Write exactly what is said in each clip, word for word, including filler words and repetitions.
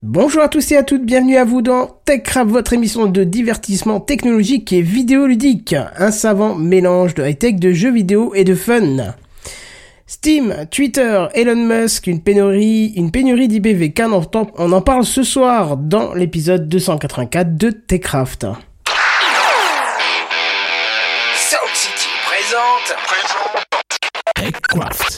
Bonjour à tous et à toutes, bienvenue à vous dans TechCraft, votre émission de divertissement technologique et vidéoludique. Un savant mélange de high-tech, de jeux vidéo et de fun. Steam, Twitter, Elon Musk, une pénurie, une pénurie d'I B V K, on en parle ce soir dans l'épisode deux cent quatre-vingt-quatre de TechCraft. Sound City présente, présente TechCraft.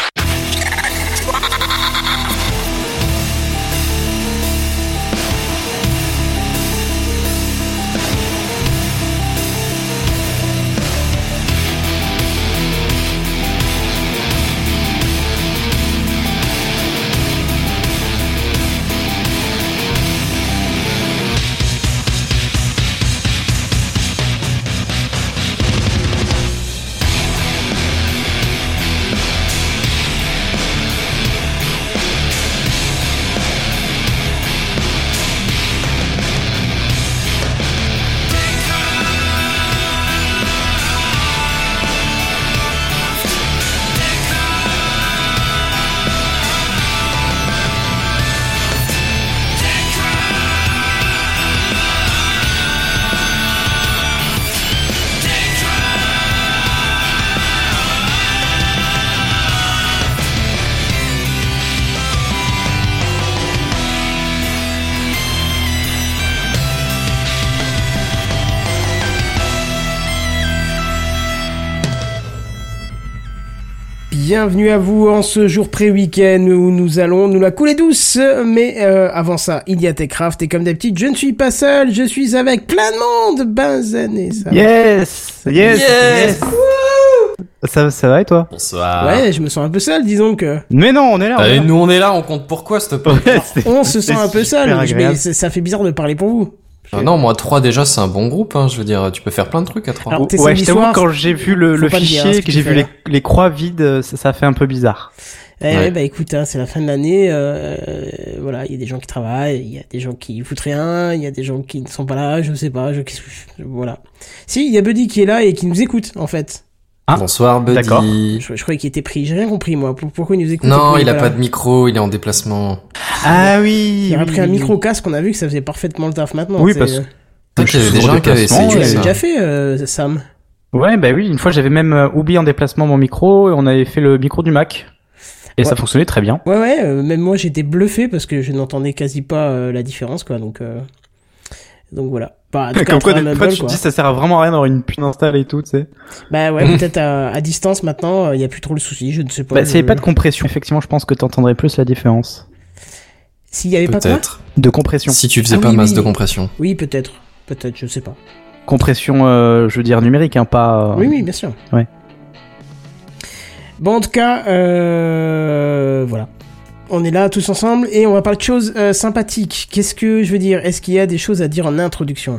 Bienvenue à vous en ce jour pré-week-end où nous allons nous la couler douce. Mais euh, avant ça, il y a TechCraft et comme d'habitude, je ne suis pas seul, je suis avec plein de monde. Benzen et ça. Yes, yes, yes. yes. Ça, ça va et toi? Bonsoir. Ouais, je me sens un peu seul, disons que. Mais non, on est là. On euh, est là. Nous on est là, on compte pourquoi s'il te plaît. Ouais, on se sent un peu seul, agréable. mais ça fait bizarre de parler pour vous. Ah non, moi trois déjà c'est un bon groupe, hein. Je veux dire, tu peux faire plein de trucs à trois. Alors, t'es Ouais, samedi je t'avoue, soir, quand j'ai vu le, le faut pas le dire, fichier, hein, ce que que j'ai tu vu fais les, les croix vides, ça, ça fait un peu bizarre. Eh Ouais. ouais, bah écoute, hein, c'est la fin de l'année, euh, euh, voilà, il y a des gens qui travaillent, il y a des gens qui foutent rien, il y a des gens qui ne sont pas là, je sais pas, je, je voilà. Si, il y a Buddy qui est là et qui nous écoute, en fait. Ah, Bonsoir Buddy. d'accord. Je, je croyais qu'il était pris, j'ai rien compris, moi, pourquoi il nous écoute? Non, pourquoi il a est pas là de micro, il est en déplacement. Ah oui. Il aurait oui, pris un oui. micro-casque, on a vu que ça faisait parfaitement le taf maintenant. Oui, c'est- parce que- Peut-être qu'il y avait Je des suis gens en qui avaient déplacement, essayé Tu ouais, l'avais ça. déjà fait, euh, Sam? Ouais, bah oui, une fois j'avais même euh, oublié en déplacement mon micro et on avait fait le micro du Mac. Et Ouais. ça fonctionnait très bien. Ouais, ouais, euh, même moi j'étais bluffé parce que je n'entendais quasi pas euh, la différence, quoi, donc... Euh... Donc voilà. Bah, en tout cas, Comme quoi, entre un des Mumble, fois, tu te quoi. dis ça sert à vraiment à rien d'avoir une puce installée et tout, tu sais. Bah ouais, peut-être à, à distance maintenant, il y a plus trop le souci, je ne sais pas. Bah, s'il n'y je- avait pas de compression, effectivement, je pense que t'entendrais plus la différence. S'il y avait pas quoi? Peut-être. De compression. Si tu faisais Ah pas oui, masse oui. de compression. Oui, peut-être. Peut-être, je sais pas. Compression, euh, je veux dire numérique, hein, pas. euh, Oui, oui, bien sûr. Ouais. Bon, en tout cas, euh, voilà. On est là tous ensemble et on va parler de choses euh, sympathiques. Qu'est-ce que je veux dire? Est-ce qu'il y a des choses à dire en introduction?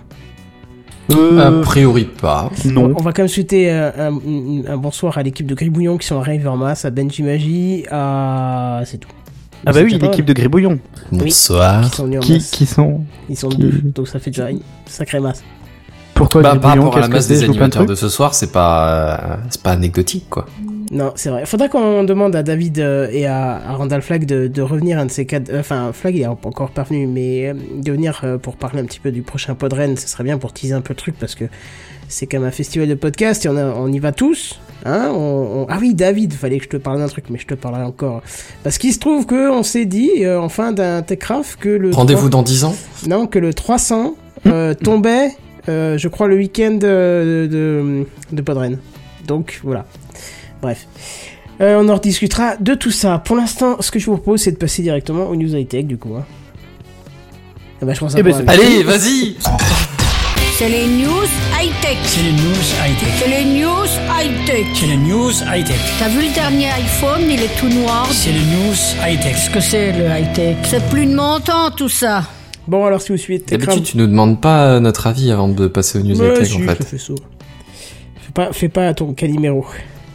Euh, A priori pas. non. On va quand même souhaiter euh, un, un, un bonsoir à l'équipe de Gribouillon qui sont arrivés en masse, à Benji Magie, à... c'est tout. Ah bah C'est oui, déjà pas l'équipe de Gribouillon. Bonsoir. mal. Qui sont venus en Qui, masse. qui sont. Ils sont qui- deux, donc ça fait déjà une sacrée masse. Pourquoi Bah, par Gribouillon, rapport à la qu'est-ce que masse c'est? des Je joue plein de animateurs de trucs. ce soir, c'est pas, euh, c'est pas anecdotique quoi. Non, c'est vrai. Faudra qu'on demande à David euh, et à, à Randall Flagg de, de revenir un de ces quatre... euh, Enfin, Flagg il est encore pas venu, mais euh, de venir euh, pour parler un petit peu du prochain Podren, ce serait bien pour teaser un peu le truc, parce que c'est comme un festival de podcast et on, a, on y va tous. Hein, on, on... Ah oui, David, fallait que je te parle d'un truc, mais je te parlerai encore. Parce qu'il se trouve qu'on s'est dit, euh, en fin d'un TechCraft, que le... Rendez-vous trois- dans dix ans. Non, que le trois cents euh, tombait, euh, je crois, le week-end euh, de, de Podren. Donc, voilà. Bref. Euh, on en rediscutera de tout ça. Pour l'instant, ce que je vous propose, c'est de passer directement aux news high-tech, du coup. Hein. Ah bah, je pense à Eh ben, quoi, c'est- avec- Allez, vas-y. C'est les news high-tech. C'est les news high-tech. C'est les news high-tech. C'est les news high-tech. T'as vu le dernier iPhone, il est tout noir. C'est les news high-tech. Qu'est-ce que c'est le high-tech? C'est plus de mon temps tout ça. Bon, alors, si vous suivez TechCraft... D'habitude, tu nous demandes pas notre avis avant de passer aux news Ouais, high-tech si, en je fait. te fais ça. Fais pas, fais pas ton Calimero.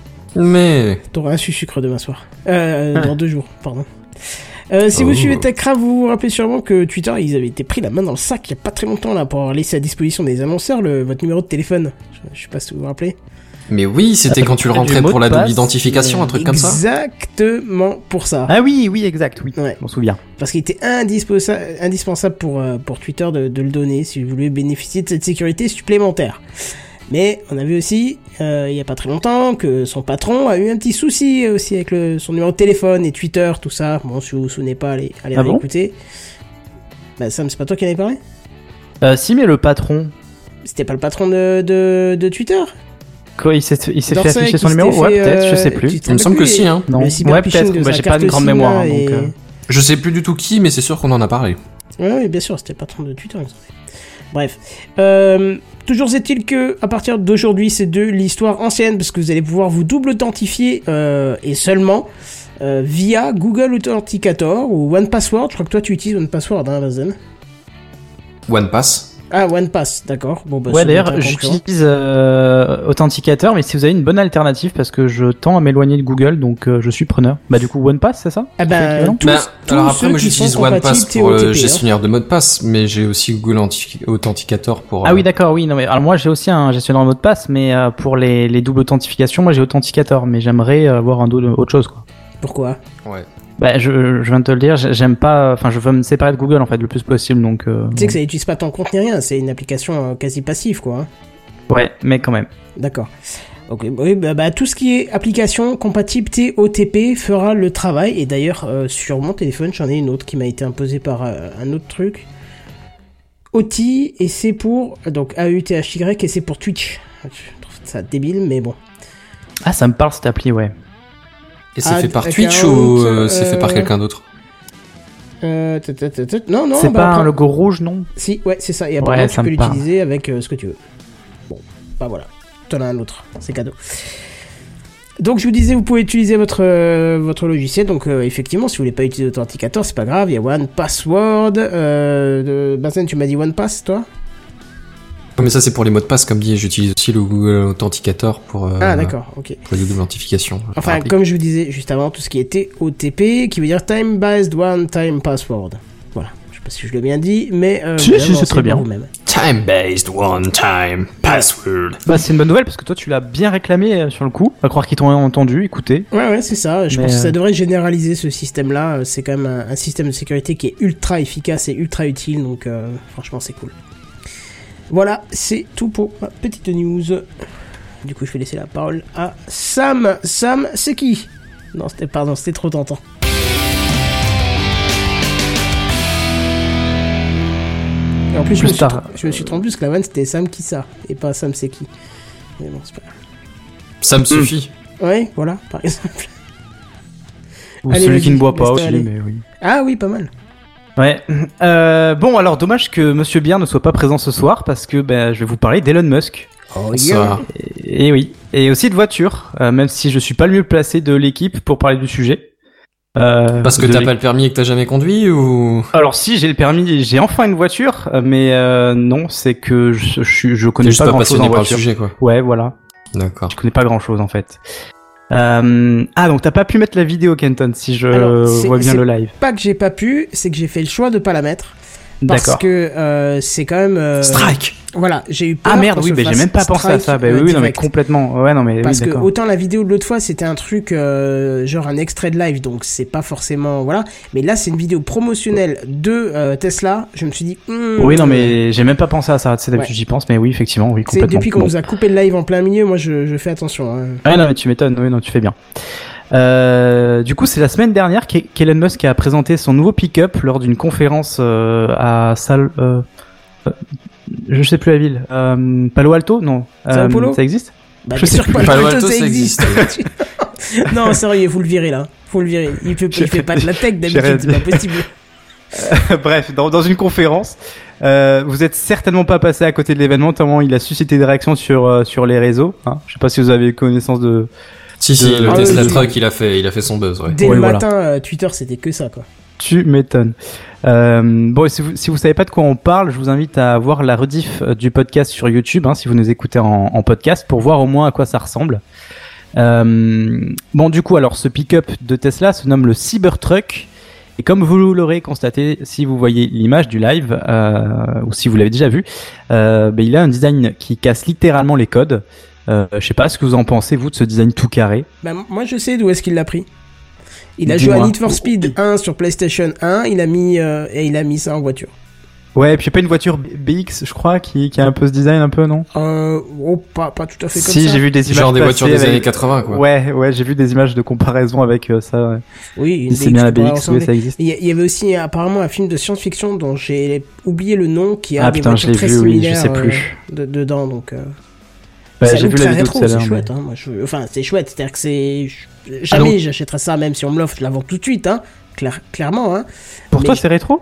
Mais T'auras un sucre demain soir. Euh, dans deux jours, pardon. Euh, si Oh. vous suivez TechCraft, vous vous rappelez sûrement que Twitter, ils avaient été pris la main dans le sac il y a pas très longtemps là pour avoir laissé à disposition des annonceurs le, votre numéro de téléphone. Je, je sais pas si vous vous rappelez. Mais oui, c'était quand tu le Du rentrais mot pour de la double passe, identification, un truc comme ça. Exactement pour ça. Ah oui, oui, exact, oui, Ouais. je m'en souviens. Parce qu'il était indisposa- indispensable pour, euh, pour Twitter de, de le donner si vous voulez bénéficier de cette sécurité supplémentaire. Mais on a vu aussi, euh, il y a pas très longtemps, que son patron a eu un petit souci aussi avec le, son numéro de téléphone et Twitter, tout ça. Bon, si vous vous souvenez pas, allez, allez Ah bon réécouter. Bah Sam, c'est pas toi qui en avais parlé ? Euh, si, mais le patron, C'était pas le patron de, de, de Twitter ? quoi, il s'est, il s'est fait Dorsey afficher qui son numéro? s'était Ouais, fait, peut-être, je euh, sais plus. tu te Il me semble rappelles que plus, si, hein. Non, Le ouais, cyberphishing peut-être. de Moi, sa j'ai pas carte une grande SIM, mémoire, là, hein, et- donc. euh, Je sais plus du tout qui, mais c'est sûr qu'on en a parlé. Ouais, ouais, bien sûr, c'était le patron de Twitter. Bref. Euh, toujours est-il que, à partir d'aujourd'hui, c'est de l'histoire ancienne, parce que vous allez pouvoir vous double authentifier, euh, et seulement, euh, via Google Authenticator ou one password. Je crois que toi, tu utilises one password, hein, Bazen. OnePass. Ah, one pass, d'accord. Bon, bah, Ouais, c'est d'ailleurs, un concurrent. j'utilise euh, Authenticator, mais si vous avez une bonne alternative, parce que je tends à m'éloigner de Google, donc euh, je suis preneur. Bah, du coup, OnePass, c'est ça? Ah C'est ben, l'équivalent tous, Bah, tous alors ceux après, moi qui j'utilise sont OnePass compatibles pour le T O T P, hein. gestionnaire de mot de passe, mais j'ai aussi Google Anti- Authenticator pour. Ah euh, oui, d'accord, oui. Non, mais alors moi, j'ai aussi un gestionnaire de mot de passe, mais euh, pour les, les doubles authentifications, moi j'ai Authenticator, mais j'aimerais avoir un do- autre chose, quoi. Pourquoi ? Ouais. Bah, je, je viens de te le dire, j'ai- j'aime pas, enfin, je veux me séparer de Google en fait le plus possible, donc. Euh, Tu sais que ça n'utilise pas ton compte ni rien, c'est une application euh, quasi passive, quoi. Hein. Ouais, mais quand même. D'accord. Ok, oui, bah, bah, tout ce qui est application compatible T O T P fera le travail. Et d'ailleurs, euh, sur mon téléphone, j'en ai une autre qui m'a été imposée par euh, un autre truc. O T I, et c'est pour... Donc A U T H Y, et c'est pour Twitch. Je trouve ça débile, mais bon. Ah, ça me parle cette appli, ouais. Et c'est Ah, fait par account, Twitch ou euh, c'est fait par euh, quelqu'un d'autre? Euh, tut, tut, tut, tut. Non, non, C'est bah, pas après- un logo rouge, non? Si, ouais, c'est ça. Et apparemment, Ouais, tu ça peux me parle. l'utiliser avec euh, ce que tu veux. Bon, bah voilà. T'en as un autre. C'est cadeau. Donc, je vous disais, vous pouvez utiliser votre, euh, votre logiciel. Donc, euh, effectivement, si vous voulez pas utiliser Authenticator, c'est pas grave. Il y a One Password. Euh, de... Bazen, tu m'as dit One Pass, toi? Oh, mais ça c'est pour les mots de passe, comme dit, j'utilise aussi le Google Authenticator pour, euh, Ah, d'accord, ok. pour la double authentification. Enfin, Rappelez. comme je vous disais juste avant, tout ce qui était O T P, qui veut dire Time Based One Time Password. Voilà. Je sais pas si je l'ai bien dit, mais euh, Si, vous si, l'avez c'est lancé très bien. par vous-même. Time-based one-time password. Bah, c'est une bonne nouvelle parce que toi, tu l'as bien réclamé euh, sur le coup. À croire qu'ils t'ont entendu, écoutez. Ouais, ouais, c'est ça. Je Mais, pense que ça euh, devrait généraliser ce système-là. C'est quand même un, un système de sécurité qui est ultra efficace et ultra utile, donc euh, franchement, c'est cool. Voilà, c'est tout pour ma petite news. Du coup, je vais laisser la parole à Sam. Sam, c'est qui? Non, c'était pardon, c'était trop tentant. Et en plus, je me, Plus suis tard. trom- je me suis trompé parce que la vanne c'était Sam qui ça et pas Sam c'est qui. Mais bon, c'est pas grave. Ça me suffit. Ouais, voilà, par exemple. Ou Allez, celui vas-y, qui ne boit pas laisse-toi aussi, aller. mais oui. Ah oui, pas mal. Ouais. Euh, bon, alors dommage que Monsieur Bière ne soit pas présent ce soir parce que ben, je vais vous parler d'Elon Musk. Oh Ça. Et, et oui. Et aussi de voitures, euh, même si je suis pas le mieux placé de l'équipe pour parler du sujet. Euh, Parce que de t'as l'é- pas le permis et que t'as jamais conduit ou... Alors si, j'ai le permis, j'ai enfin une voiture, euh, mais euh, non, c'est que je, je, suis- je T'es connais juste pas pas grand chose passionné en par le voiture. sujet, quoi. Ouais, voilà. D'accord. Je connais pas grand chose en fait. Euh... Ah, donc t'as pas pu mettre la vidéo, Kenton, si je Alors, c'est- vois bien c'est le live. Pas que j'ai pas pu, c'est que j'ai fait le choix de pas la mettre. Parce D'accord. que euh, c'est quand même. euh, Strike. Voilà, j'ai eu peur. Ah merde, qu'on oui, se mais j'ai fasse même pas pensé à strike, ça. Bah euh, oui, oui, non, mais direct. complètement. Ouais, non, mais Parce oui, que d'accord. autant la vidéo de l'autre fois c'était un truc euh, genre un extrait de live, donc c'est pas forcément voilà. Mais là c'est une vidéo promotionnelle de euh, Tesla. Je me suis dit. hmm, Oui, non, mais j'ai même pas pensé à ça. C'est d'habitude Ouais. j'y pense, mais oui, effectivement, oui, c'est complètement. depuis qu'on Bon. nous a coupé le live en plein milieu, moi je, je fais attention. Hein. Ah non, mais tu m'étonnes. Oui, non, tu fais bien. Euh, du coup, c'est la semaine dernière qu'E- qu'Elon Musk a présenté son nouveau pick-up lors d'une conférence euh, à Sal. Euh, euh, je sais plus la ville. Euh, Palo Alto, non. Sao Euh, Paulo ça existe? Bah, Je bien sais sûr que plus. Palo Palo Alto, Alto, ça ça existe. Non, sérieux, faut le virer là. Faut le virer. Il fait, il fait pas de la tech J'ai rien d'habitude, c'est pas possible. Bref, dans, dans une conférence, euh, vous êtes certainement pas passé à côté de l'événement, tellement il a suscité des réactions sur euh, sur les réseaux. Hein. Je sais pas si vous avez connaissance de. Si, si, De- le Ah, Tesla oui, oui. Truck, il a fait, il a fait son buzz, ouais. Dès Ouais, le voilà. matin, euh, Twitter c'était que ça quoi. Tu m'étonnes. Euh, bon, et si vous si vous savez pas de quoi on parle, je vous invite à voir la rediff euh, du podcast sur YouTube, hein, si vous nous écoutez en, en podcast, pour voir au moins à quoi ça ressemble. Euh, bon, du coup, alors ce pick-up de Tesla se nomme le Cybertruck. Et comme vous l'aurez constaté, si vous voyez l'image du live, euh, ou si vous l'avez déjà vu, euh, ben, il a un design qui casse littéralement les codes. Euh, je sais pas ce que vous en pensez, vous, de ce design tout carré. Bah, moi, je sais d'où est-ce qu'il l'a pris. Il a Dis-moi. joué à Need for Speed un sur PlayStation un, il a mis, euh, et il a mis ça en voiture. Ouais, et puis il y a pas une voiture B X, je crois, qui, qui a un peu ce design un peu, non? Euh, oh, pas, pas tout à fait comme Si, ça. j'ai vu des images Genre des passer voitures des avec- années quatre-vingts, quoi. Ouais, ouais, j'ai vu des images de comparaison avec euh, ça. Ouais. Oui, une Si c'est bien la qui pourrait B X, oui, ressembler. ça existe. Il y, a- il y avait aussi apparemment un film de science-fiction dont j'ai oublié le nom qui a Ah des putain, je voitures l'ai très vu, oui, je similaires sais plus. euh, de- dedans, donc. Euh... Ouais, c'est j'ai vu la ultra vidéo rétro, tout à c'est l'heure. chouette. mais- Hein, moi, je... Enfin, c'est chouette, c'est-à-dire que c'est Ah jamais donc- j'achèterais ça, même si on me l'offre, je la vends tout de suite, hein, clair- clairement. Hein. Pour Mais toi, je- c'est rétro?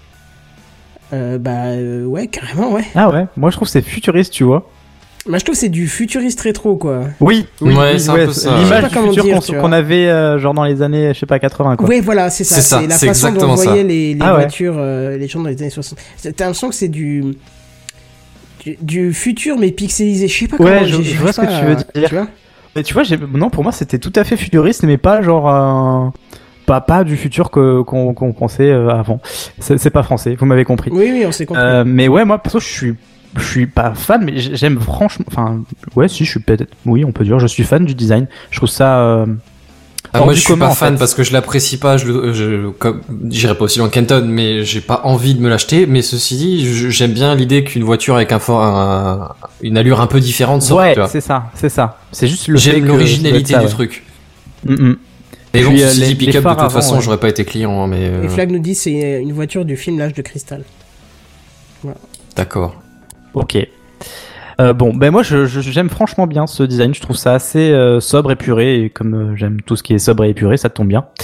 Euh, bah euh, ouais, carrément, ouais. Ah ouais, moi je trouve que c'est futuriste, tu vois. Moi, je trouve que c'est du futuriste rétro, quoi. Oui, oui, Ouais, oui, c'est un peu ça. Je sais L'image pas du comment futur dire, qu'on tu vois. qu'on avait euh, genre dans les années, je sais pas, quatre-vingts quoi. Ouais, voilà, c'est ça. C'est ça, la c'est façon dont on exactement ça. voyait les, les Ah ouais. voitures, euh, les gens dans les années soixante. C'est- T'as l'impression que c'est du... du du futur mais pixelisé. Je sais pas Ouais, comment. je- j'ai- je j'arrive vois ce que pas tu veux à- dire. Tu vois Mais tu vois, j'ai- non, pour moi c'était tout à fait futuriste, mais pas genre un... pas pas du futur que qu'on qu'on pensait euh, avant. C'est c'est pas français, vous m'avez compris. Oui, oui, on s'est compris. Euh, mais ouais, moi perso, je suis je suis pas fan, mais j- j'aime franchement. Enfin, ouais, si, je suis peut-être. Oui, on peut dire, je suis fan du design. Je trouve ça. Euh... Ah, hors moi, du je suis commun, pas en fan fait. parce que je l'apprécie pas. Je, le- je, comme, j'irai pas aussi loin que Kenton, mais j'ai pas envie de me l'acheter. Mais ceci dit, je- j'aime bien l'idée qu'une voiture avec un, for- un une allure un peu différente sorte. Ouais, tu vois. c'est ça, c'est ça. C'est juste le fait J'aime que l'originalité ça du doit être truc. ça, ouais. Mm, mm. Et Puis, bon, euh, ceci les- dit, les pick-up, de phares toute avant, façon, ouais. j'aurais pas été client, hein, mais euh, Et Flag nous dit c'est une voiture du film L'Âge de Cristal. d'accord. Ok. Euh, bon, ben moi je, je- j'aime franchement bien ce design. Je trouve ça assez euh, sobre, épuré, et comme euh, j'aime tout ce qui est sobre et épuré, ça tombe bien.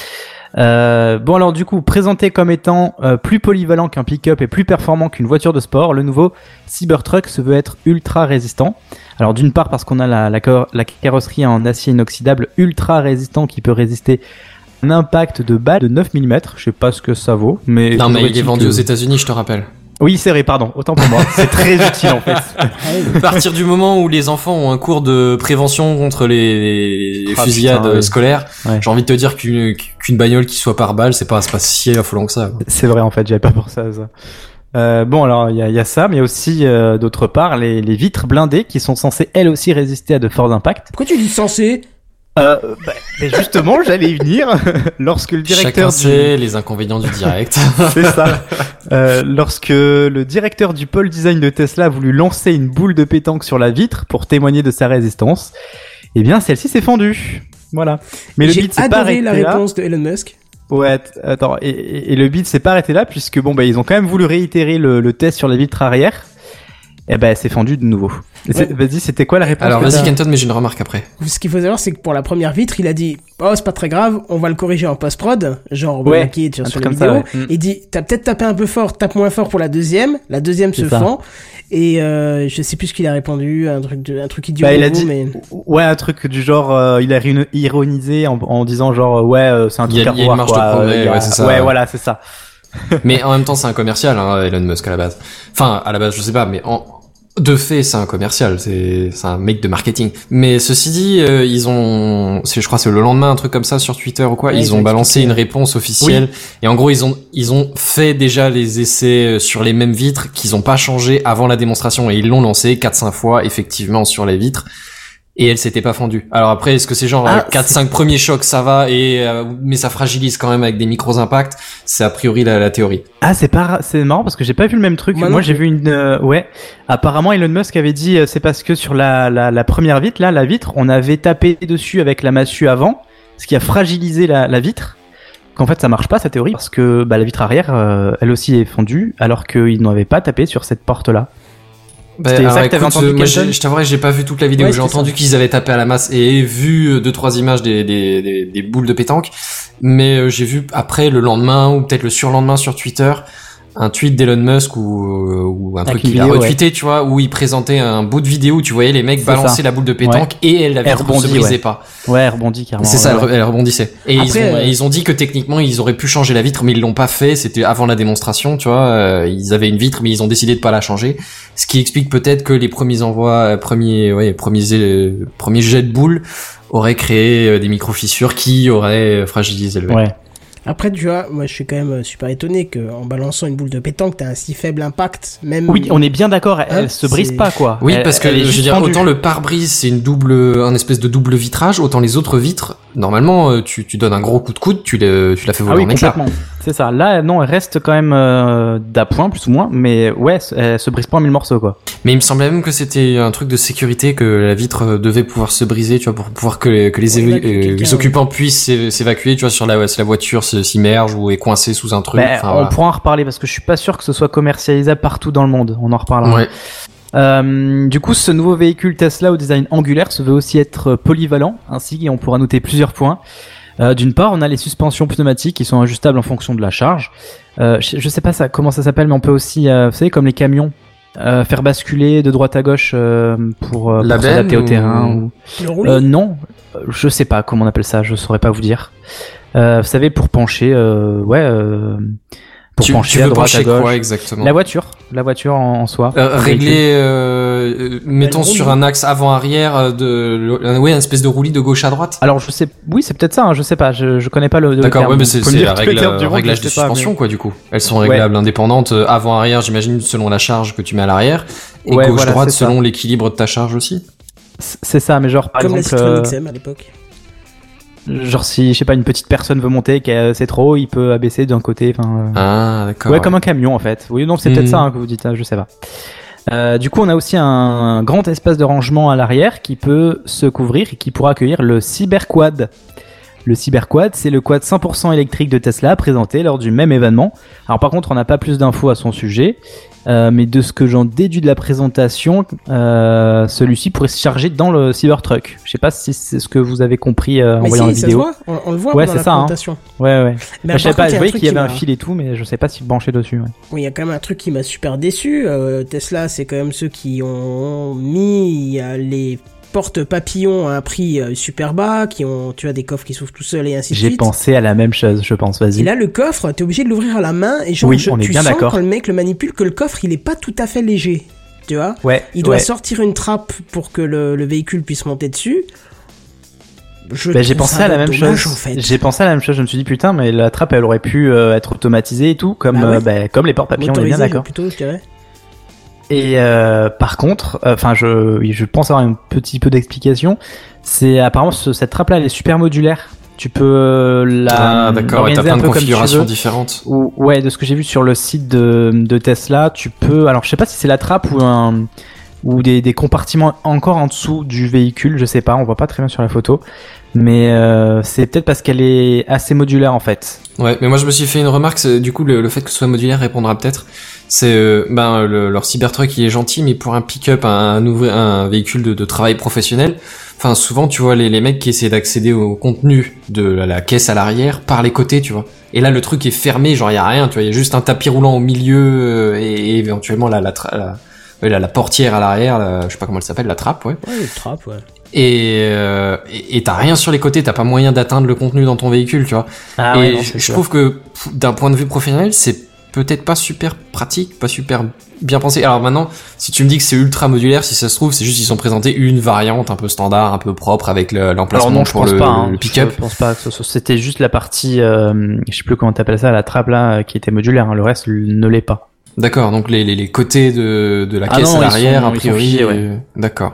Euh, bon alors du coup, présenté comme étant euh, plus polyvalent qu'un pick-up et plus performant qu'une voiture de sport, le nouveau Cybertruck se veut être ultra résistant. Alors d'une part parce qu'on a la, la, car- la carrosserie en acier inoxydable ultra résistant qui peut résister à un impact de balle de neuf millimètres. Je sais pas ce que ça vaut, mais Non, mais toujours il est est-il vendu que- aux États-Unis, je te rappelle. Oui, c'est vrai, pardon. Autant pour moi. C'est très utile en fait. À partir du moment où les enfants ont un cours de prévention contre les, les Ah, fusillades putain, oui. scolaires, Ouais. j'ai envie de te dire qu'une qu'une bagnole qui soit par balle, c'est pas, c'est pas si affolant que ça. quoi. C'est vrai en fait, j'avais pas pensé à ça. Euh, bon alors il y a, il y a ça, mais il y a aussi euh, d'autre part les, les vitres blindées qui sont censées elles aussi résister à de forts impacts. Pourquoi tu dis censé Euh, bah, mais justement j'allais y venir lorsque le Chacun directeur du... sait les inconvénients du direct. C'est ça. Euh, lorsque le directeur du pôle design de Tesla a voulu lancer une boule de pétanque sur la vitre pour témoigner de sa résistance, eh bien celle-ci s'est fendue. Voilà. Mais le J'ai bit s'est pas adoré arrêté la là. réponse de Elon Musk. Ouais, t- attends, et, et- et le bid s'est pas arrêté là puisque bon bah ils ont quand même voulu réitérer le, le test sur la vitre arrière. Et ben c'est fendu de nouveau. Et c'est- Vas-y, c'était quoi la réponse Alors que vas-y t'as Kenton, mais j'ai une remarque après. Ce qu'il faut savoir, c'est que pour la première vitre, il a dit oh c'est pas très grave, on va le corriger en post-prod, genre Ouais, maquillé sur, un sur truc la comme ça, vidéo. ouais. Mm. Il dit t'as peut-être tapé un peu fort, tape moins fort pour la deuxième. La deuxième se C'est ça. fend. Et euh, je sais plus ce qu'il a répondu, un truc de, un truc idiot. Bah, il au a bout, dit mais... ouais un truc du genre euh, il a ri- ironisé en, en disant genre ouais euh, c'est un Il y truc a- à il y a une revoir marge quoi. de progrès, Euh, il y a- ouais, c'est ça, Ouais ouais. voilà c'est ça. Mais en même temps, c'est un commercial, hein, Elon Musk à la base. Enfin, à la base, je sais pas, mais en de fait, c'est un commercial, c'est c'est un mec de marketing. Mais ceci dit, euh, ils ont, c'est je crois, c'est le lendemain un truc comme ça sur Twitter ou quoi, Ouais, ils ils ont ont balancé expliqué. une réponse officielle. Et en gros, ils ont ils ont fait déjà les essais sur les mêmes vitres qu'ils ont pas changé avant la démonstration et ils l'ont lancé quatre cinq fois effectivement sur les vitres. Et elle s'était pas fendue. Alors après, est-ce que c'est genre Ah, quatre cinq premiers chocs, ça va, et euh, mais ça fragilise quand même avec des micros impacts. C'est a priori la, la théorie. Ah c'est pas c'est marrant parce que j'ai pas vu le même truc. Moi Moi, non j'ai plus. vu une euh, ouais apparemment Elon Musk avait dit euh, c'est parce que sur la, la la première vitre là la vitre on avait tapé dessus avec la massue avant ce qui a fragilisé la, la vitre qu'en fait ça marche pas sa théorie parce que bah, la vitre arrière euh, elle aussi est fendue alors qu'ils n'avaient pas tapé sur cette porte là. Bah, C'était alors, ça que t'avais écoute, entendu, euh, moi, Kenton j'ai- je t'avouerai, j'ai pas vu toute la vidéo. Ouais, j'ai c'était entendu ça. qu'ils avaient tapé à la masse et vu euh, deux trois images des des des, des boules de pétanque. Mais euh, j'ai vu après le lendemain ou peut-être le surlendemain sur Twitter un tweet d'Elon Musk ou euh, ou un Avec truc une qu'il a vidéo, retweeté, tu vois, où il présentait un bout de vidéo où tu voyais les mecs C'est balancer ça. la boule de pétanque et elle la Elle vitre ne se rebondit, brisait ouais. pas. Ouais elle rebondit carrément. C'est ça, ouais, elle, re- elle rebondissait. Et ils Après, ont euh, ils ont dit que techniquement ils auraient pu changer la vitre, mais ils l'ont pas fait. C'était avant la démonstration, tu vois. euh, ils avaient une vitre, mais ils ont décidé de pas la changer. Ce qui explique peut-être que les premiers envois, euh, premiers, ouais, premiers, euh, premiers jets de boules auraient créé euh, des micro fissures qui auraient fragilisé le verre. ouais. Après, tu vois, moi je suis quand même super étonné qu'en balançant une boule de pétanque, t'as un si faible impact, même... Oui, on est bien d'accord, elle, Hein, elle se brise c'est- pas, quoi. Oui, Elle- parce que elle est je veux juste dire, pendue. autant le pare-brise c'est une double, un espèce de double vitrage, autant les autres vitres, normalement, euh, tu, tu donnes un gros coup de coude, tu, les, tu la fais Ah voler oui, en éclats. complètement. C'est ça. Là, non, elle reste quand même euh, d'appoint, plus ou moins, mais ouais, elle se brise pas en mille morceaux, quoi. Mais il me semblait même que c'était un truc de sécurité, que la vitre euh, devait pouvoir se briser, tu vois, pour pouvoir que les, que les, Pour éva- évacuer euh, quelqu'un, les occupants puissent s'é- s'évacuer, tu vois, sur la, si la voiture se- s'immerge ou est coincée sous un truc. Ben, Enfin, on voilà. pourra en reparler parce que je suis pas sûr que ce soit commercialisable partout dans le monde. On en reparlera. Ouais. Euh, du coup, ce nouveau véhicule Tesla au design angulaire se veut aussi être polyvalent. Ainsi, on pourra noter plusieurs points. Euh, d'une part, on a les suspensions pneumatiques qui sont ajustables en fonction de la charge. Euh, je, je sais pas ça, comment ça s'appelle, mais on peut aussi, euh, vous savez, comme les camions, euh, faire basculer de droite à gauche euh, pour, euh, La pour benne s'adapter au ou- terrain. Ou... Le roulis. Euh, non, Euh, je sais pas comment on appelle ça, je saurais pas vous dire. Euh, vous savez, pour pencher, euh, ouais, euh, pour tu, pencher tu à veux droite pencher à gauche. quoi exactement? La voiture, la voiture en, en soi. Euh, Le véhicule. régler, euh, euh, mettons le sur roulis. un axe avant-arrière euh, de, euh, ouais, une espèce de roulis de gauche à droite. Alors je sais, oui c'est peut-être ça, hein, je sais pas, je, je connais pas le. le D'accord, terme. ouais, mais Vous c'est pouvez me c'est dire la tous les règle, termes du monde, réglage je des sais pas, mais- suspensions, quoi, du coup. Elles sont réglables indépendantes, euh, avant-arrière, j'imagine, selon la charge que tu mets à l'arrière, et Ouais, voilà, gauche-droite, c'est ça. selon l'équilibre de ta charge aussi. C'est ça, mais genre par Comme la exemple, Citroën euh, X M à l'époque. genre si je sais pas une petite personne veut monter, que c'est trop, il peut abaisser d'un côté, enfin. euh, Ah, d'accord. Ouais, comme un camion en fait. Oui, non, c'est peut-être Mhm. ça hein, que vous dites, hein, je sais pas. Euh, du coup, on a aussi un, un grand espace de rangement à l'arrière qui peut se couvrir et qui pourra accueillir le Cyberquad. Le Cyberquad, c'est le quad cent pour cent électrique de Tesla présenté lors du même événement. Alors par contre, on n'a pas plus d'infos à son sujet, euh, mais de ce que j'en déduis de la présentation, euh, celui-ci pourrait se charger dans le Cybertruck. Je sais pas si c'est ce que vous avez compris euh, en Mais voyant si, la ça se vidéo. voit, on, on le voit Ouais, pendant c'est la ça, hein. présentation. Ouais, ouais. Mais Bah, je par savais pas, contre, il y je a un voyais truc qu'il y avait qui un m'a- fil et tout, mais je sais pas s'il branchait dessus. Ouais. Oui, il y a quand même un truc qui m'a super déçu. Euh, Tesla, c'est quand même ceux qui ont mis euh, les portes papillons à un prix euh, super bas, qui ont, tu as des coffres qui s'ouvrent tout seuls et ainsi de J'ai suite. pensé à la même chose, je pense. Et Vas-y. là, le coffre, t'es obligé de l'ouvrir à la main et genre, Oui, je- on est tu bien sens d'accord. quand le mec le manipule que le coffre, il est pas tout à fait léger. Tu vois? Ouais. Il doit ouais. sortir une trappe pour que le, le véhicule puisse monter dessus. Je Bah, j'ai trouve pensé ça à la même dommage, chose. en fait. J'ai pensé à la même chose. Je me suis dit putain, mais la trappe, elle aurait pu euh, être automatisée et tout, comme Bah ouais. euh, bah, comme les portes papillons. On est bien Motorisé, d'accord. plutôt, je dirais. Et euh, par contre, enfin, je je pense avoir un petit peu d'explication. C'est apparemment ce- cette trappe-là, elle est super modulaire. Tu peux euh, la Ah, d'accord, ouais, t'as l'organiser plein un de peu comme tu configurations veux. différentes. Ou, ouais, de ce que j'ai vu sur le site de, de Tesla, tu peux. Alors, je sais pas si c'est la trappe ou un ou des, des compartiments encore en dessous du véhicule. Je sais pas, on voit pas très bien sur la photo, mais euh, c'est peut-être parce qu'elle est assez modulaire en fait. Ouais, mais moi je me suis fait une remarque, c'est- du coup le, le fait que ce soit modulaire répondra peut-être. C'est euh, ben le, leur Cybertruck il est gentil, mais pour un pick-up, un, un, ouvri- un véhicule de, de travail professionnel, enfin souvent tu vois les, les mecs qui essaient d'accéder au contenu de la, la caisse à l'arrière par les côtés, tu vois. Et là le truc est fermé, genre il y a rien, tu vois, il y a juste un tapis roulant au milieu euh, et, et éventuellement la la, tra- la, ouais, la la portière à l'arrière, la- je sais pas comment elle s'appelle, la trappe, ouais. Ouais, une trappe, ouais. Et euh, et et t'as rien sur les côtés, t'as pas moyen d'atteindre le contenu dans ton véhicule, tu vois. Ah et je, je trouve que pff, d'un point de vue professionnel, c'est peut-être pas super pratique, pas super bien pensé. Alors maintenant, si tu me dis que c'est ultra modulaire, si ça se trouve, c'est juste qu'ils ont présenté une variante un peu standard, un peu propre avec le- Alors l'emplacement non, je pour pense le, pas. Hein. le pick-up. Je pense pas que ce soit- c'était juste la partie, euh, je sais plus comment t'appelles ça, la trappe là, euh, qui était modulaire. Hein. Le reste ne l'est pas. D'accord, donc les, les, les côtés de, de la Ah caisse non, à ils l'arrière, sont- a ils sont priori. figés, ouais. euh, D'accord.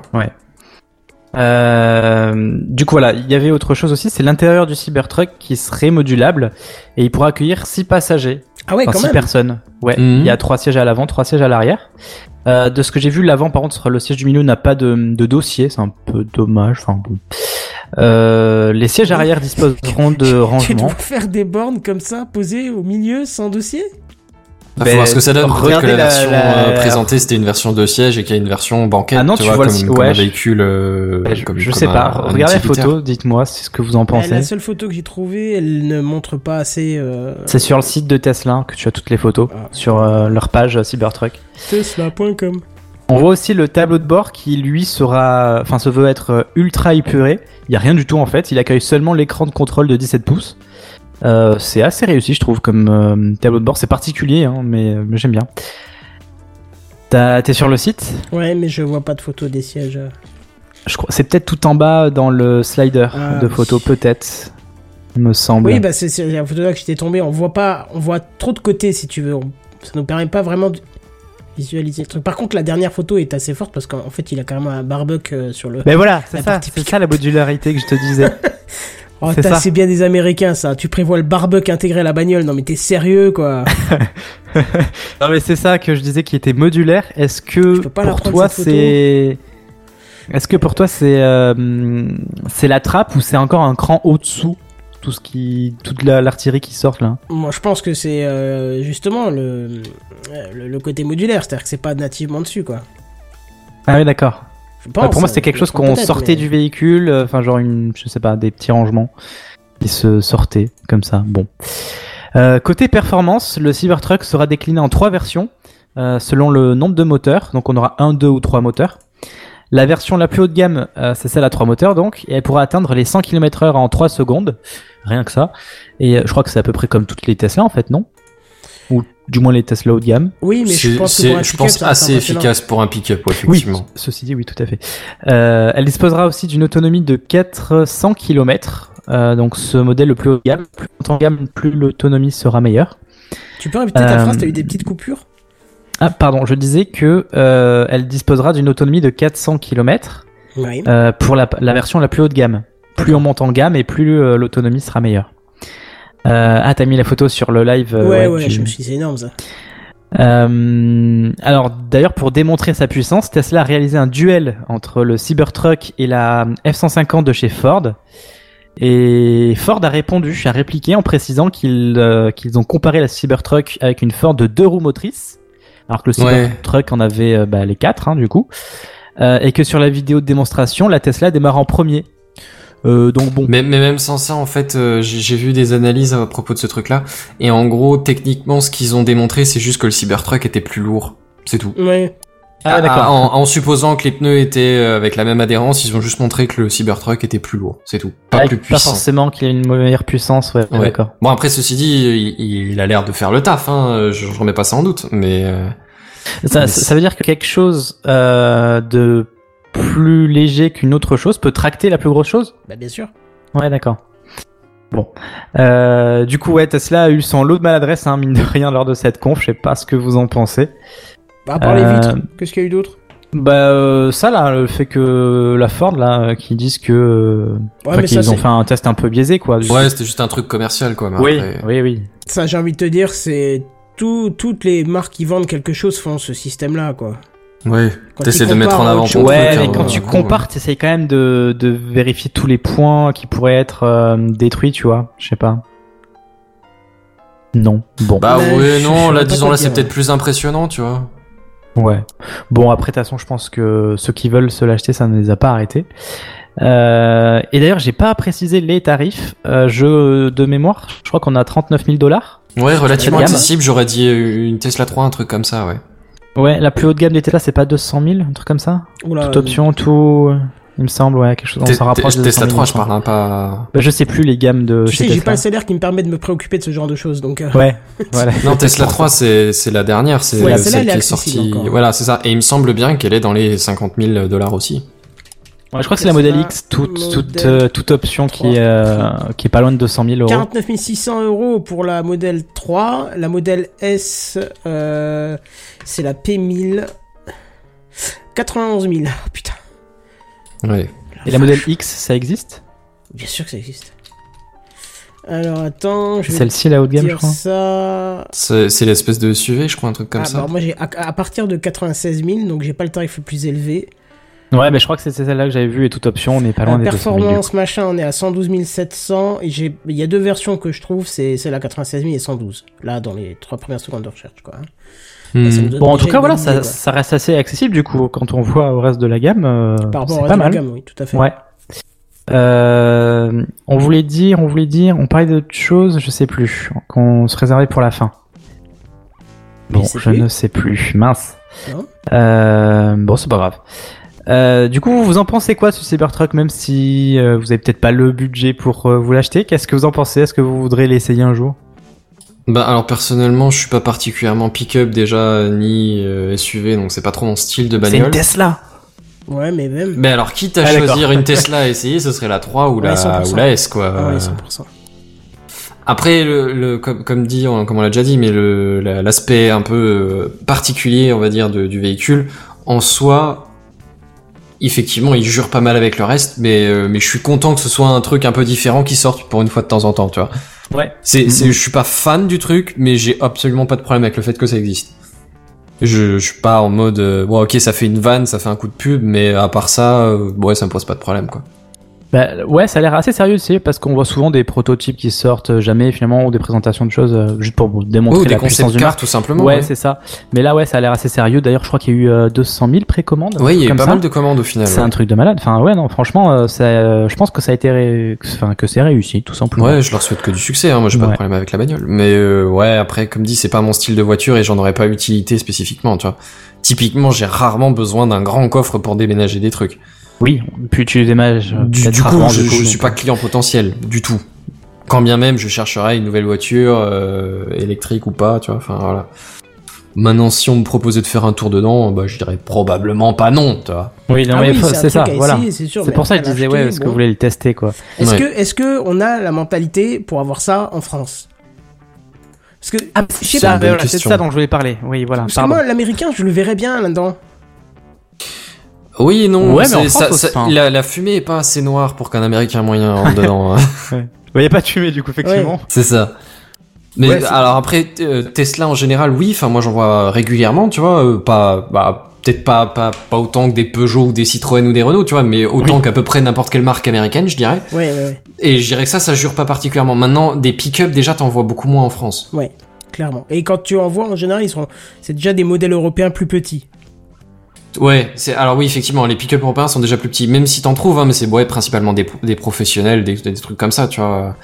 Euh, du coup voilà, il y avait autre chose aussi, c'est l'intérieur du Cybertruck qui serait modulable et il pourra accueillir six passagers, Ah ouais, enfin quand six même. personnes. Ouais, Mhm. il y a trois sièges à l'avant, trois sièges à l'arrière. Euh, de ce que j'ai vu, l'avant par contre, le siège du milieu n'a pas de, de dossier, c'est un peu dommage. Enfin bon. Euh, les sièges arrière disposeront de Tu rangement. dois faire des bornes comme ça, posées au milieu, sans dossier? Il Ben, faut voir ce que ça donne. Peut-être que regardez la la- version la- euh, présentée c'était une version de siège et qu'il y a une version banquette, Ah non, tu, tu vois, vois le comme, si- comme ouais, un je- véhicule. Euh, Ben, je comme, je comme sais un- pas. un Regardez la utilitaire. photo, dites-moi c'est ce que vous en Euh, pensez. la seule photo que j'ai trouvée, elle ne montre pas assez... Euh... C'est sur le site de Tesla que tu as toutes les photos, Ah. sur euh, leur page euh, Cybertruck. Tesla point com. On voit aussi le tableau de bord qui lui sera, enfin se veut être euh, ultra épuré. Il y a rien du tout en fait. Il accueille seulement l'écran de contrôle de dix-sept pouces. Euh, c'est assez réussi je trouve comme euh, tableau de bord. C'est particulier hein, mais, mais j'aime bien. T'as- T'es sur le site? Ouais, mais je vois pas de photo des sièges. Je crois. C'est peut-être tout en bas dans le slider Ah, de oui. photos peut-être. il me semble. Oui, bah c'est, c'est la photo là que j'étais tombé. On voit pas, on voit trop de côté si tu veux. On, ça nous permet pas vraiment de visualiser le truc. Par contre, la dernière photo est assez forte parce qu'en fait, il a carrément un barbecue euh, sur le. Mais voilà, c'est la ça, partie c'est ça la modularité que je te disais. Oh, c'est t'as, ça. c'est bien des Américains, ça. Tu prévois le barbecue intégré à la bagnole. Non, mais t'es sérieux, quoi. Non mais c'est ça que je disais qui était modulaire. Est-ce que peux pas la pour prendre, toi cette photo. c'est Est-ce que pour toi c'est euh, c'est la trappe ou c'est encore un cran au-dessous tout ce qui toute la, l'artillerie qui sort là? Moi, je pense que c'est euh, justement le, le le côté modulaire, c'est-à-dire que c'est pas nativement dessus, quoi. Ah oui d'accord. Je pense, Ouais, pour moi c'était euh, quelque je chose me trompe qu'on peut-être, sortait mais- du véhicule, euh, enfin genre une je sais pas des petits rangements qui se sortaient comme ça. Bon. Euh, côté performance, le Cybertruck sera décliné en trois versions euh, selon le nombre de moteurs. Donc on aura un, deux ou trois moteurs. La version la plus haut de gamme, euh, c'est celle à trois moteurs donc, et elle pourra atteindre les cent kilomètres heure en trois secondes, rien que ça. Et euh, je crois que c'est à peu près comme toutes les Tesla en fait, non? Ou du moins les Tesla haut de gamme. Oui, mais je C'est- pense que c'est- pour un je pick-up, pense ça reste assez impressionnant. efficace pour un pick-up, ouais, Oui, effectivement. ceci dit, oui, tout à fait. Euh, elle disposera aussi d'une autonomie de quatre cents kilomètres. Euh, donc ce modèle le plus haut de gamme, plus en gamme, plus l'autonomie sera meilleure. Tu peux répéter ta Euh, phrase, t'as eu des petites coupures? Ah pardon, je disais que euh, elle disposera d'une autonomie de quatre cents kilomètres Oui. euh, pour la, la version la plus haut de gamme. Plus on monte en gamme et plus euh, l'autonomie sera meilleure. Euh, ah t'as mis la photo sur le live. euh, ouais, ouais, tu- je me suis dit, c'est énorme, ça. Euh, alors d'ailleurs pour démontrer sa puissance, Tesla a réalisé un duel entre le Cybertruck et la F cent cinquante de chez Ford. Et Ford a répondu, a répliqué en précisant qu'ils euh, qu'ils ont comparé la Cybertruck avec une Ford de deux roues motrices, alors que le Ouais. Cybertruck en avait euh, bah, les quatre hein, du coup, euh, et que sur la vidéo de démonstration, la Tesla démarre en premier. Euh, donc bon. Mais, mais même sans ça, en fait, euh, j'ai j'ai vu des analyses à propos de ce truc-là. Et en gros, techniquement, ce qu'ils ont démontré, c'est juste que le Cybertruck était plus lourd. C'est tout. Ouais. Ah, d'accord. Ah, en, en supposant que les pneus étaient euh, avec la même adhérence, ils ont juste montré que le Cybertruck était plus lourd. C'est tout. Pas Avec plus pas puissant. forcément qu'il ait une meilleure puissance, ouais, Ouais. d'accord. Bon, après, ceci dit, il, il a l'air de faire le taf, hein. Je, je remets pas ça en doute, mais... euh, Ça, Mais ça, c'est- ça veut dire que quelque chose euh, de plus léger qu'une autre chose peut tracter la plus grosse chose? Bah, bien sûr. Ouais, d'accord. Bon. Euh, du coup, ouais, Tesla a eu son lot de maladresse, hein, mine de rien, lors de cette conf. Je sais pas ce que vous en pensez. Bah, à part les Euh, vitres, qu'est-ce qu'il y a eu d'autre? Bah, euh, ça, là, le fait que la Ford, là, euh, qui disent que... euh, Ouais, enfin, mais qu'ils ça, ont c'est- fait un test un peu biaisé, quoi. Du Ouais, coup. c'était juste un truc commercial, quoi. Mais oui, après- oui, oui. Ça, j'ai envie de te dire, c'est tout, toutes les marques qui vendent quelque chose font ce système-là, quoi. Ouais. Quand T'essaies tu de mettre en compares avant autre ton chose- Ouais, truc, mais hein, quand euh, tu ouais. compares, t'essayes quand même de, de vérifier tous les points qui pourraient être euh, détruits, tu vois. Je sais pas. Non. Bon. Bah Mais ouais, je- je non, saurais là, pas disons quoi là, c'est dire. peut-être plus impressionnant, tu vois. Ouais. Bon, après, de toute façon, je pense que ceux qui veulent se l'acheter, ça ne les a pas arrêtés. Euh, et d'ailleurs, j'ai pas précisé les tarifs. Euh, je, de mémoire, je crois qu'on a trente-neuf mille dollars. Ouais, relativement Cette gamme. accessible, j'aurais dit euh, une Tesla trois, un truc comme ça, ouais. Ouais, la plus haute gamme des Tesla, c'est pas deux cent mille, un truc comme ça? Oula, Toute option, tout, euh, il me semble, ouais, quelque chose, on Te- s'en rapproche te- de Tesla deux cent mille, trois, il je me semble. parle hein, pas... Bah, je sais plus les gammes de Tu chez sais, j'ai Tesla. pas le salaire qui me permet de me préoccuper de ce genre de choses, donc... euh, Ouais, voilà. Non, Tesla trois, c'est c'est la dernière, c'est Ouais, euh, celle-là, celle elle est qui est accessible sortie. encore. Voilà, c'est ça. Et il me semble bien qu'elle est dans les cinquante mille dollars aussi. Ouais, je crois que c'est la modèle Tesla, X, toute, modèle toute, euh, toute option qui est, euh, qui est pas loin de deux cent mille euros. quarante-neuf mille six cents euros pour la modèle trois. La modèle S, euh, c'est la P mille. quatre-vingt-onze mille. Oh, putain. Ouais. Et la modèle X, ça existe? Bien sûr que ça existe. Alors attends, je C'est vais celle-ci, la haut de gamme, je dire crois. ça. C'est c'est l'espèce de S U V, je crois, un truc comme Ah, ça. bah, moi j'ai à, à partir de quatre-vingt-seize mille, donc j'ai pas le tarif le plus élevé. Ouais, mais je crois que c'est celle-là que j'avais vue et toute option, on n'est pas loin La des deux cent mille. du coup. performance machin, on est à cent douze mille sept cents. Et j'ai, il y a deux versions que je trouve, c'est celle à quatre-vingt-seize mille et cent douze. Là, dans les trois premières secondes de recherche, quoi. Hmm. Ça me donne Bon, en déjà tout cas, une voilà, bonne ça, idée, quoi. ça reste assez accessible du coup quand on voit au reste de la gamme. euh, Par rapport c'est au pas reste de la mal. gamme, oui, tout à fait. Ouais. Euh, on voulait dire, on voulait dire, on parlait d'autre chose, je sais plus, qu'on se réservait pour la fin. Bon, Je sais je plus. ne sais plus, mince. Non. Euh, bon, c'est pas grave. Euh, du coup, vous en pensez quoi de ce Cybertruck, même si euh, vous avez peut-être pas le budget pour euh, vous l'acheter? Qu'est-ce que vous en pensez? Est-ce que vous voudrez l'essayer un jour? Bah alors personnellement, je suis pas particulièrement pick-up déjà, ni euh, S U V, donc c'est pas trop mon style de C'est bagnole. une Tesla. Ouais, mais même. Mais alors, quitte à Ah, choisir d'accord. une Tesla à essayer, ce serait la trois ou, Ouais, la, cent pour cent. ou la S, quoi. Ah ouais, Euh, cent pour cent. Après, le, le comme, comme dit, on- comme on l'a déjà dit, mais le la- l'aspect un peu euh, particulier, on va dire, de, du véhicule, en soi, effectivement, il jure pas mal avec le reste, mais euh, mais je suis content que ce soit un truc un peu différent qui sorte pour une fois de temps en temps, tu vois. Ouais. C'est, c'est, je suis pas fan du truc, mais j'ai absolument pas de problème avec le fait que ça existe. Je, je suis pas en mode, euh, bon, ok, ça fait une vanne, ça fait un coup de pub, mais à part ça, euh, ouais, ça me pose pas de problème, quoi. Bah, ouais, ça a l'air assez sérieux aussi parce qu'on voit souvent des prototypes qui sortent jamais finalement ou des présentations de choses euh, juste pour démontrer Oh, des la puissance concept du cars, marque. tout simplement. Ouais, ouais. c'est ça. Mais là, ouais, ça a l'air assez sérieux. D'ailleurs, je crois qu'il y a eu euh, deux cent mille précommandes. Ouais, il y a eu comme pas ça. mal de commandes au final. C'est ouais. un truc de malade. Enfin, ouais, non, franchement, euh, ça, euh, je pense que ça a été, ré... enfin, que c'est réussi, tout simplement. Ouais, je leur souhaite que du succès, hein. Moi, j'ai pas Ouais. de problème avec la bagnole. Mais euh, ouais, après, comme dit, c'est pas mon style de voiture et j'en aurais pas utilité spécifiquement, tu vois. Typiquement, j'ai rarement besoin d'un grand coffre pour déménager des trucs. Oui, puis tu déménages. euh, Du, peut-être du coup, rarement, je, du coup, je donc, suis pas client potentiel du tout. Quand bien même, je chercherais une nouvelle voiture euh, électrique ou pas, tu vois. Enfin voilà. Maintenant, si on me proposait de faire un tour dedans, bah, je dirais probablement pas non, tu vois. Oui, non, Ah mais oui, faut- c'est un c'est ça, truc à voilà. essayer, c'est sûr, C'est mais pour ça que après, je disais, l'acheter, ouais, est-ce que bon. vous voulez le tester, quoi. Est-ce Ouais. que, est-ce que on a la mentalité pour avoir ça en France? Parce que, Ah, je sais ça, pas, bonne voilà, c'est de question. ça dont je voulais parler. Oui, voilà. parce que Pardon. moi, l'américain, je le verrais bien là-dedans. Oui et non. Ouais, mais c'est- en France, ça- aussi, ça- enfin. la, la fumée est pas assez noire pour qu'un Américain moyen rentre dedans. hein. Il y a pas de fumée, du coup, effectivement. C'est ça. Mais Ouais, c'est- alors après euh, Tesla en général, oui. Enfin moi j'en vois régulièrement, tu vois. euh, pas, bah, peut-être pas, pas, pas autant que des Peugeot ou des Citroën ou des Renault, tu vois, mais autant Oui. qu'à peu près n'importe quelle marque américaine, je dirais. Ouais, ouais, ouais, Et je dirais que ça, ça jure pas particulièrement. Maintenant, des pick-up déjà, t'en vois beaucoup moins en France. ouais, clairement. Et quand tu en vois, en général, ils sont, c'est déjà des modèles européens plus petits. Ouais, c'est alors oui effectivement, les pick-up européens sont déjà plus petits, même si t'en trouves, hein, mais c'est ouais principalement des, des professionnels, des, des trucs comme ça, tu vois.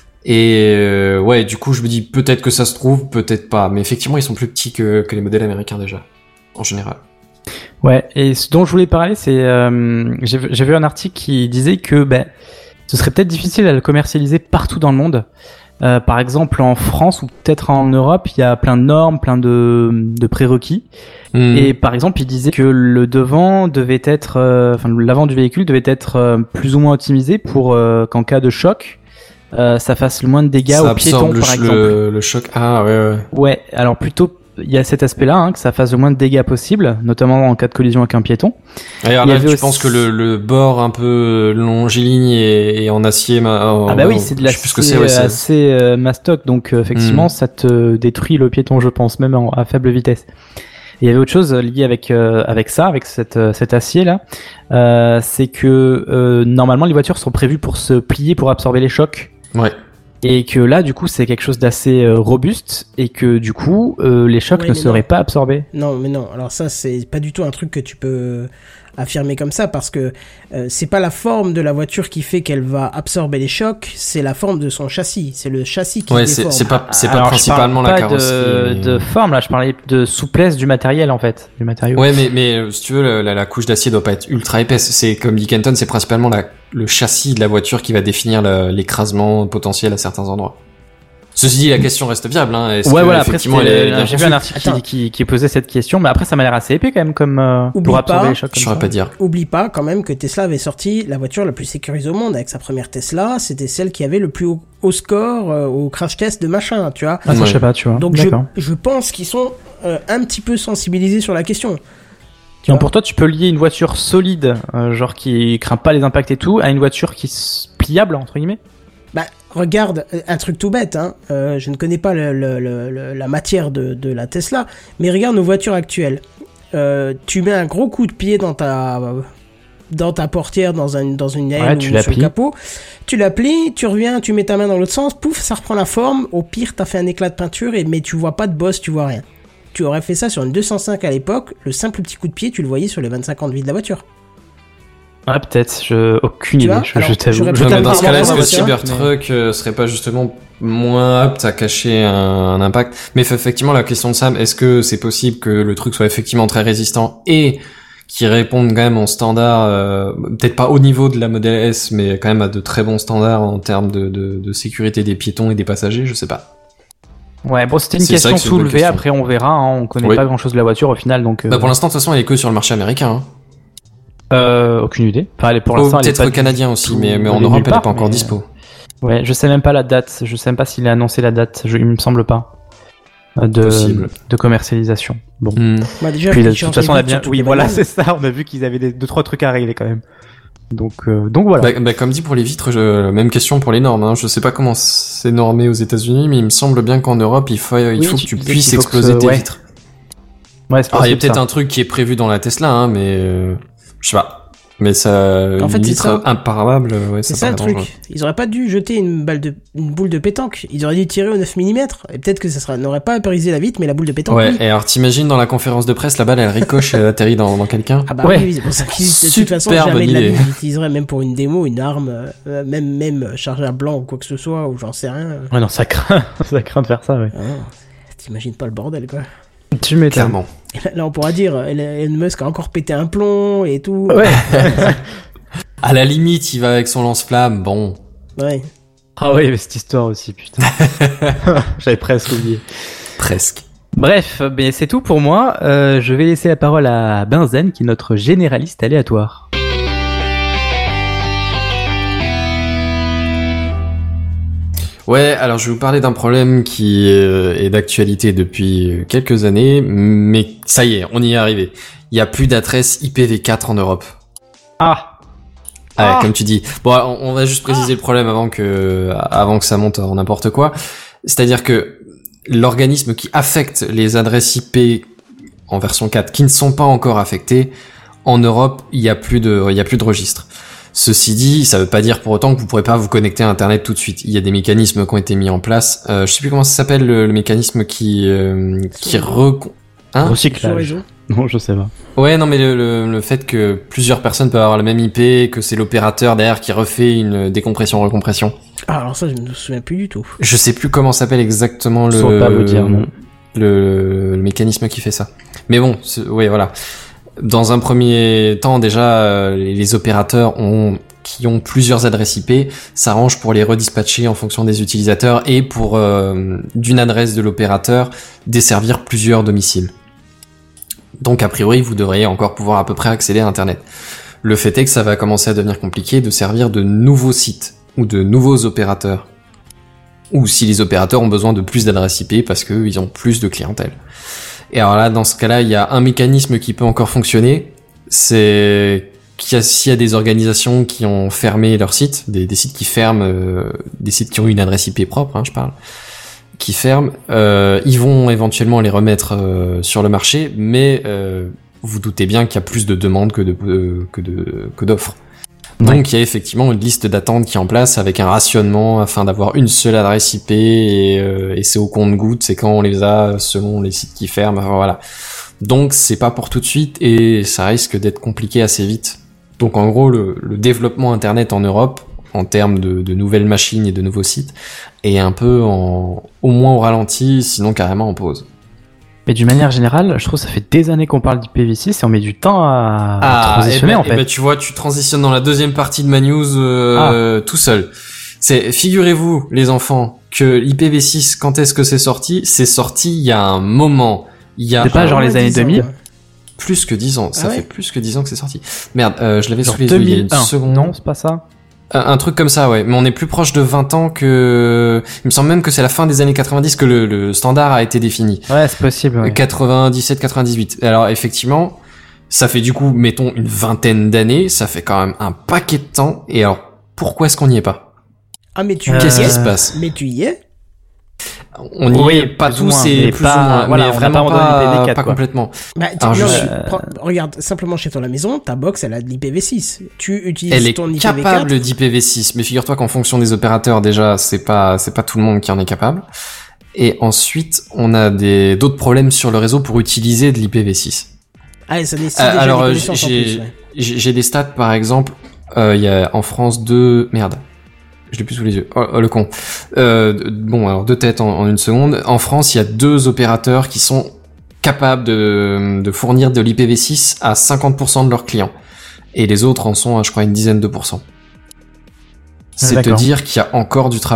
Et euh, ouais, du coup, je me dis peut-être que ça se trouve, peut-être pas, mais effectivement, ils sont plus petits que, que les modèles américains déjà, en général. Ouais, et ce dont je voulais parler, c'est euh, j'ai vu- j'ai vu un article qui disait que ben ce serait peut-être difficile à le commercialiser partout dans le monde. Euh, par exemple, en France ou peut-être en Europe, il y a plein de normes, plein de, de prérequis. Hmm. Et par exemple, il disait que le devant devait être, euh, enfin l'avant du véhicule devait être euh, plus ou moins optimisé pour euh, qu'en cas de choc, euh, ça fasse le moins de dégâts ça aux piétons, absorbe le, par ch- exemple. le, le choc. Ah ouais ouais. Ouais, alors plutôt il y a cet aspect-là, hein, que ça fasse le moins de dégâts possible, notamment en cas de collision avec un piéton. Et alors Il y là, avait tu aussi- penses que le, le bord un peu longiligne et, et en acier, ma, en- Ah bah oui, en- c'est de je sais plus ce que l'acier c'est, ouais, c'est- assez euh, mastoc, donc euh, effectivement Mm. ça te détruit le piéton, je pense, même en- à faible vitesse. Et il y avait autre chose euh, liée avec euh, avec ça, avec cette, euh, cet acier là, euh, c'est que euh, normalement les voitures sont prévues pour se plier pour absorber les chocs. Ouais. Et que là, du coup, c'est quelque chose d'assez euh, robuste et que du coup, euh, les chocs Ouais, ne mais seraient non. pas absorbés. Non, mais non. Alors ça, c'est pas du tout un truc que tu peux affirmer comme ça parce que euh, c'est pas la forme de la voiture qui fait qu'elle va absorber les chocs, c'est la forme de son châssis. C'est le châssis qui Ouais, se c'est déforme. c'est pas c'est pas Alors, je principalement parle la pas carrosserie. de, mais- de forme là, je parlais de souplesse du matériel en fait, du matériau. Ouais, mais mais euh, si tu veux, la, la, la couche d'acier doit pas être ultra épaisse. C'est comme dit Kenton, c'est principalement la, le châssis de la voiture qui va définir la- l'écrasement potentiel à certains endroits. Ceci dit, la question reste viable. Hein. Est-ce Ouais, que, voilà, après, effectivement, c'était- elle est bien j'ai vu conçue un article Attends. qui, qui, qui posait cette question, mais après, ça m'a l'air assez épais quand même, comme euh, Oublie pour absorber pas, les chocs Je comme saurais ça. pas dire. Oublie pas quand même que Tesla avait sorti la voiture la plus sécurisée au monde avec sa première Tesla. C'était celle qui avait le plus haut, haut score euh, au crash test de machin, tu vois. Ah, ça, Ouais. je sais pas, tu vois. Donc je, D'accord. je pense qu'ils sont euh, un petit peu sensibilisés sur la question. Tu Donc vois. pour toi, tu peux lier une voiture solide, euh, genre qui craint pas les impacts et tout, à une voiture qui s- pliable entre guillemets. Bah, regarde, euh, un truc tout bête, hein. Euh, je ne connais pas le, le- le- le- la matière de, de la Tesla, mais regarde nos voitures actuelles. Euh, tu mets un gros coup de pied dans ta, dans ta portière, dans, un, dans une aile Ouais, ou tu la sur le plies. capot. Tu la plies, tu reviens, tu mets ta main dans l'autre sens, pouf, ça reprend la forme. Au pire, t'as fait un éclat de peinture, et, mais tu vois pas de bosse, tu vois rien. Tu aurais fait ça sur une deux cent cinq à l'époque, le simple petit coup de pied, tu le voyais sur les vingt-cinq ans de vie de la voiture. Ouais, peut-être. Je aucune Tu idée. vois, je, alors, je t'avoue. j'aurais Je Non, mais peut-être dans pas ce cas-là, vraiment est-ce que la voiture, Cybertruck euh, serait pas justement moins apte à cacher un, un impact? Mais effectivement, la question de Sam, est-ce que c'est possible que le truc soit effectivement très résistant et qui réponde quand même en standard, euh, peut-être pas au niveau de la Model S, mais quand même à de très bons standards en termes de, de, de sécurité des piétons et des passagers, je sais pas. Ouais, bon, c'était une C'est ça question que c'est une bonne soulevée. question. Après, on verra. Hein, on connaît Oui. pas grand-chose de la voiture au final, donc. Euh, Bah pour l'instant, de toute façon, elle est que sur le marché américain. Hein. euh, aucune idée. Enfin, elle est pour Oh, l'instant, elle est peut-être pas canadien aussi, tout- mais, mais en elle est Europe, nulle elle est part, pas encore mais- dispo. Ouais, je sais même pas la date. Je sais même pas s'il a annoncé la date. Je, il me semble pas. De, Possible. de commercialisation. Bon. Hmm. Bah, déjà, Puis de Feature toute façon, on a Review bien. sur Oui, toutes les voilà, manières. c'est ça. On a vu qu'ils avaient des, deux trois trucs à régler quand même. Donc, euh, donc voilà. Bah, bah, comme dit pour les vitres, je... même question pour les normes. Hein. Je sais pas comment c'est normé aux États-Unis, mais il me semble bien qu'en Europe, il faut, il Oui, faut que tu tu disais puisses qu'il faut que exploser ce- tes ouais. vitres. Ouais, c'est Alors, il y a possible, peut-être ça. un truc qui est prévu dans la Tesla, hein, mais euh, je sais pas. Mais ça, En fait, une c'est vitre ça. imparable, ouais, C'est ça ça le paraît truc. dangereux. Ils auraient pas dû jeter une balle de, une boule de pétanque. Ils auraient dû tirer au neuf millimètres. Et peut-être que ça sera, n'aurait pas apparisé la vitre, mais la boule de pétanque. Ouais, oui. et alors t'imagines dans la conférence de presse, la balle elle ricoche et elle atterrit dans, dans quelqu'un. Ah bah Ouais. oui, c'est pour ça qu'ils, de toute façon, Super jamais bonne de la idée. vie, ils utiliseraient même pour une démo, une arme, euh, même, même chargée à blanc ou quoi que ce soit, ou j'en sais rien. Ouais, non, ça craint. ça craint de faire ça, ouais. Ah non, t'imagines pas le bordel, quoi. Tu m'étonnes. Clairement. Et là, là, on pourra dire, Elon Musk a encore pété un plomb et tout. Ouais. À la limite, il va avec son lance-flamme, bon. Ouais. Ah oui, mais cette histoire aussi, putain. J'avais presque oublié. Presque. Bref, ben c'est tout pour moi. Euh, je vais laisser la parole à Benzen, qui est notre généraliste aléatoire. Ouais, alors je vais vous parler d'un problème qui euh, est d'actualité depuis quelques années, mais ça y est, on y est arrivé. Il y a plus d'adresse I P v quatre en Europe. Ah. Ouais, Ah. comme tu dis. Bon, on, on va juste préciser le problème avant que avant que ça monte en n'importe quoi. C'est-à-dire que l'organisme qui affecte les adresses I P en version quatre qui ne sont pas encore affectées, en Europe, il y a plus de il y a plus de registre. Ceci dit, ça veut pas dire pour autant que vous pourrez pas vous connecter à Internet tout de suite. Il y a des mécanismes qui ont été mis en place. Euh, je sais plus comment ça s'appelle le, le mécanisme qui euh, qui re... Hein Sur Recyclage. réseau. Non, je sais pas. Ouais, non, mais le, le, le fait que plusieurs personnes peuvent avoir la même I P, que c'est l'opérateur derrière qui refait une décompression-recompression. Ah, alors ça, je ne me souviens plus du tout. Je sais plus comment s'appelle exactement Je le, saurais pas vous dire, non. le, le mécanisme qui fait ça. Mais bon, c'est- ouais, voilà. Dans un premier temps, déjà, euh, les, les opérateurs ont, qui ont plusieurs adresses I P s'arrangent pour les redispatcher en fonction des utilisateurs et pour, euh, d'une adresse de l'opérateur, desservir plusieurs domiciles. Donc, a priori, vous devriez encore pouvoir à peu près accéder à Internet. Le fait est que ça va commencer à devenir compliqué de servir de nouveaux sites ou de nouveaux opérateurs. Ou si les opérateurs ont besoin de plus d'adresses I P parce qu'ils ont plus de clientèle. Et alors là, dans ce cas-là, il y a un mécanisme qui peut encore fonctionner, c'est qu'il y a, s'il y a des organisations qui ont fermé leurs sites, des, des sites qui ferment, euh, des sites qui ont une adresse I P propre, hein, je parle, qui ferment, euh, ils vont éventuellement les remettre euh, sur le marché, mais euh, vous doutez bien qu'il y a plus de demandes que de euh, que de que d'offres. Ouais. Donc il y a effectivement une liste d'attente qui est en place avec un rationnement afin d'avoir une seule adresse I P et, euh, et c'est au compte-gouttes, c'est quand on les a selon les sites qui ferment, enfin, voilà. Donc c'est pas pour tout de suite et ça risque d'être compliqué assez vite. Donc en gros le, le développement internet en Europe en termes de, de nouvelles machines et de nouveaux sites est un peu en, au moins au ralenti, sinon carrément en pause. Mais d'une manière générale, je trouve que ça fait des années qu'on parle d'I P v six et on met du temps à, à transitionner eh ben, en fait. eh ben, tu vois, tu transitionnes dans la deuxième partie de ma news euh, tout seul. C'est, figurez-vous les enfants que I P v six, quand est-ce que c'est sorti? C'est sorti il y a un moment. Il y a C'est pas un- genre les années dix ans, deux mille? ouais. plus que dix ans. Ça Ah ouais fait plus que dix ans que c'est sorti. Merde, euh, je l'avais Genre sous les yeux il y a une deux mille un. seconde. Non, c'est pas ça. Un, un truc comme ça, ouais. Mais on est plus proche de vingt ans que... Il me semble même que c'est la fin des années quatre-vingt-dix que le, le standard a été défini. Ouais, c'est possible. Ouais. quatre-vingt-dix-sept quatre-vingt-dix-huit. Alors effectivement, ça fait du coup, mettons, une vingtaine d'années. Ça fait quand même un paquet de temps. Et alors, pourquoi est-ce qu'on n'y est pas? Ah, mais tu Euh, y Qu'est-ce es qui se passe? Mais tu y es On n'y Oui, est pas plus ou tous moins, et mais plus pas- ou moins. voilà, mais on n'a vraiment pas abandonné pas, l'I P v quatre, pas quoi. complètement. Bah, tu- Alors, non, je mais suis- prends- regarde, simplement chez toi à la maison, ta box, elle a de l'I P v six. Tu utilises Elle est ton I P v quatre. capable d'I P v six, mais figure-toi qu'en fonction des opérateurs, déjà, c'est pas, c'est pas tout le monde qui en est capable. Et ensuite, on a des, d'autres problèmes sur le réseau pour utiliser de l'I P v six. Ah, ça nécessite Euh, déjà alors, des euh, connaissances en j'ai, plus, ouais. j'ai j'ai des stats, par exemple, euh, il y a en France deux, merde. Je l'ai plus sous les yeux. Oh, oh, le con. Euh, d- bon, alors deux têtes en, en une seconde. En France, il y a deux opérateurs qui sont capables de, de fournir de l'I P v six à cinquante pour cent de leurs clients. Et les autres en sont à, je crois, une dizaine de pourcents. C'est te d'accord. dire qu'il y a encore du travail.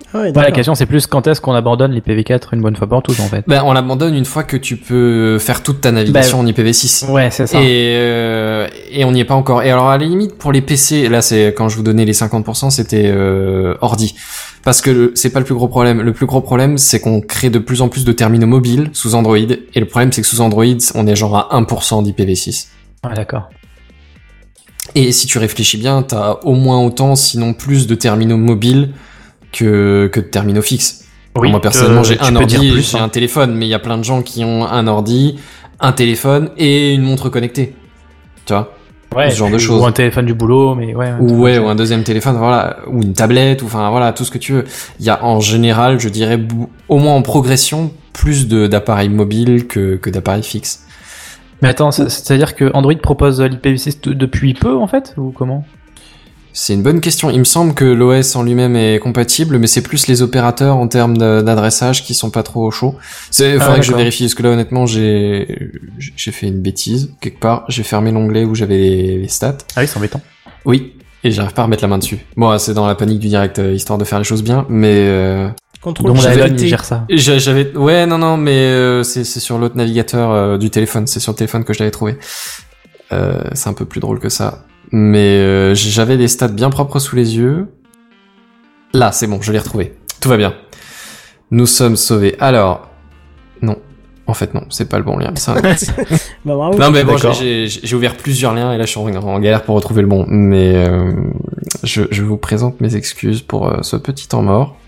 Ah ouais, Ouais, d'accord. la question c'est plus quand est-ce qu'on abandonne l'I P v quatre une bonne fois pour toutes en fait. Ben, on l'abandonne une fois que tu peux faire toute ta navigation Ben, en I P v six. Ouais, c'est ça. Et, euh, et on n'y est pas encore. Et alors à la limite pour les P C, là c'est quand je vous donnais les cinquante pour cent, c'était euh, ordi. Parce que le- c'est pas le plus gros problème. Le plus gros problème, c'est qu'on crée de plus en plus de terminaux mobiles sous Android. Et le problème, c'est que sous Android, on est genre à un pour cent d'I P v six. Ah, d'accord. Et si tu réfléchis bien, t'as au moins autant, sinon plus de terminaux mobiles que, que de terminaux fixes. Oui, Moi personnellement, euh, j'ai tu un peux dire ordi, plus, j'ai hein. un téléphone, mais il y a plein de gens qui ont un ordi, un téléphone et une montre connectée. Tu vois? Ouais, ce genre de ou choses. un téléphone du boulot, mais ouais. un Ou truc ouais, comme ou ça. un deuxième téléphone, voilà, ou une tablette, ou enfin voilà, tout ce que tu veux. Il y a en général, je dirais, bou- au moins en progression, plus de d'appareils mobiles que que d'appareils fixes. Mais attends, c'est- c'est-à-dire que Android propose l'I P v six t- depuis peu en fait, ou comment? C'est une bonne question. Il me semble que l'O S en lui-même est compatible, mais c'est plus les opérateurs en termes de- d'adressage qui sont pas trop chauds. C'est, Ah, faudrait que je d'accord. vérifie, parce que là, honnêtement, j'ai, j'ai fait une bêtise, quelque part. J'ai fermé l'onglet où j'avais les, les stats. Ah oui, c'est embêtant. Oui. Et j'arrive pas à remettre la main dessus. Bon, c'est dans la panique du direct, euh, histoire de faire les choses bien, mais, euh, Contrôle Donc j'avais Dylan, T. il gère ça. j'a- j'avais, ouais, non, non, mais, euh, c'est, c'est sur l'autre navigateur euh, du téléphone. C'est sur le téléphone que je l'avais trouvé. Euh, c'est un peu plus drôle que ça. Mais euh, j'avais des stats bien propres sous les yeux. Là, c'est bon, je l'ai retrouvé. Tout va bien. Nous sommes sauvés. Alors, non. En fait, non, c'est pas le bon lien. C'est un- Bah bravo. non, mais bon, D'accord. j'ai, j'ai, j'ai ouvert plusieurs liens et là, je suis en, en galère pour retrouver le bon. Mais euh, je, je vous présente mes excuses pour euh, ce petit temps mort.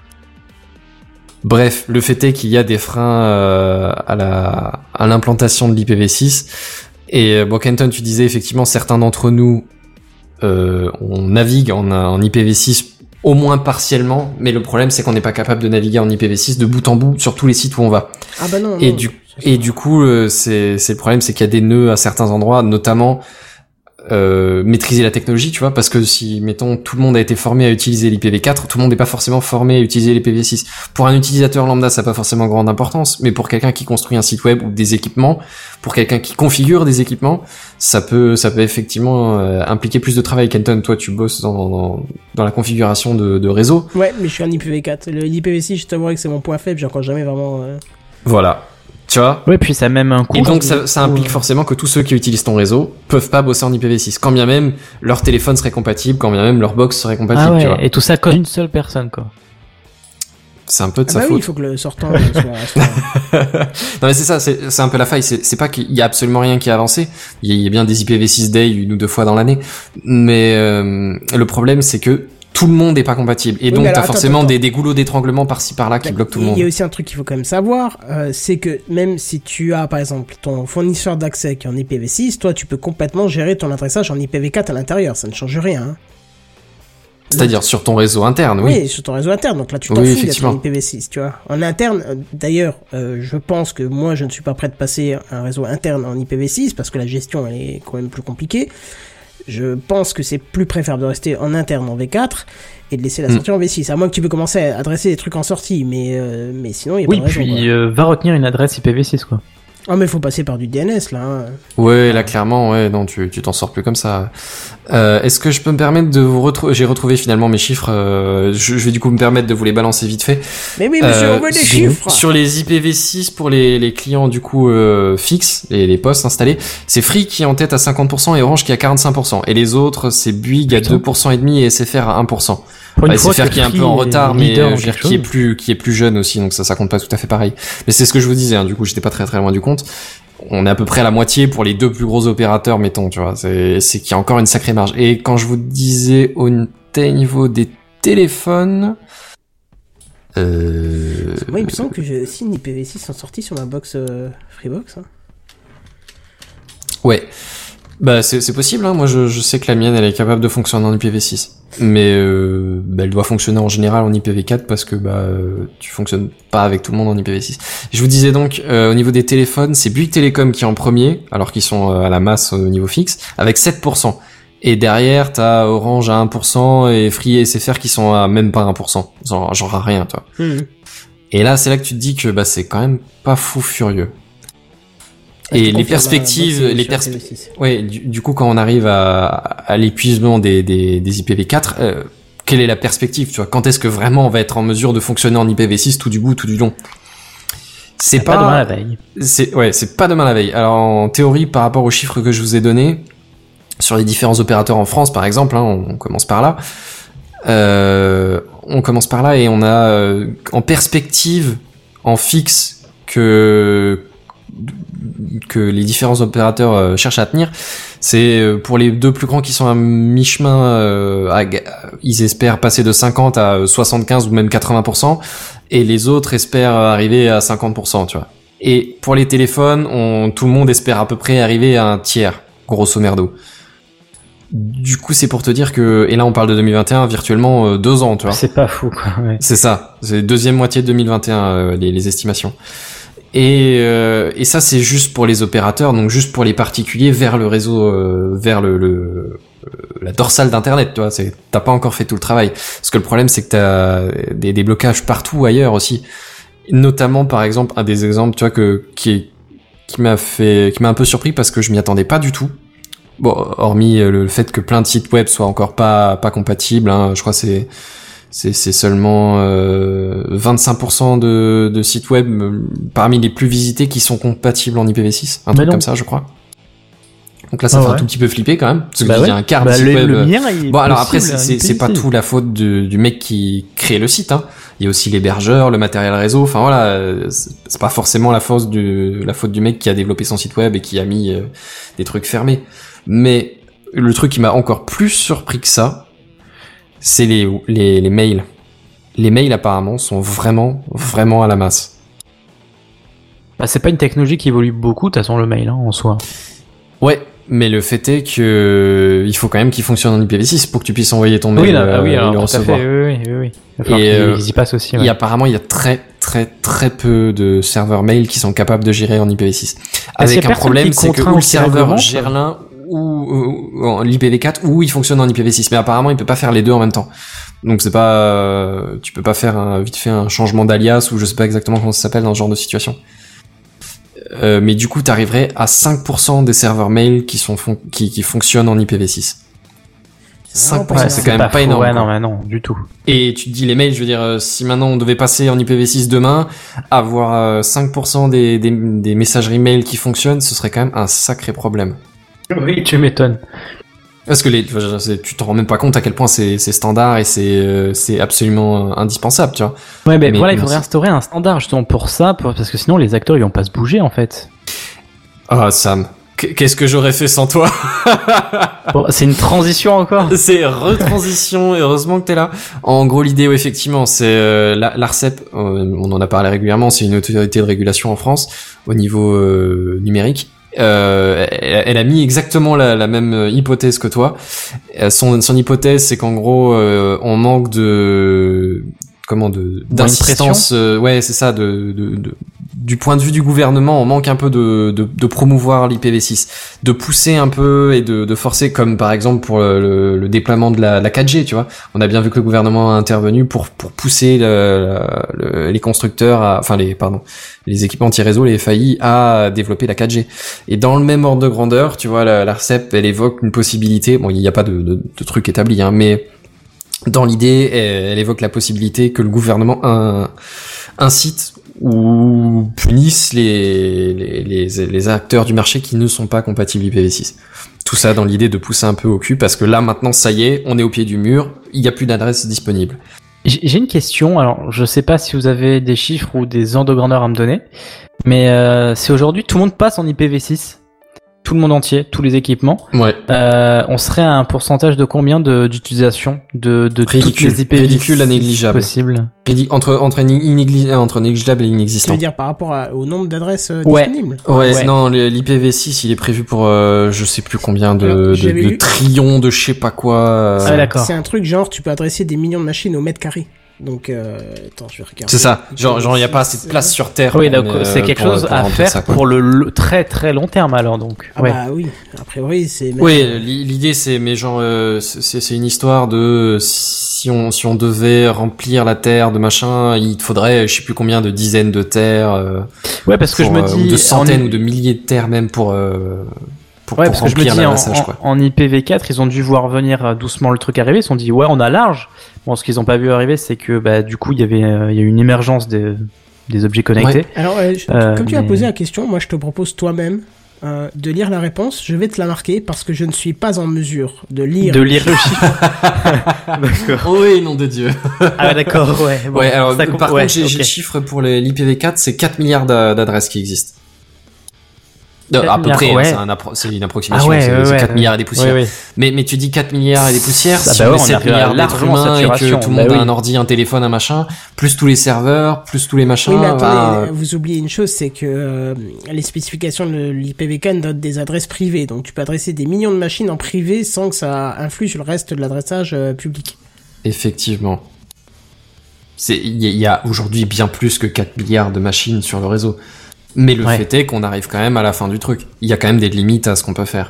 Bref, le fait est qu'il y a des freins euh, à la à l'implantation de l'I P v six. Et euh, bon, Kenton, tu disais effectivement certains d'entre nous, euh, on navigue en, en I P v six au moins partiellement, mais le problème c'est qu'on n'est pas capable de naviguer en I P v six de bout en bout sur tous les sites où on va. Ah bah non. Et non, du c'est et ça. du coup, euh, c'est c'est le problème, c'est qu'il y a des nœuds à certains endroits, notamment euh, maîtriser la technologie, tu vois, parce que si, mettons, tout le monde a été formé à utiliser l'I P v quatre, tout le monde n'est pas forcément formé à utiliser l'I P v six. Pour un utilisateur lambda, ça n'a pas forcément grande importance, mais pour quelqu'un qui construit un site web ou des équipements, pour quelqu'un qui configure des équipements, ça peut, ça peut effectivement euh, impliquer plus de travail. Kenton, toi, tu bosses dans, dans, dans la configuration de, de réseau. Ouais, mais je suis en I P v quatre. Le I P v six, je t'avouerai que c'est mon point faible. J'ai encore jamais vraiment. euh, Voilà. Tu vois? Ouais, puis ça a même un coût. Et donc ça, ça implique forcément que tous ceux qui utilisent ton réseau peuvent pas bosser en I P v six, quand bien même leur téléphone serait compatible, quand bien même leur box serait compatible, Ah tu ouais, vois. et tout ça cause une seule personne quoi. C'est un peu de Ah sa bah oui, faute. il faut que le sortant euh, soit. soit- Non mais c'est ça, c'est c'est un peu la faille, c'est c'est pas qu'il y a absolument rien qui a avancé, il y a, il y a bien des I P v six Day une ou deux fois dans l'année, mais euh, le problème c'est que tout le monde est pas compatible, et Oui, donc mais t'as alors, attends, forcément attends. des, des goulots d'étranglement par-ci par-là qui bloquent tout le Il y a monde. aussi un truc qu'il faut quand même savoir, euh, c'est que même si tu as par exemple ton fournisseur d'accès qui est en I P v six, toi tu peux complètement gérer ton adressage en I P v quatre à l'intérieur, ça ne change rien. Hein. C'est-à-dire sur ton réseau interne, oui. Oui, sur ton réseau interne, donc là tu t'en Oui, fous d'être effectivement. en I P v six, tu vois. En interne, euh, d'ailleurs, euh, je pense que moi je ne suis pas prêt de passer un réseau interne en I P v six parce que la gestion elle est quand même plus compliquée. Je pense que c'est plus préférable de rester en interne en V quatre et de laisser la Mm. sortie en V six, à moins que tu peux commencer à adresser des trucs en sortie, mais, euh, mais sinon il y a Oui, pas de raison. puis quoi. euh, va retenir une adresse I P v six quoi. Ah mais faut passer par du D N S là. Hein. Ouais, là clairement, ouais, non, tu tu t'en sors plus comme ça. Euh, est-ce que je peux me permettre de vous retrouver? J'ai retrouvé finalement mes chiffres. euh, je, je vais du coup me permettre de vous les balancer vite fait. Mais oui, monsieur, Euh, on veut des sur- chiffres. Sur les I P v six pour les les clients du coup euh, fixes et les postes installés, c'est Free qui est en tête à cinquante pour cent et Orange qui est à quarante-cinq pour cent. Et les autres, c'est Bouygues à Putain. deux pour cent et demi et S F R à un pour cent. Pour Ouais, une fois S F R que qui est un Free peu en retard, est mais leader euh, dans je veux dire quelque qui est chose. plus qui est plus jeune aussi, donc ça ça compte pas tout à fait pareil. Mais c'est ce que je vous disais, hein, du coup j'étais pas très très loin du compte. On est à peu près à la moitié pour les deux plus gros opérateurs, mettons, tu vois. C'est c'est qu'il y a encore une sacrée marge. Et quand je vous disais au niveau des téléphones, euh... Moi, il me semble que j'ai aussi une I P v six en sortie sur ma box euh, Freebox. Hein. ouais. Bah c'est c'est possible, hein. Moi je, je sais que la mienne elle est capable de fonctionner en I P v six. Mais euh, bah, elle doit fonctionner en général en I P v quatre parce que bah euh, tu fonctionnes pas avec tout le monde en I P v six. Je vous disais donc euh, au niveau des téléphones, c'est Bouygues Télécom qui est en premier, alors qu'ils sont euh, à la masse au niveau fixe, avec sept pour cent. Et derrière t'as Orange à un pour cent et Free et S F R qui sont à même pas un pour cent. Genre, genre à rien, toi. Mmh. Et là c'est là que tu te dis que bah c'est quand même pas fou furieux. Je te Et les confirme, perspectives, ma box est les sur pers- I P v six. Ouais, du, du coup, quand on arrive à, à l'épuisement des, des, des I P v quatre, euh, quelle est la perspective, tu vois? Quand est-ce que vraiment on va être en mesure de fonctionner en I P v six tout du bout, tout du long? C'est pas, pas, pas demain la veille. C'est, ouais, c'est pas demain la veille. Alors, en théorie, par rapport aux chiffres que je vous ai donnés, sur les différents opérateurs en France, par exemple, hein, on, on commence par là, euh, on commence par là et on a, euh, en perspective, en fixe, que, que les différents opérateurs euh, cherchent à tenir, c'est euh, pour les deux plus grands qui sont à mi-chemin, euh, à, ils espèrent passer de cinquante à soixante-quinze ou même quatre-vingts pour cent, et les autres espèrent arriver à cinquante pour cent, tu vois. Et pour les téléphones, on, tout le monde espère à peu près arriver à un tiers, grosso merdo. Du coup, c'est pour te dire que, et là on parle de deux mille vingt et un, virtuellement euh, deux ans, tu vois. C'est pas fou, quoi. Ouais. C'est ça, c'est deuxième moitié de deux mille vingt et un, euh, les, les estimations. Et, euh, et ça, c'est juste pour les opérateurs, donc juste pour les particuliers vers le réseau, euh, vers le, le la dorsale d'internet, tu vois. C'est, t'as pas encore fait tout le travail. Parce que le problème, c'est que t'as des, des blocages partout ailleurs aussi. Notamment, par exemple, un des exemples, tu vois, que qui qui m'a fait, qui m'a un peu surpris parce que je m'y attendais pas du tout. Bon, hormis le fait que plein de sites web soient encore pas pas compatibles, hein, je crois que c'est c'est c'est seulement euh, vingt-cinq pour cent de de sites web euh, parmi les plus visités qui sont compatibles en I P v six, un Mais truc non. comme ça, je crois. Donc là, ça Ah fait ouais. un tout petit peu flipper quand même, parce que Bah il y ouais. a un quart Bah, de site le, web. le mien, il est Bon, alors après, possible, c'est hein, c'est c'est pas possible. tout la faute du, du mec qui crée le site, hein. Il y a aussi l'hébergeur, le matériel réseau. Enfin voilà, euh, c'est c'est pas forcément la faute du la faute du mec qui a développé son site web et qui a mis euh, des trucs fermés. Mais le truc qui m'a encore plus surpris que ça, c'est les les les mails. Les mails apparemment sont vraiment vraiment à la masse. Bah, c'est pas une technologie qui évolue beaucoup, de toute façon, le mail, hein, en soi. Ouais, mais le fait est que il faut quand même qu'il fonctionne en I P v six pour que tu puisses envoyer ton mail Oui, là, euh, ah oui, et alors, le tout à recevoir. fait, oui, oui, oui, oui. Il va falloir Et, qu'ils euh, y passent aussi, ouais. Et apparemment, il y a très très très peu de serveurs mail qui sont capables de gérer en I P v six. Est-ce qu'il y a Avec un personne problème, qui c'est que contraint ou le ou qui serveur réglemente gère l'un ou, ou en l'I P v quatre ou il fonctionne en I P v six. Mais apparemment, il peut pas faire les deux en même temps. Donc c'est pas, euh, tu peux pas faire un, vite fait un changement d'alias ou je sais pas exactement comment ça s'appelle dans ce genre de situation. Euh, mais du coup, t'arriverais à cinq pour cent des serveurs mail qui sont fon- qui, qui fonctionnent en I P v six. cinq pour cent, Ouais, c'est quand même pas, fou, énorme. Ouais, quoi. non, mais non, du tout. Et tu te dis les mails, je veux dire, euh, si maintenant on devait passer en I P v six demain, avoir euh, cinq pour cent des, des, des messageries mail qui fonctionnent, ce serait quand même un sacré problème. Oui, tu m'étonnes. Parce que les, enfin, c'est- tu t'en rends même pas compte à quel point c'est, c'est standard et c'est, euh, c'est absolument euh, indispensable, tu vois. Ouais, mais, Mais- voilà, il mais faudrait c'est- instaurer un standard justement pour ça, pour- parce que sinon les acteurs ils vont pas se bouger en fait. Ah Sam, qu- qu'est-ce que j'aurais fait sans toi? Bon, c'est une transition encore. C'est retransition, heureusement que t'es là. En gros, l'idée, oui, effectivement, c'est euh, la- l'ARCEP, euh, on en a parlé régulièrement, c'est une autorité de régulation en France au niveau euh, numérique. Euh, elle, elle a mis exactement la, la même hypothèse que toi. Euh, Son, son hypothèse, c'est qu'en gros, euh, on manque de comment de d'insistance. Euh, ouais, c'est ça. De, de, de du point de vue du gouvernement, on manque un peu de, de, de promouvoir l'I P v six, de pousser un peu et de, de forcer, comme par exemple pour le, le, le déploiement de la, la quatre G, tu vois. On a bien vu que le gouvernement a intervenu pour pour pousser le, le, les constructeurs, à, enfin les pardon, les équipements anti-réseau, les F A I, à développer la quatre G. Et dans le même ordre de grandeur, tu vois, la, l'ARCEP, elle évoque une possibilité. Bon, il n'y a pas de, de, de truc établi, hein, mais dans l'idée, elle, elle évoque la possibilité que le gouvernement un, incite ou punissent les, les, les, les acteurs du marché qui ne sont pas compatibles I P v six. Tout ça dans l'idée de pousser un peu au cul, parce que là, maintenant, ça y est, on est au pied du mur, il n'y a plus d'adresse disponible. J'ai j'ai une question, alors je sais pas si vous avez des chiffres ou des ordres de grandeur à me donner, mais euh, si aujourd'hui tout le monde passe en I P v six, tout le monde entier, tous les équipements, Ouais. euh, on serait à un pourcentage de combien de d'utilisation de, de toutes Ridicule. les I P v six Ridicule à négligeable. possibles? Ridi- Entre, entre, inégli- entre négligeable et Tu inexistant. veux dire par rapport à- au nombre d'adresses euh, Ouais. disponibles? Ouais, Ouais. non, le- l'I P v six, il est prévu pour, euh, je sais plus combien de, Alors, de, j'avais de lu- trillions de je sais pas quoi. euh, Ah, d'accord. C'est un truc genre, tu peux adresser des millions de machines au mètre carré. Donc, euh, attends, je vais regarder. C'est ça. Genre, genre, il y a pas assez de place sur Terre. Oui, pour- donc euh, c'est quelque pour- chose pour à remplir faire ça, quoi. pour le, le très très long terme alors donc. Ah ouais. bah oui, a priori, c'est... Oui, l'i- l'idée c'est, mais genre, euh, c'est c'est une histoire de si on si on devait remplir la Terre de machin, il te faudrait je sais plus combien de dizaines de terres, euh, Ouais, parce que pour, je me euh, dis ou de centaines en- ou de milliers de terres même pour euh, pour, Ouais, pour parce que je me remplir dis, la en, massage, en, quoi. en I P v quatre, ils ont dû voir venir euh, doucement le truc arriver. Ils se sont dit, ouais, on a large. Bon, ce qu'ils ont pas vu arriver, c'est que, bah, du coup, il y avait, euh, il y a eu une émergence des, des objets connectés. Ouais. Alors, euh, je- Euh, comme tu as mais- posé la question, moi je te propose toi-même euh, de lire la réponse. Je vais te la marquer parce que je ne suis pas en mesure de lire. De lire le chiffre. D'accord. Oh oui, nom de Dieu. Ah, d'accord, ouais. Bon, ouais, alors, ça par compte- contre, ouais, j'ai j'ai ok. le chiffre pour les- l'I P v quatre, c'est quatre milliards d'a- d'adresses qui existent. Euh, à peu milliards, près, hein, ouais. c'est un appro- c'est une approximation, Ah ouais, c'est ouais, c'est ouais, quatre ouais. milliards et des poussières. Ouais, ouais. Mais, mais tu dis quatre milliards et des poussières, Ah si bah on ouais, met on sept arrive à milliards d'êtres largement humains et que saturation. tout le Bah monde oui. a un ordi, un téléphone, un machin, plus tous les serveurs, plus tous les machins. Oui, mais attendez, bah, vous oubliez une chose, c'est que euh, les spécifications de l'I P v quatre donnent des adresses privées. Donc tu peux adresser des millions de machines en privé sans que ça influe sur le reste de l'adressage euh, public. Effectivement. C'est, il y, a- il y a aujourd'hui bien plus que quatre milliards de machines sur le réseau. Mais le Ouais. fait est qu'on arrive quand même à la fin du truc. Il y a quand même des limites à ce qu'on peut faire.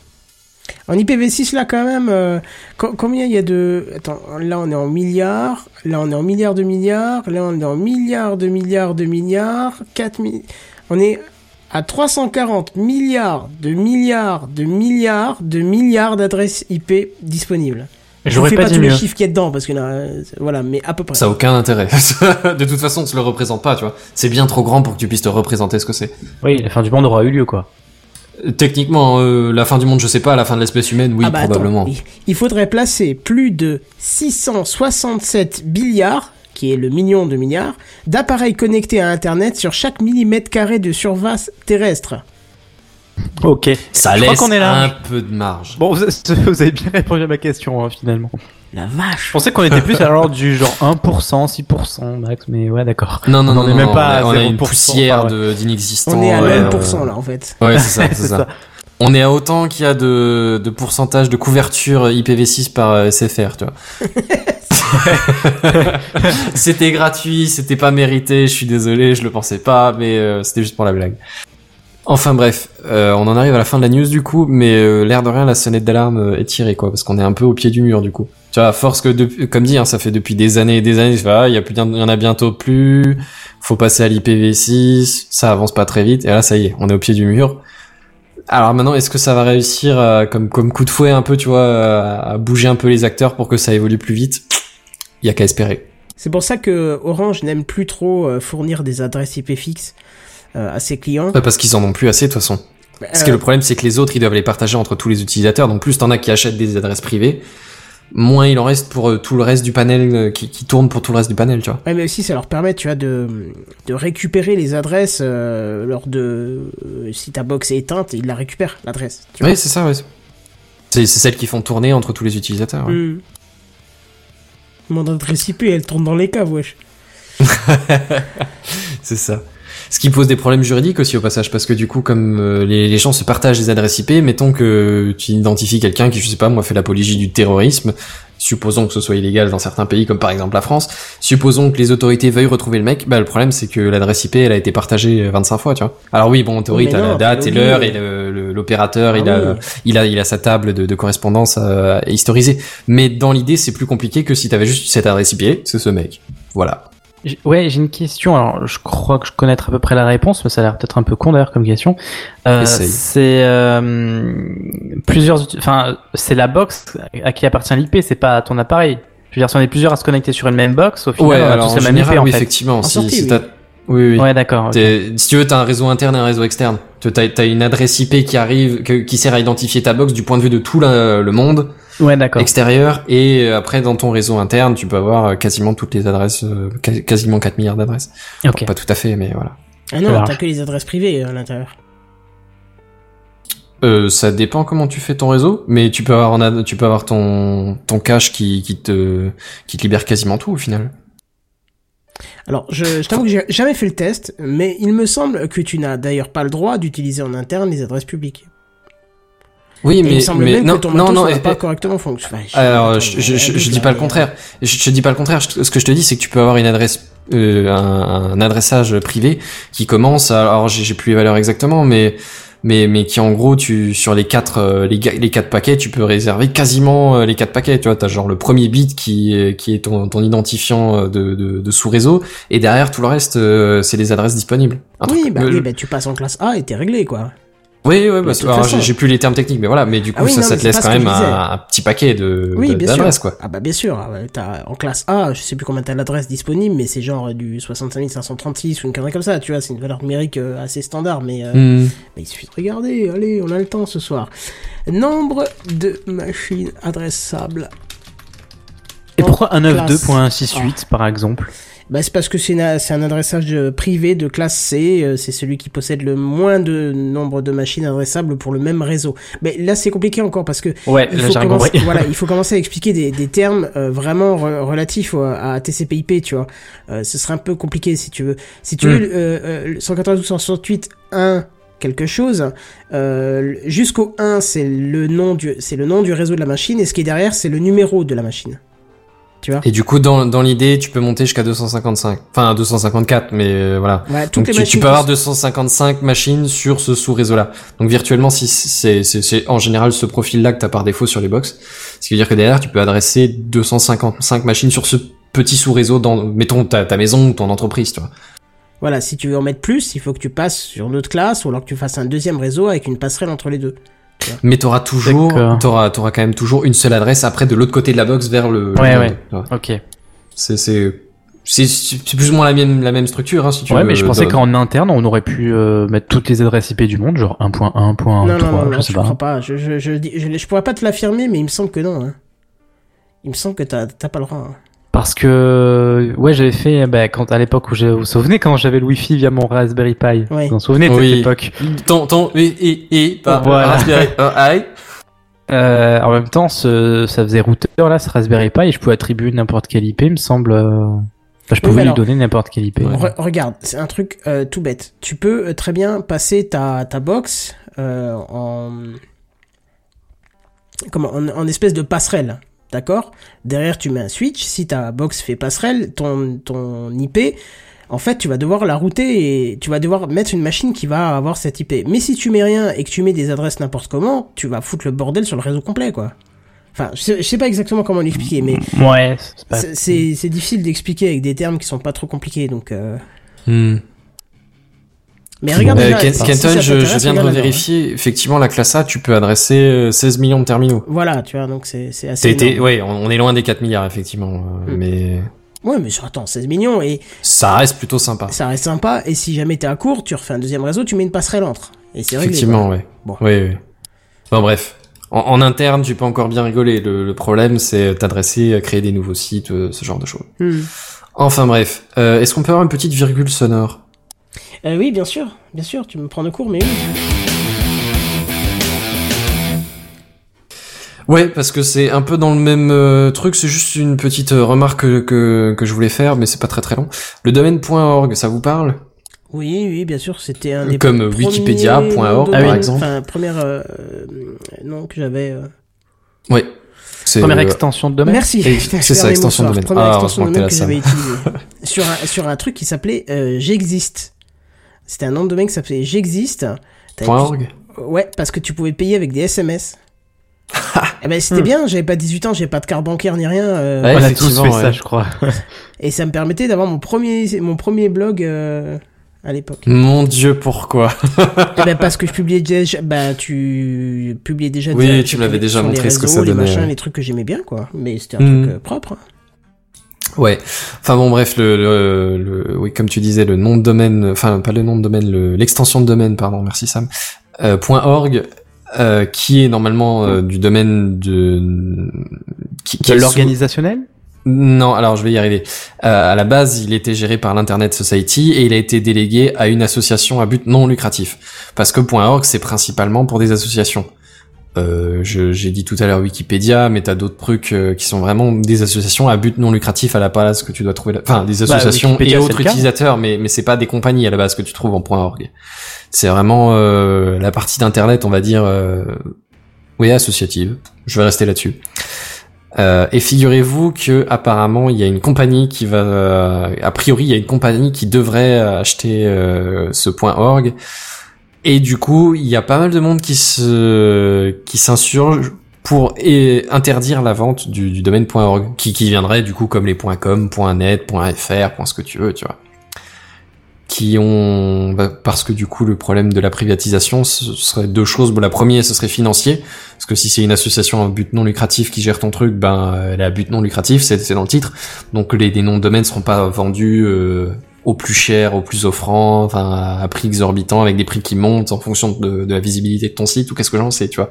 En I P v six, là, quand même, euh, co- combien il y a de... Attends, là, on est en milliards. Là, on est en milliards de milliards. Là, on est en milliards de milliards de milliards. quatre mille... On est à trois cent quarante milliards de milliards de milliards de milliards d'adresses I P disponibles. Je J'aurais fais pas pas, dit tous les mieux. chiffres qu'il y a dedans, parce que là, euh, voilà, mais à peu près. Ça a aucun intérêt. De toute façon, on se le représente pas, tu vois. C'est bien trop grand pour que tu puisses te représenter ce que c'est. Oui, la fin du monde aura eu lieu, quoi. Euh, Techniquement, euh, la fin du monde, je sais pas, la fin de l'espèce humaine, oui, Ah bah, probablement. attends, il- il faudrait placer plus de six cent soixante-sept billiards, qui est le million de milliards, d'appareils connectés à Internet sur chaque millimètre carré de surface terrestre. Ok. Ça Je crois laisse qu'on est là. un peu de marge. Bon, vous, vous avez bien répondu à ma question, hein, finalement. La Je vache. pensais qu'on était plus à l'ordre du genre un pour cent, six pour cent max, mais ouais, d'accord. Non, non, On non, en est non, même non, pas à on a- on a une zéro pour cent, poussière enfin, de- d'inexistants. On est à ouais, un pour cent euh, là en fait. Ouais, c'est ça, c'est C'est ça. ça. On est à autant qu'il y a de, de pourcentage de couverture I P v six par euh, S F R, tu vois. C'était gratuit, c'était pas mérité, je suis désolé, je le pensais pas, mais euh, c'était juste pour la blague. Enfin bref, euh, on en arrive à la fin de la news du coup, mais euh, l'air de rien, la sonnette d'alarme euh, est tirée quoi, parce qu'on est un peu au pied du mur du coup. Tu vois, à force que, de, comme dit, hein, ça fait depuis des années et des années, ah, il y a plus, il y en a bientôt plus, faut passer à l'I P v six, ça avance pas très vite, et là ça y est, on est au pied du mur. Alors maintenant, est-ce que ça va réussir euh, comme comme coup de fouet un peu, tu vois, à, à bouger un peu les acteurs pour que ça évolue plus vite? Il y a qu'à espérer. C'est pour ça que Orange n'aime plus trop euh, fournir des adresses I P fixes euh, à ses clients. Ouais, parce qu'ils en ont plus assez de toute façon. Parce que Euh, le problème, c'est que les autres, ils doivent les partager entre tous les utilisateurs. Donc plus t'en as qui achètent des adresses privées, moins il en reste pour euh, tout le reste du panel euh, qui, qui tourne pour tout le reste du panel, tu vois. Ouais, mais aussi ça leur permet, tu vois, de, de récupérer les adresses euh, lors de... euh, si ta box est éteinte, ils la récupèrent, l'adresse. Tu vois. Oui, c'est ça, ouais. C'est c'est celles qui font tourner entre tous les utilisateurs. Ouais. Hmm. Mon adresse I P, elle tourne dans les caves, wesh. C'est ça. Ce qui pose des problèmes juridiques aussi au passage, parce que du coup, comme euh, les, les gens se partagent des adresses I P, mettons que tu identifies quelqu'un qui, je sais pas, moi, fait l'apologie du terrorisme, supposons que ce soit illégal dans certains pays, comme par exemple la France, supposons que les autorités veuillent retrouver le mec, bah le problème c'est que l'adresse I P, elle a été partagée vingt-cinq fois, tu vois. Alors oui, bon, en théorie, Mais t'as non, la date t'as et oublié. l'heure, et le- le- l'opérateur, Ah il a, oui. il a, il a sa table de, de correspondance euh, historisée. Mais dans l'idée, c'est plus compliqué que si t'avais juste cette adresse I P, c'est ce mec. Voilà. J'ai- Ouais, j'ai une question. Alors, je crois que je connais à peu près la réponse, mais ça a l'air peut-être un peu con d'ailleurs comme question. Euh, Essaye. c'est euh, plusieurs, uti- enfin, c'est la box à qui appartient l'I P, c'est pas ton appareil. Je veux dire, si on est plusieurs à se connecter sur une même box, au final, Ouais, on a alors tous en la même I P général, en oui, fait. effectivement. En Si, sortie, si oui. t'as... Oui, oui. Ouais, d'accord. ok. T'es- Si tu veux, t'as un réseau interne et un réseau externe. Tu T'as, t'as une adresse I P qui arrive, que- qui sert à identifier ta box du point de vue de tout la- le monde Ouais, d'accord. extérieur. Et euh, après, dans ton réseau interne, tu peux avoir euh, quasiment toutes les adresses, euh, quas- quasiment quatre milliards d'adresses. Ok. Bon, pas tout à fait, mais voilà. Ah non, Alors. t'as que les adresses privées euh, à l'intérieur. Euh, ça dépend comment tu fais ton réseau, mais tu peux avoir, en ad- tu peux avoir ton, ton cache qui, qui te, qui te libère quasiment tout au final. Alors, je, je t'avoue que j'ai jamais fait le test, mais il me semble que tu n'as d'ailleurs pas le droit d'utiliser en interne les adresses publiques. Oui, Et mais, il me semble mais même non, que ton non, matos non, ne va eh, pas eh, correctement fonctionner. Alors, je, je, je, je dis pas le contraire. Je, je dis pas le contraire. Je- ce que je te dis, c'est que tu peux avoir une adresse, euh, un, un adressage privé qui commence. à- Alors, j'ai j'ai plus les valeurs exactement, mais mais mais qui en gros, tu sur les quatre euh, les, ga- les quatre paquets, tu peux réserver quasiment euh, les quatre paquets. Tu vois, t'as genre le premier bit qui est qui est ton ton identifiant euh, de de, de sous réseau, et derrière tout le reste, euh, c'est les adresses disponibles. Un Oui, truc- bah, euh, oui, bah tu passes en classe A et t'es réglé, quoi. Oui, oui, bah, truc alors, récent. j'ai, j'ai plus les termes techniques, mais voilà, mais du coup, Ah oui, ça, non, ça mais te c'est laisse pas quand ce que même je disais. un, un petit paquet de, Oui, de- bien d'adresses, sûr. quoi. Ah bah bien sûr. Ah ouais, t'as en classe A, je sais plus combien t'as d'adresses disponibles, mais c'est genre du soixante-cinq mille cinq cent trente-six ou une connerie comme ça, tu vois, c'est une valeur numérique euh, assez standard, mais, euh, Hmm. mais il suffit de regarder, allez, on a le temps ce soir. Nombre de machines adressables. Et en pourquoi un neuf deux classe point six-huit par exemple? Bah, c'est parce que c'est, une- c'est un adressage euh, privé de classe C, euh, c'est celui qui possède le moins de nombre de machines adressables pour le même réseau. Mais là, c'est compliqué encore parce que Ouais, il là faut j'ai rien commencer, compris. voilà, il faut commencer à expliquer des, des termes euh, vraiment re- relatifs au- à T C P I P, tu vois. Euh, ce serait un peu compliqué si tu veux. Si tu Mm. veux, euh, euh, cent quatre-vingt-douze cent soixante-huit un quelque chose, euh, jusqu'au un, c'est le nom du, c'est le nom du réseau de la machine, et ce qui est derrière, c'est le numéro de la machine. Tu vois. Et du coup, dans, dans l'idée, tu peux monter jusqu'à deux cent cinquante-cinq. Enfin, deux cent cinquante-quatre, mais euh, voilà. Ouais, toutes Donc, les tu, machines tu peux qui avoir sont- deux cent cinquante-cinq machines sur ce sous-réseau-là. Donc, virtuellement, si c'est, c'est, c'est en général ce profil-là que t'as par défaut sur les box. Ce qui veut dire que derrière, tu peux adresser deux cent cinquante-cinq machines sur ce petit sous-réseau dans, mettons, ta, ta maison ou ton entreprise, tu vois. Voilà, si tu veux en mettre plus, il faut que tu passes sur une autre classe, ou alors que tu fasses un deuxième réseau avec une passerelle entre les deux. Mais t'auras toujours, D'accord. t'auras, t'auras quand même toujours une seule adresse après de l'autre côté de la box vers le, Ouais, le ouais. node, tu vois. Ok. C'est, c'est, c'est, c'est plus ou moins la même, la même structure, hein, si tu Ouais, veux. mais je pensais dans- qu'en interne, on aurait pu euh, mettre toutes les adresses I P du monde, genre un point un, un point non, trois, non, non, je non, sais je pas. crois pas. Je, je, je, dis- je, je pourrais pas te l'affirmer, mais il me semble que non. Hein. Il me semble que t'as, t'as pas le droit. Hein. Parce que, ouais, j'avais fait, bah, quand, à l'époque où je, vous vous souvenez quand j'avais le Wi-Fi via mon Raspberry Pi? Ouais. Vous vous en souvenez de Oui. cette époque? Ton, ton, et, et, et, bah, Voilà. Raspberry, euh, aïe. Euh, en même temps, ce, ça faisait routeur, là, ce Raspberry Pi, et je pouvais attribuer n'importe quelle I P, il me semble, euh... enfin, je Oui, pouvais mais lui alors- donner n'importe quelle I P. Ouais. Re- regarde, c'est un truc euh, tout bête. Tu peux euh, très bien passer ta, ta box euh, en, comment, en, en espèce de passerelle. D'accord? Derrière, tu mets un switch. Si ta box fait passerelle, ton, ton I P, en fait, tu vas devoir la router et tu vas devoir mettre une machine qui va avoir cette I P. Mais si tu mets rien et que tu mets des adresses n'importe comment, tu vas foutre le bordel sur le réseau complet, quoi. Enfin, je sais, je sais pas exactement comment l'expliquer, mais Ouais, c'est pas... c'est, c'est, c'est difficile d'expliquer avec des termes qui sont pas trop compliqués, donc. Euh... Hmm. Mais regarde, Euh, déjà, Ken- si Kenton, ça je, je t'intéresse, viens de regarde revérifier. Effectivement, la classe A, tu peux adresser euh, seize millions de terminaux. là-bas. Voilà, tu vois, donc c'est, c'est assez. T'es, t'es- énorme. ouais, on, on est loin des quatre milliards, effectivement. euh, Mm. Mais Ouais, mais attends, seize millions, et ça reste plutôt sympa. ça reste sympa, et si jamais t'es à court, tu refais un deuxième réseau, tu mets une passerelle entre. Et c'est réglé. Effectivement, quoi. ouais. Bon. Oui, oui. Bon, bref. En, en interne, tu peux encore bien rigoler. Le, le problème, c'est t'adresser, créer des nouveaux sites, euh, ce genre de choses. Hmm. Enfin, bref. Euh, est-ce qu'on peut avoir une petite virgule sonore? Euh, oui, bien sûr, bien sûr, tu me prends de court, mais oui. Ouais, parce que c'est un peu dans le même euh, truc, c'est juste une petite euh, remarque que, que, que je voulais faire, mais c'est pas très très long. Le domaine .org, ça vous parle? Oui, oui, bien sûr, c'était un des Comme premiers Wikipédia point org, noms de par domaine, exemple. Enfin, première euh, euh, nom que j'avais. Euh... Oui. C'est Première euh, extension de domaine. Merci. Et Putain, c'est je ça, perds mes extension mots de ce domaine. soir. Première Ah, extension de heureusement que domaine t'es que là, j'avais utilisée sur un sur un truc qui s'appelait euh, J'existe. C'était un nom de domaine qui s'appelait J'existe. T'avais Point pu- .org. Ouais, parce que tu pouvais payer avec des S M S. Eh ben c'était bien, j'avais pas dix-huit ans, j'avais pas de carte bancaire ni rien, euh, Ouais, On a tous effectivement, fait ça, ouais. je crois. et ça me permettait d'avoir mon premier mon premier blog euh, à l'époque. Mon Dieu, pourquoi? Eh ben parce que je publiais déjà, bah tu publiais déjà. Oui, des- tu sur me l'avais les- déjà sur les montré ce que réseaux, ça les donnait, machins, ouais. les trucs que j'aimais bien quoi. Mais c'était un Mm. truc euh, propre. Ouais. Enfin bon, bref, le, le, le- oui, comme tu disais, le nom de domaine, enfin pas le nom de domaine, le, l'extension de domaine, pardon, merci Sam. Euh, .org, euh, qui est normalement euh, du domaine de, qui, qui De est sous- l'organisationnel? Non, alors je vais y arriver. Euh, à la base, il était géré par l'Internet Society et il a été délégué à une association à but non lucratif. Parce que .org, c'est principalement pour des associations. Euh, je, j'ai dit tout à l'heure Wikipédia, mais t'as d'autres trucs euh, qui sont vraiment des associations à but non lucratif à la base que tu dois trouver. Là. Enfin, des associations Wikipédia, et c'est autres le cas. utilisateurs, mais mais c'est pas des compagnies à la base que tu trouves en .org. C'est vraiment euh, la partie d'internet, on va dire, euh, oui, associative. Je vais rester là-dessus. Euh, et figurez-vous que apparemment il y a une compagnie qui va, euh, a priori il y a une compagnie qui devrait acheter euh, ce .org. Et du coup, il y a pas mal de monde qui se, qui s'insurge pour et, interdire la vente du, du domaine .org, qui, qui viendrait du coup comme les .com, .net, .fr, ce que tu veux, tu vois. qui ont, bah, parce que du coup le problème de la privatisation ce serait deux choses. Bon, la première, ce serait financier, parce que si c'est une association à but non lucratif qui gère ton truc, ben elle est à but non lucratif, c'est, c'est dans le titre, donc les, les noms de domaine seront pas vendus euh, au plus cher, au plus offrant, enfin à prix exorbitant, avec des prix qui montent en fonction de, de la visibilité de ton site ou qu'est-ce que j'en sais, tu vois.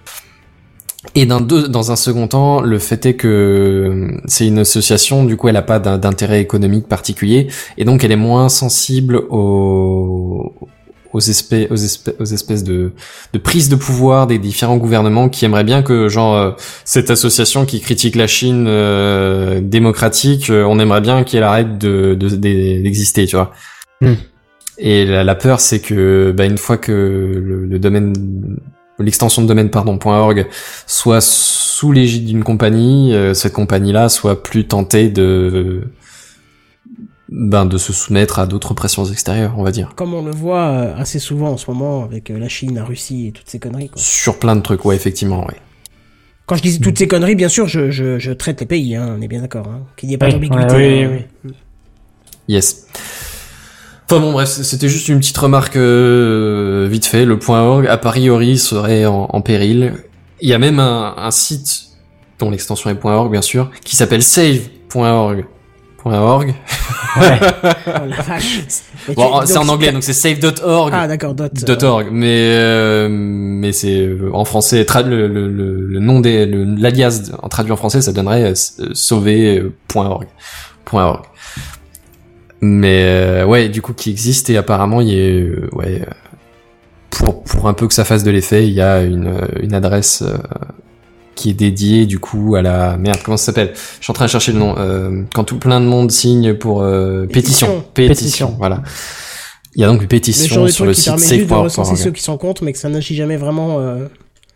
Et dans, deux, dans un second temps, le fait est que c'est une association, du coup elle a pas d'intérêt économique particulier, et donc elle est moins sensible aux, aux, espèces, aux, espèces, aux espèces de, de prise de pouvoir des différents gouvernements qui aimeraient bien que, genre, euh, cette association qui critique la Chine euh, démocratique, euh, on aimerait bien qu'elle arrête de, de, de, d'exister, tu vois. Mm. Et la, la peur, c'est que, bah, une fois que le, le domaine... l'extension de domaine pardon .org soit sous l'égide d'une compagnie, euh, cette compagnie-là soit plus tentée de ben de se soumettre à d'autres pressions extérieures, on va dire. Comme on le voit euh, assez souvent en ce moment avec euh, la Chine, la Russie et toutes ces conneries, quoi. Sur plein de trucs, ouais, effectivement, ouais. Quand je dis toutes ces conneries, bien sûr, je je, je traite les pays, hein, on est bien d'accord, hein, qu'il n'y ait pas oui, d'ambiguïté. Ouais, hein. oui, oui. Yes. Enfin bon, bref, c'était juste une petite remarque euh, vite fait. Le .org, a priori, serait en, en péril. Il y a même un, un site, dont l'extension est .org, bien sûr, qui s'appelle save point org. .org. Ouais. Oh la vache. Mais Bon, tu- c'est donc, en anglais, donc c'est save point org. Ah d'accord, dot. Dot .org, mais euh, mais c'est euh, en français tra- le, le, le, le nom des le, l'alias en traduit en français, ça donnerait euh, sauver point org. .org. Mais euh, ouais, du coup qui existe, et apparemment il y a euh, ouais euh, pour pour un peu que ça fasse de l'effet, il y a une une adresse euh, qui est dédiée du coup à la merde, comment ça s'appelle? Je suis en train de chercher le nom. Euh, quand tout plein de monde signe pour euh, pétition. Pétition. pétition, Pétition. Voilà. Il y a donc une Le pétition genre de sur truc le qui site permet save juste de point org. recenser ceux qui sont contre, mais que ça n'agit jamais vraiment. Euh...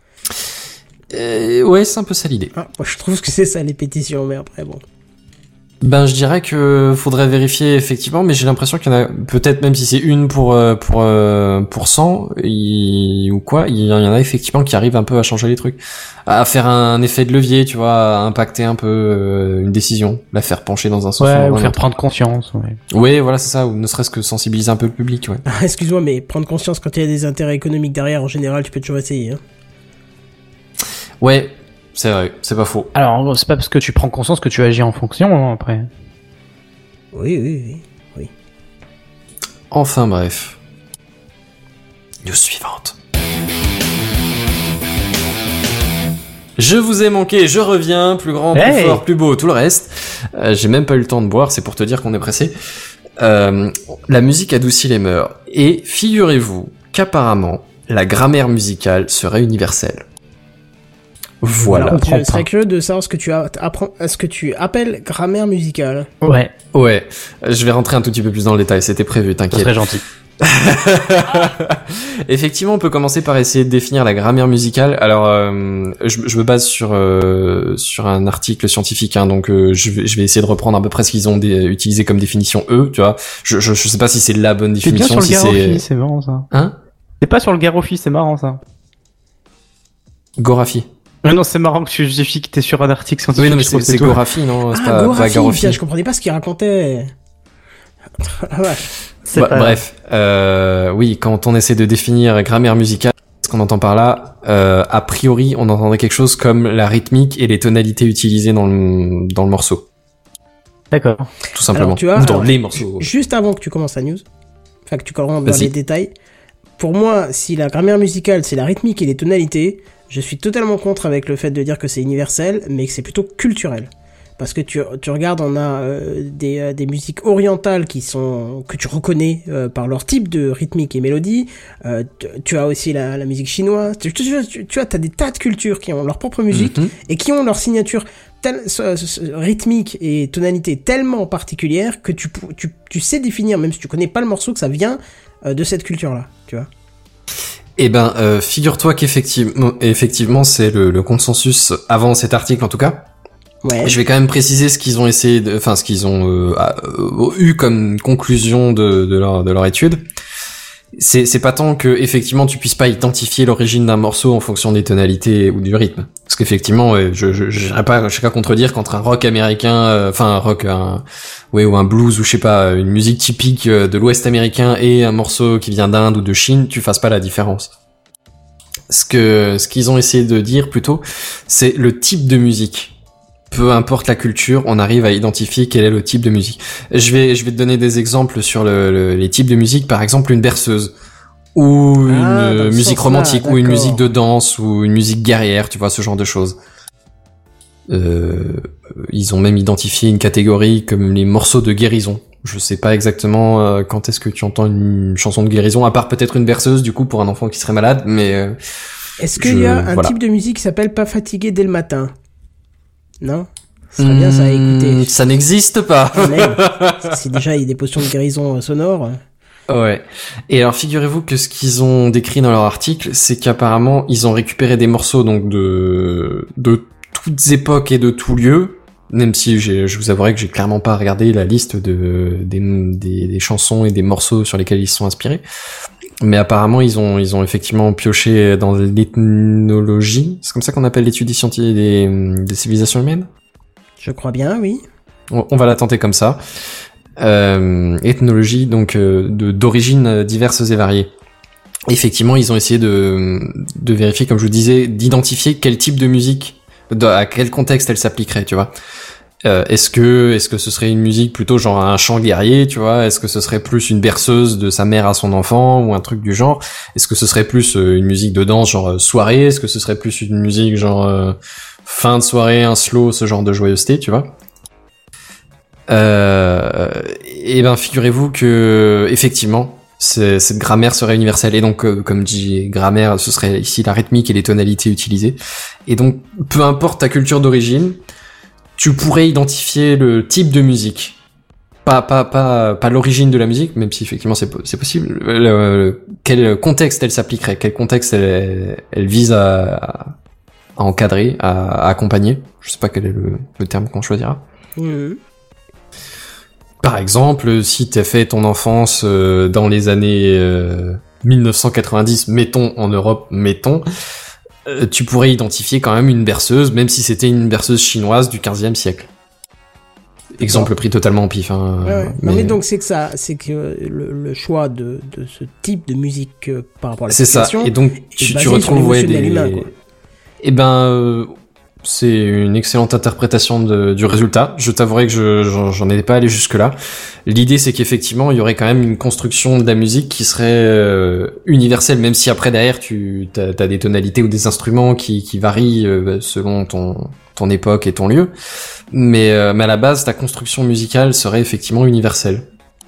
Euh, ouais, c'est un peu ça l'idée. Ah, moi, je trouve que c'est ça les pétitions, mais après bon. Ben, je dirais que faudrait vérifier effectivement, mais j'ai l'impression qu'il y en a peut-être, même si c'est une pour euh, pour euh, pour cent il, ou quoi, il y en a effectivement qui arrivent un peu à changer les trucs, à faire un effet de levier, tu vois, à impacter un peu euh, une décision, la faire pencher dans un sens Ouais, ou ou dans un faire autre. prendre conscience, ouais. Ouais, voilà, c'est ça, ou ne serait-ce que sensibiliser un peu le public, ouais. Ah, excuse-moi, mais prendre conscience quand il y a des intérêts économiques derrière, en général, tu peux toujours essayer. Hein. Ouais, c'est vrai, c'est pas faux. Alors, c'est pas parce que tu prends conscience que tu agis en fonction, hein, après. Oui, oui, oui. oui. Enfin bref. News suivante. Je vous ai manqué, je reviens, plus grand, plus Hey. fort, plus beau, tout le reste. Euh, j'ai même pas eu le temps de boire, c'est pour te dire qu'on est pressé. Euh, la musique adoucit les mœurs. Et figurez-vous qu'apparemment, la grammaire musicale serait universelle. Voilà. Alors, comprends je serais pas. curieux de savoir ce que tu as, apprends, ce que tu appelles grammaire musicale. Ouais, Ouais, je vais rentrer un tout petit peu plus dans le détail, c'était prévu, ça t'inquiète. serait gentil. Effectivement, on peut commencer par essayer de définir la grammaire musicale. Alors, euh, je, je me base sur euh, sur un article scientifique, hein, donc euh, je, vais, je vais essayer de reprendre à peu près ce qu'ils ont dé- utilisé comme définition eux, tu vois. Je, je je sais pas si c'est la bonne C'est bien définition, sur le si Garofi, c'est c'est marrant ça. hein C'est pas sur le Garofi, c'est marrant ça. Gorafi. Mais non, c'est marrant que tu justifies que t'es sur un article scientifique. Oui, non, mais je trouve c'est que c'est tout. Gorafi, non, c'est Ah, pas, Gorafi, pas Garofi. tiens, je comprenais pas ce qu'il racontait. Ah, ouais. C'est Bah, pas- bref, euh, oui, quand on essaie de définir grammaire musicale, ce qu'on entend par là, euh, a priori, on entendrait quelque chose comme la rythmique et les tonalités utilisées dans le dans le morceau, D'accord. tout simplement. Alors, tu vois, Ou dans alors, les morceaux. Juste avant que tu commences la news, enfin que tu rentres dans Vas-y. les détails, pour moi, si la grammaire musicale, c'est la rythmique et les tonalités, je suis totalement contre avec le fait de dire que c'est universel, mais que c'est plutôt culturel. Parce que tu, tu regardes, on a euh, des, euh, des musiques orientales qui sont que tu reconnais euh, par leur type de rythmique et mélodie. Euh, tu, tu as aussi la, la musique chinoise. Tu, tu, tu, tu vois, t'as des tas de cultures qui ont leur propre musique Mhm. et qui ont leur signature tel, ce- ce- ce- rythmique et tonalité tellement particulière que tu, pou- tu, tu sais définir, même si tu connais pas le morceau, que ça vient euh, de cette culture-là. Tu vois. Eh ben, euh, figure-toi qu'effectivement, effectivement, c'est le, le consensus avant cet article en tout cas. Ouais. Je vais quand même préciser ce qu'ils ont essayé, de, enfin ce qu'ils ont euh, a- euh, eu comme conclusion de, de leur de leur étude. c'est c'est pas tant que effectivement tu puisses pas identifier l'origine d'un morceau en fonction des tonalités ou du rythme, parce qu'effectivement euh, je je j'irais pas je sais pas contredire qu'entre un rock américain, enfin euh, un rock un ouais ou un blues ou je sais pas une musique typique de l'Ouest américain et un morceau qui vient d'Inde ou de Chine, tu fasses pas la différence. Ce que ce qu'ils ont essayé de dire plutôt, c'est le type de musique. Peu importe la culture, on arrive à identifier quel est le type de musique. Je vais, je vais te donner des exemples sur le, le, les types de musique. Par exemple, une berceuse ou Ah, une dans le musique sens romantique là, ou une d'accord. musique de danse ou une musique guerrière, tu vois, ce genre de choses. Euh, ils ont même identifié une catégorie comme les morceaux de guérison. Je sais pas exactement euh, quand est-ce que tu entends une chanson de guérison, à part peut-être une berceuse, du coup, pour un enfant qui serait malade, mais... Euh, Est-ce qu'il je- y a un voilà. type de musique qui s'appelle Pas fatigué dès le matin? Non? Ce serait bien ça à écouter. Hmm, ça n'existe pas. Ah, merde. Si déjà il y a des potions de guérison euh, sonores. Ouais. Et alors figurez-vous que ce qu'ils ont décrit dans leur article, c'est qu'apparemment ils ont récupéré des morceaux donc de de toutes époques et de tous lieux. Même si j'ai, je vous avouerai que j'ai clairement pas regardé la liste de des, des des chansons et des morceaux sur lesquels ils se sont inspirés. Mais apparemment ils ont ils ont effectivement pioché dans l'ethnologie. C'est comme ça qu'on appelle l'étude scientifique des des civilisations humaines. Je crois bien, oui. On on va la tenter comme ça. Euh, ethnologie, donc euh, de d'origines diverses et variées. Effectivement, ils ont essayé de de vérifier, comme je vous disais, d'identifier quel type de musique, de, à quel contexte elle s'appliquerait, tu vois. Euh, est-ce que est-ce que ce serait une musique plutôt genre un chant guerrier, tu vois? Est-ce que ce serait plus une berceuse de sa mère à son enfant ou un truc du genre? Est-ce que ce serait plus euh, une musique de danse genre euh, soirée? Est-ce que ce serait plus une musique genre euh, fin de soirée, un slow, ce genre de joyeuseté, tu vois? Euh, et ben figurez-vous que effectivement c'est, cette grammaire serait universelle et donc euh, comme dit grammaire, ce serait ici la rythmique et les tonalités utilisées. Et donc peu importe ta culture d'origine, tu pourrais identifier le type de musique, pas pas pas pas l'origine de la musique, même si effectivement c'est c'est possible. Le, le- quel contexte elle s'appliquerait, quel contexte elle, elle vise à, à encadrer, à, à accompagner. Je sais pas quel est le, le terme qu'on choisira. Mhm. Par exemple, si t'as fait ton enfance euh, dans les années euh, mille neuf cent quatre-vingt-dix, mettons en Europe, mettons, euh, tu pourrais identifier quand même une berceuse, même si c'était une berceuse chinoise du quinzième siècle. Exemple pris totalement au pif. Hein, Ouais, ouais. mais Non, mais donc c'est que ça, c'est que le, le choix de, de ce type de musique euh, par rapport à la c'est ça. population Et donc est tu, basé tu sur retrouves ouais, l'émotion de des. l'humain, quoi. Eh ben, euh, c'est une excellente interprétation de, du résultat. Je t'avouerai que je, j'en, j'en étais pas allé jusque là. L'idée, c'est qu'effectivement, il y aurait quand même une construction de la musique qui serait euh, universelle, même si après derrière, tu t'as, t'as des tonalités ou des instruments qui, qui varient euh, selon ton ton époque et ton lieu. Mais, euh, mais à la base, ta construction musicale serait effectivement universelle.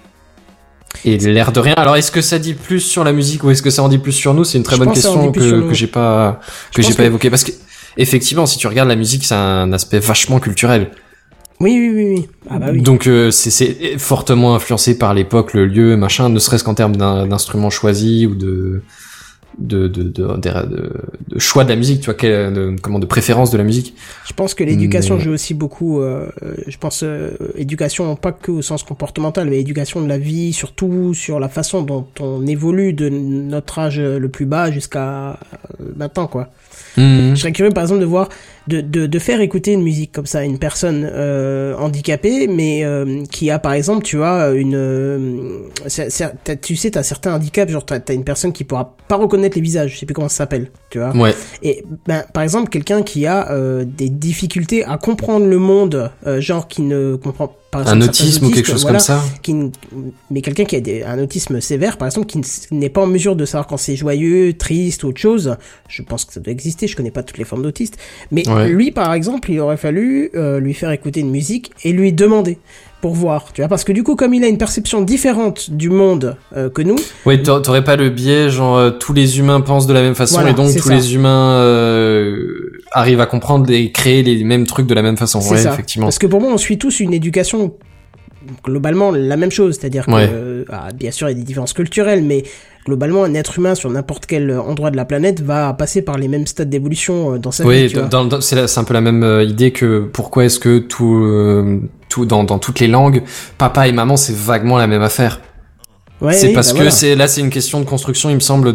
Et l'air de rien. Alors, est-ce que ça dit plus sur la musique ou est-ce que ça en dit plus sur nous? C'est une très Je bonne pense que ça en question dit plus sur que, nous. que j'ai pas que Je j'ai pense pas que- évoqué parce que effectivement, si tu regardes la musique, c'est un aspect vachement culturel. Oui, oui, oui, oui. Ah bah oui. Donc euh, c'est c'est fortement influencé par l'époque, le lieu, machin, ne serait-ce qu'en termes d'un, d'instruments choisis ou de de de, de, de, de- de choix de la musique, tu vois, quel, de, comment de préférence de la musique. Je pense que l'éducation Mais- joue aussi beaucoup. Euh, euh, je pense euh, éducation pas que au sens comportemental, mais éducation de la vie, surtout sur la façon dont on évolue de notre âge le plus bas jusqu'à euh, maintenant, quoi. Mmh. Je serais curieux, par exemple, de voir, de, de, de faire écouter une musique comme ça à une personne euh, handicapée, mais euh, qui a, par exemple, tu vois, une, euh, c'est- c'est- t'as- tu sais, t'as certains handicaps, genre t'as, t'as une personne qui pourra pas reconnaître les visages, je sais plus comment ça s'appelle, tu vois. Ouais. Et ben, par exemple, quelqu'un qui a euh, des difficultés à comprendre le monde, euh, genre qui ne comprend pas Un autisme ou quelque chose comme ça. qui ne- mais quelqu'un qui a des, un autisme sévère, par exemple, qui ne- n'est pas en mesure de savoir quand c'est joyeux, triste ou autre chose. Je pense que ça doit exister, je connais pas toutes les formes d'autistes. Mais Ouais. lui, par exemple, il aurait fallu euh, lui faire écouter une musique et lui demander pour voir, tu vois, parce que du coup, comme il a une perception différente du monde euh, que nous, Ouais, t'a- t'aurais pas le biais, genre euh, tous les humains pensent de la même façon Voilà, et donc c'est tous ça. les humains euh, arrivent à comprendre et créer les mêmes trucs de la même façon. c'est Ouais, ça. effectivement. Parce que pour moi, on suit tous une éducation globalement la même chose, c'est-à-dire que, Ouais. euh, ah, bien sûr, il y a des différences culturelles, mais globalement, un être humain sur n'importe quel endroit de la planète va passer par les mêmes stades d'évolution euh, dans sa vie. Oui, Tu vois. dans, dans- c'est, la- c'est un peu la même euh, idée que pourquoi est-ce que tout, euh, tout dans, dans toutes les langues, papa et maman, c'est vaguement la même affaire. Ouais, c'est oui, parce bah que voilà. c'est là c'est une question de construction, il me semble,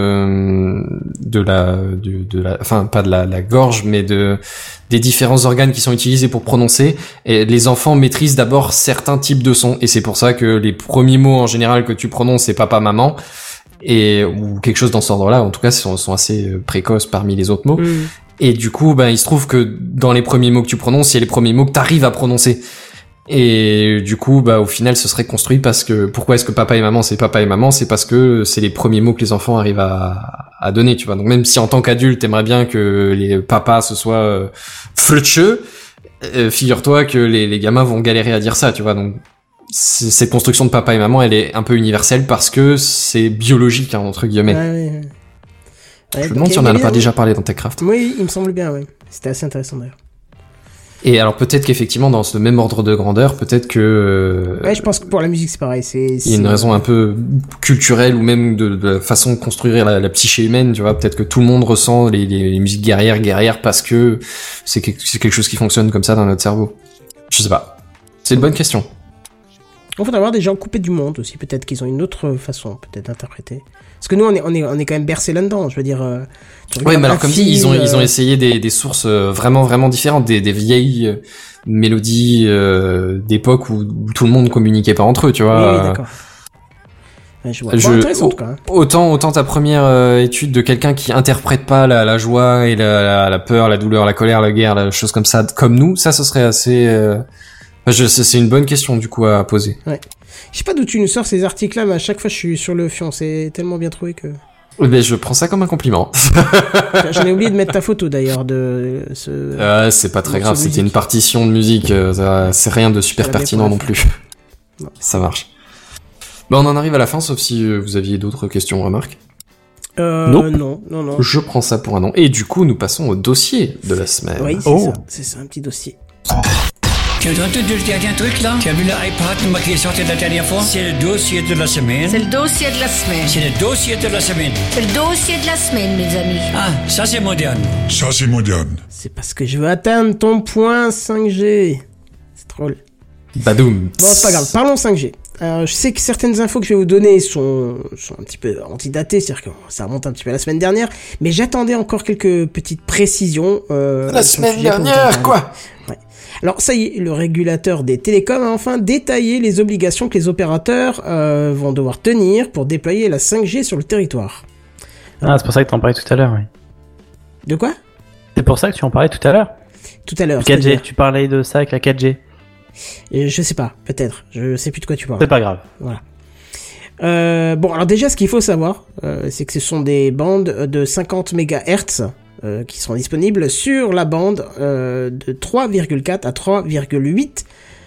de de la de, de la enfin pas de la, la gorge, mais de des différents organes qui sont utilisés pour prononcer. Et les enfants maîtrisent d'abord certains types de sons, et c'est pour ça que les premiers mots en général que tu prononces c'est papa, maman, et ou quelque chose dans cet ordre-là. En tout cas, sont, sont assez précoces parmi les autres mots. Mm. Et du coup, ben il se trouve que dans les premiers mots que tu prononces, c'est les premiers mots que t'arrives à prononcer. Et du coup, bah, au final, ce serait construit parce que, pourquoi est-ce que papa et maman, c'est papa et maman? C'est parce que c'est les premiers mots que les enfants arrivent à, à donner, tu vois. Donc, même si en tant qu'adulte, t'aimerais bien que les papas, ce soit, euh, flutcheux, euh, figure-toi que les, les gamins vont galérer à dire ça, tu vois. Donc, c'est- cette construction de papa et maman, elle est un peu universelle parce que c'est biologique, hein, entre guillemets. Ouais, ouais, ouais. Je Ouais, me donc, demande il si y on en a avait- pas déjà parlé dans TechCraft. Oui, il me semble bien, ouais. C'était assez intéressant d'ailleurs. Et alors, peut-être qu'effectivement, dans ce même ordre de grandeur, peut-être que, euh, Ouais, je pense que pour la musique, c'est pareil. C'est, il y a c'est- une raison un peu culturelle ou même de, de la façon de construire la, la psyché humaine, tu vois. Peut-être que tout le monde ressent les, les, les musiques guerrières, guerrières parce que c'est quelque, c'est quelque chose qui fonctionne comme ça dans notre cerveau. Je sais pas. C'est une bonne question. Il faut avoir des gens coupés du monde aussi. Peut-être qu'ils ont une autre façon, peut-être d'interpréter. Parce que nous, on est, on est, on est quand même bercés là-dedans. Je veux dire. Euh, tu Ouais, regardes mais alors un comme dit, film, ils ont ils ont euh, essayé des, des sources euh, vraiment vraiment différentes, des, des vieilles euh, mélodies euh, d'époque où, où tout le monde communiquait pas entre eux, tu vois. Oui, oui, d'accord. Ouais, je vois. Bon, Je- intéressant en tout cas. hein. Autant, autant ta première euh, étude de quelqu'un qui interprète pas la, la joie et la, la, la peur, la douleur, la colère, la guerre, la chose comme ça, comme nous, ça, ce serait assez. Euh... enfin, je, c'est c'est une bonne question du coup à poser. Je sais pas d'où tu nous sors ces articles-là, mais à chaque fois, je suis sur le fion. C'est tellement bien trouvé que. Mais je prends ça comme un compliment. J'en ai oublié de mettre ta photo d'ailleurs de ce. Euh, c'est pas très morceau grave, de c'était musique. une partition de musique, euh, ça- c'est rien de super Ça va bien pertinent pour non la plus. Non. Ça marche. Bah, on en arrive à la fin, sauf si euh, vous aviez d'autres questions, remarques. Euh, Nope. non, non, non. Je prends ça pour un non. Et du coup, nous passons au dossier de la semaine. Oui, c'est Oh. ça. C'est ça, un petit dossier. Tu as entendu le dernier truc là? Tu as vu l'iPad qui est sorti la dernière fois? C'est le dossier de la semaine. C'est le dossier de la semaine. C'est le dossier de la semaine. C'est le dossier de la semaine, mes amis. Ah, ça c'est moderne. Ça, c'est moderne. C'est parce que je veux atteindre ton point cinq G. C'est drôle. Badoum. Bon, c'est pas grave. Parlons cinq G. Euh, je sais que certaines infos que je vais vous donner sont, sont un petit peu antidatées, c'est-à-dire que ça remonte un petit peu à la semaine dernière, mais j'attendais encore quelques petites précisions. Euh, La sur le semaine sujet qu'on dernière, entend parler. quoi. Alors ça y est, le régulateur des télécoms a enfin détaillé les obligations que les opérateurs euh, vont devoir tenir pour déployer la cinq G sur le territoire. Ah, c'est pour ça que tu en parlais tout à l'heure, oui. De quoi? C'est pour ça que tu en parlais tout à l'heure. Tout à l'heure. quatre G, c'est-à-dire. tu parlais de ça avec la quatre G. Euh, Je sais pas, peut-être. Je sais plus de quoi tu parles. C'est pas grave. Voilà. Euh, bon, alors déjà, ce qu'il faut savoir, euh, c'est que ce sont des bandes de cinquante mégahertz euh, qui seront disponibles sur la bande euh, de trois virgule quatre à trois virgule huit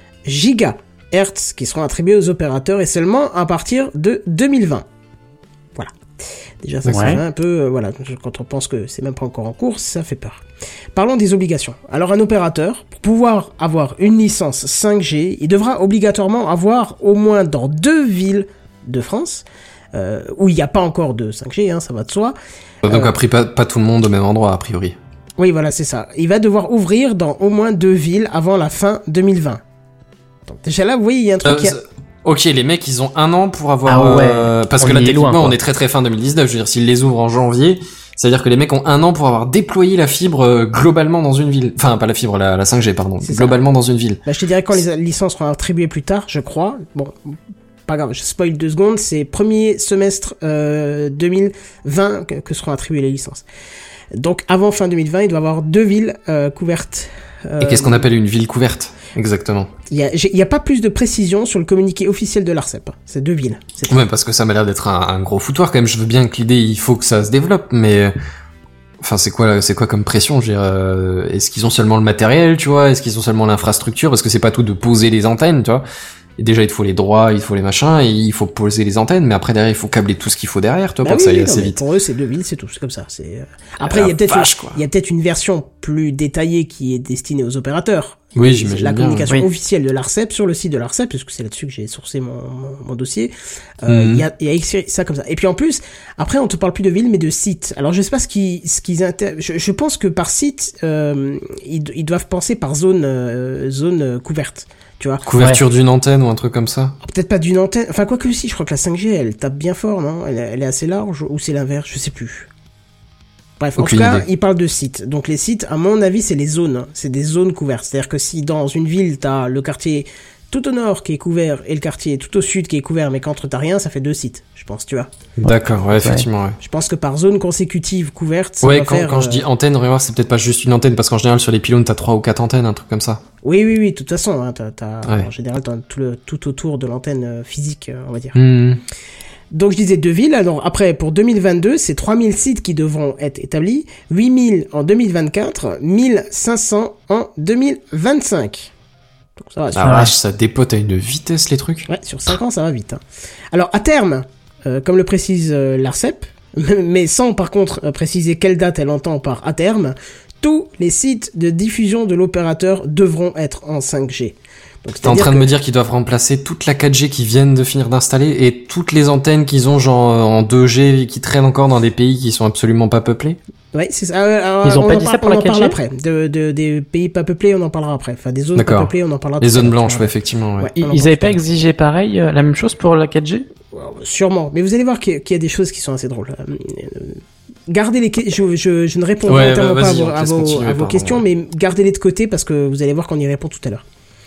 gigahertz qui seront attribués aux opérateurs et seulement à partir de deux mille vingt. Voilà. Déjà, ça, Ouais. ça fait un peu... euh, voilà, quand on pense que c'est même pas encore en cours, ça fait peur. Parlons des obligations. Alors, un opérateur, pour pouvoir avoir une licence cinq G, il devra obligatoirement avoir au moins dans deux villes de France, euh, où il n'y a pas encore de cinq G, hein, ça va de soi. Donc Euh, après, pas, pas tout le monde au même endroit, a priori. Oui, voilà, c'est ça. Il va devoir ouvrir dans au moins deux villes avant la fin deux mille vingt. Donc déjà là, vous voyez, il y a un truc Euh, qui a... c'est- Ok, les mecs, ils ont un an pour avoir... Ah ouais. euh, parce On que là, y est techniquement, loin, quoi. on est très très fin deux mille dix-neuf. Je veux dire, s'ils les ouvrent en janvier, c'est-à-dire que les mecs ont un an pour avoir déployé la fibre euh, globalement dans une ville. Enfin, pas la fibre, la, la cinq G, pardon. C'est ça. Globalement dans une ville. Bah, je te dirais quand les licences seront attribuées plus tard, je crois. Bon, pas grave, je spoil deux secondes. C'est premier semestre euh, deux mille vingt que, que seront attribuées les licences. Donc avant fin deux mille vingt, il doit y avoir deux villes euh, couvertes. Euh, Et qu'est-ce qu'on appelle une ville couverte? Exactement. Il y a, j'ai- il y a pas plus de précision sur le communiqué officiel de l'ARCEP. C'est deux villes. C'est tout. Ouais, parce que ça m'a l'air d'être un, un gros foutoir quand même. Je veux bien que l'idée, il faut que ça se développe, mais... Enfin, c'est quoi, c'est quoi comme pression? Je veux dire, euh, est-ce qu'ils ont seulement le matériel, tu vois? Est-ce qu'ils ont seulement l'infrastructure? Parce que c'est pas tout de poser les antennes, tu vois? Et déjà, il te faut les droits, il faut les machins, et il faut poser les antennes, mais après, derrière, il faut câbler tout ce qu'il faut derrière, toi, Bah pour oui, que ça aille oui, non, assez mais vite. pour eux, c'est deux villes, c'est tout. C'est comme ça. C'est euh, après, La il y a peut-être, vache, une- quoi. il y a peut-être une version plus détaillée qui est destinée aux opérateurs. Oui, j'imagine la bien, communication oui. officielle de l'ARCEP sur le site de l'ARCEP, parce que c'est là-dessus que j'ai sourcé mon, mon, mon dossier. Euh, il Mhm. y a, il y a écrit ça comme ça. Et puis en plus, après, on te parle plus de ville, mais de site. Alors je sais pas ce qu'ils, ce qu'ils inter... je, je pense que par site, euh, ils, ils doivent penser par zone, euh, zone euh, couverte. Tu vois. Couverture d'une antenne ou un truc comme ça. Peut-être pas d'une antenne. Enfin, quoi que si, je crois que la cinq G, elle tape bien fort, non? Elle, elle est assez large, ou c'est l'inverse, je sais plus. Bref, en Aucune tout cas, idée. il parle de sites. Donc les sites, à mon avis, c'est les zones. hein. C'est des zones couvertes. C'est-à-dire que si dans une ville, t'as le quartier tout au nord qui est couvert et le quartier tout au sud qui est couvert, mais qu'entre t'as rien, ça fait deux sites, je pense, tu vois. D'accord, ouais, effectivement, ouais. Je pense que par zone consécutive couverte, ça Ouais, va quand, faire, quand euh, je dis antenne, remarque, c'est peut-être pas juste une antenne, parce qu'en général, sur les pylônes, t'as trois ou quatre antennes, un truc comme ça. Oui, oui, oui, de toute façon, hein, t'as, t'as, Ouais. en général, t'as tout, le, tout autour de l'antenne euh, physique, euh, on va dire. Hmm. Donc je disais deux villes, alors après pour deux mille vingt-deux, c'est trois mille sites qui devront être établis, huit mille en deux mille vingt-quatre, mille cinq cents en deux mille vingt-cinq. Donc ça va, sur, Ah vache, ça dépote à une vitesse, les trucs. ouais, sur cinq ans ça va vite. hein. Alors à terme, euh, comme le précise euh, l'ARCEP, mais sans par contre euh, préciser quelle date elle entend par à terme, tous les sites de diffusion de l'opérateur devront être en cinq G. Donc, T'es en c'est-à-dire train de que- me dire qu'ils doivent remplacer toute la quatre G qu'ils viennent de finir d'installer et toutes les antennes qu'ils ont genre euh, en deux G qui traînent encore dans des pays qui sont absolument pas peuplés. Ouais, c'est ça. Euh, alors, Ils ont on pas en dit par- ça pour on la en parle quatre G? après. De, de, des pays pas peuplés, on en parlera après. Enfin, des zones pas D'accord. peuplées, on en parlera Les tout à zones l'heure, blanches, tu ouais, vois. effectivement, ouais. Ouais, Ils on en ils parle avaient tout pas à l'heure. exigé pareil, euh, la même chose pour la quatre G? Sûrement. Mais vous allez voir qu'il y a, qu'il y a des choses qui sont assez drôles. Euh, Gardez les que- je, je, je ne réponds Ouais, volontairement bah, pas à vas-y, vos, on te à laisse vos, continuer, à vos pardon, questions, ouais. mais gardez-les de côté parce que vous allez voir qu'on y répond tout à l'heure.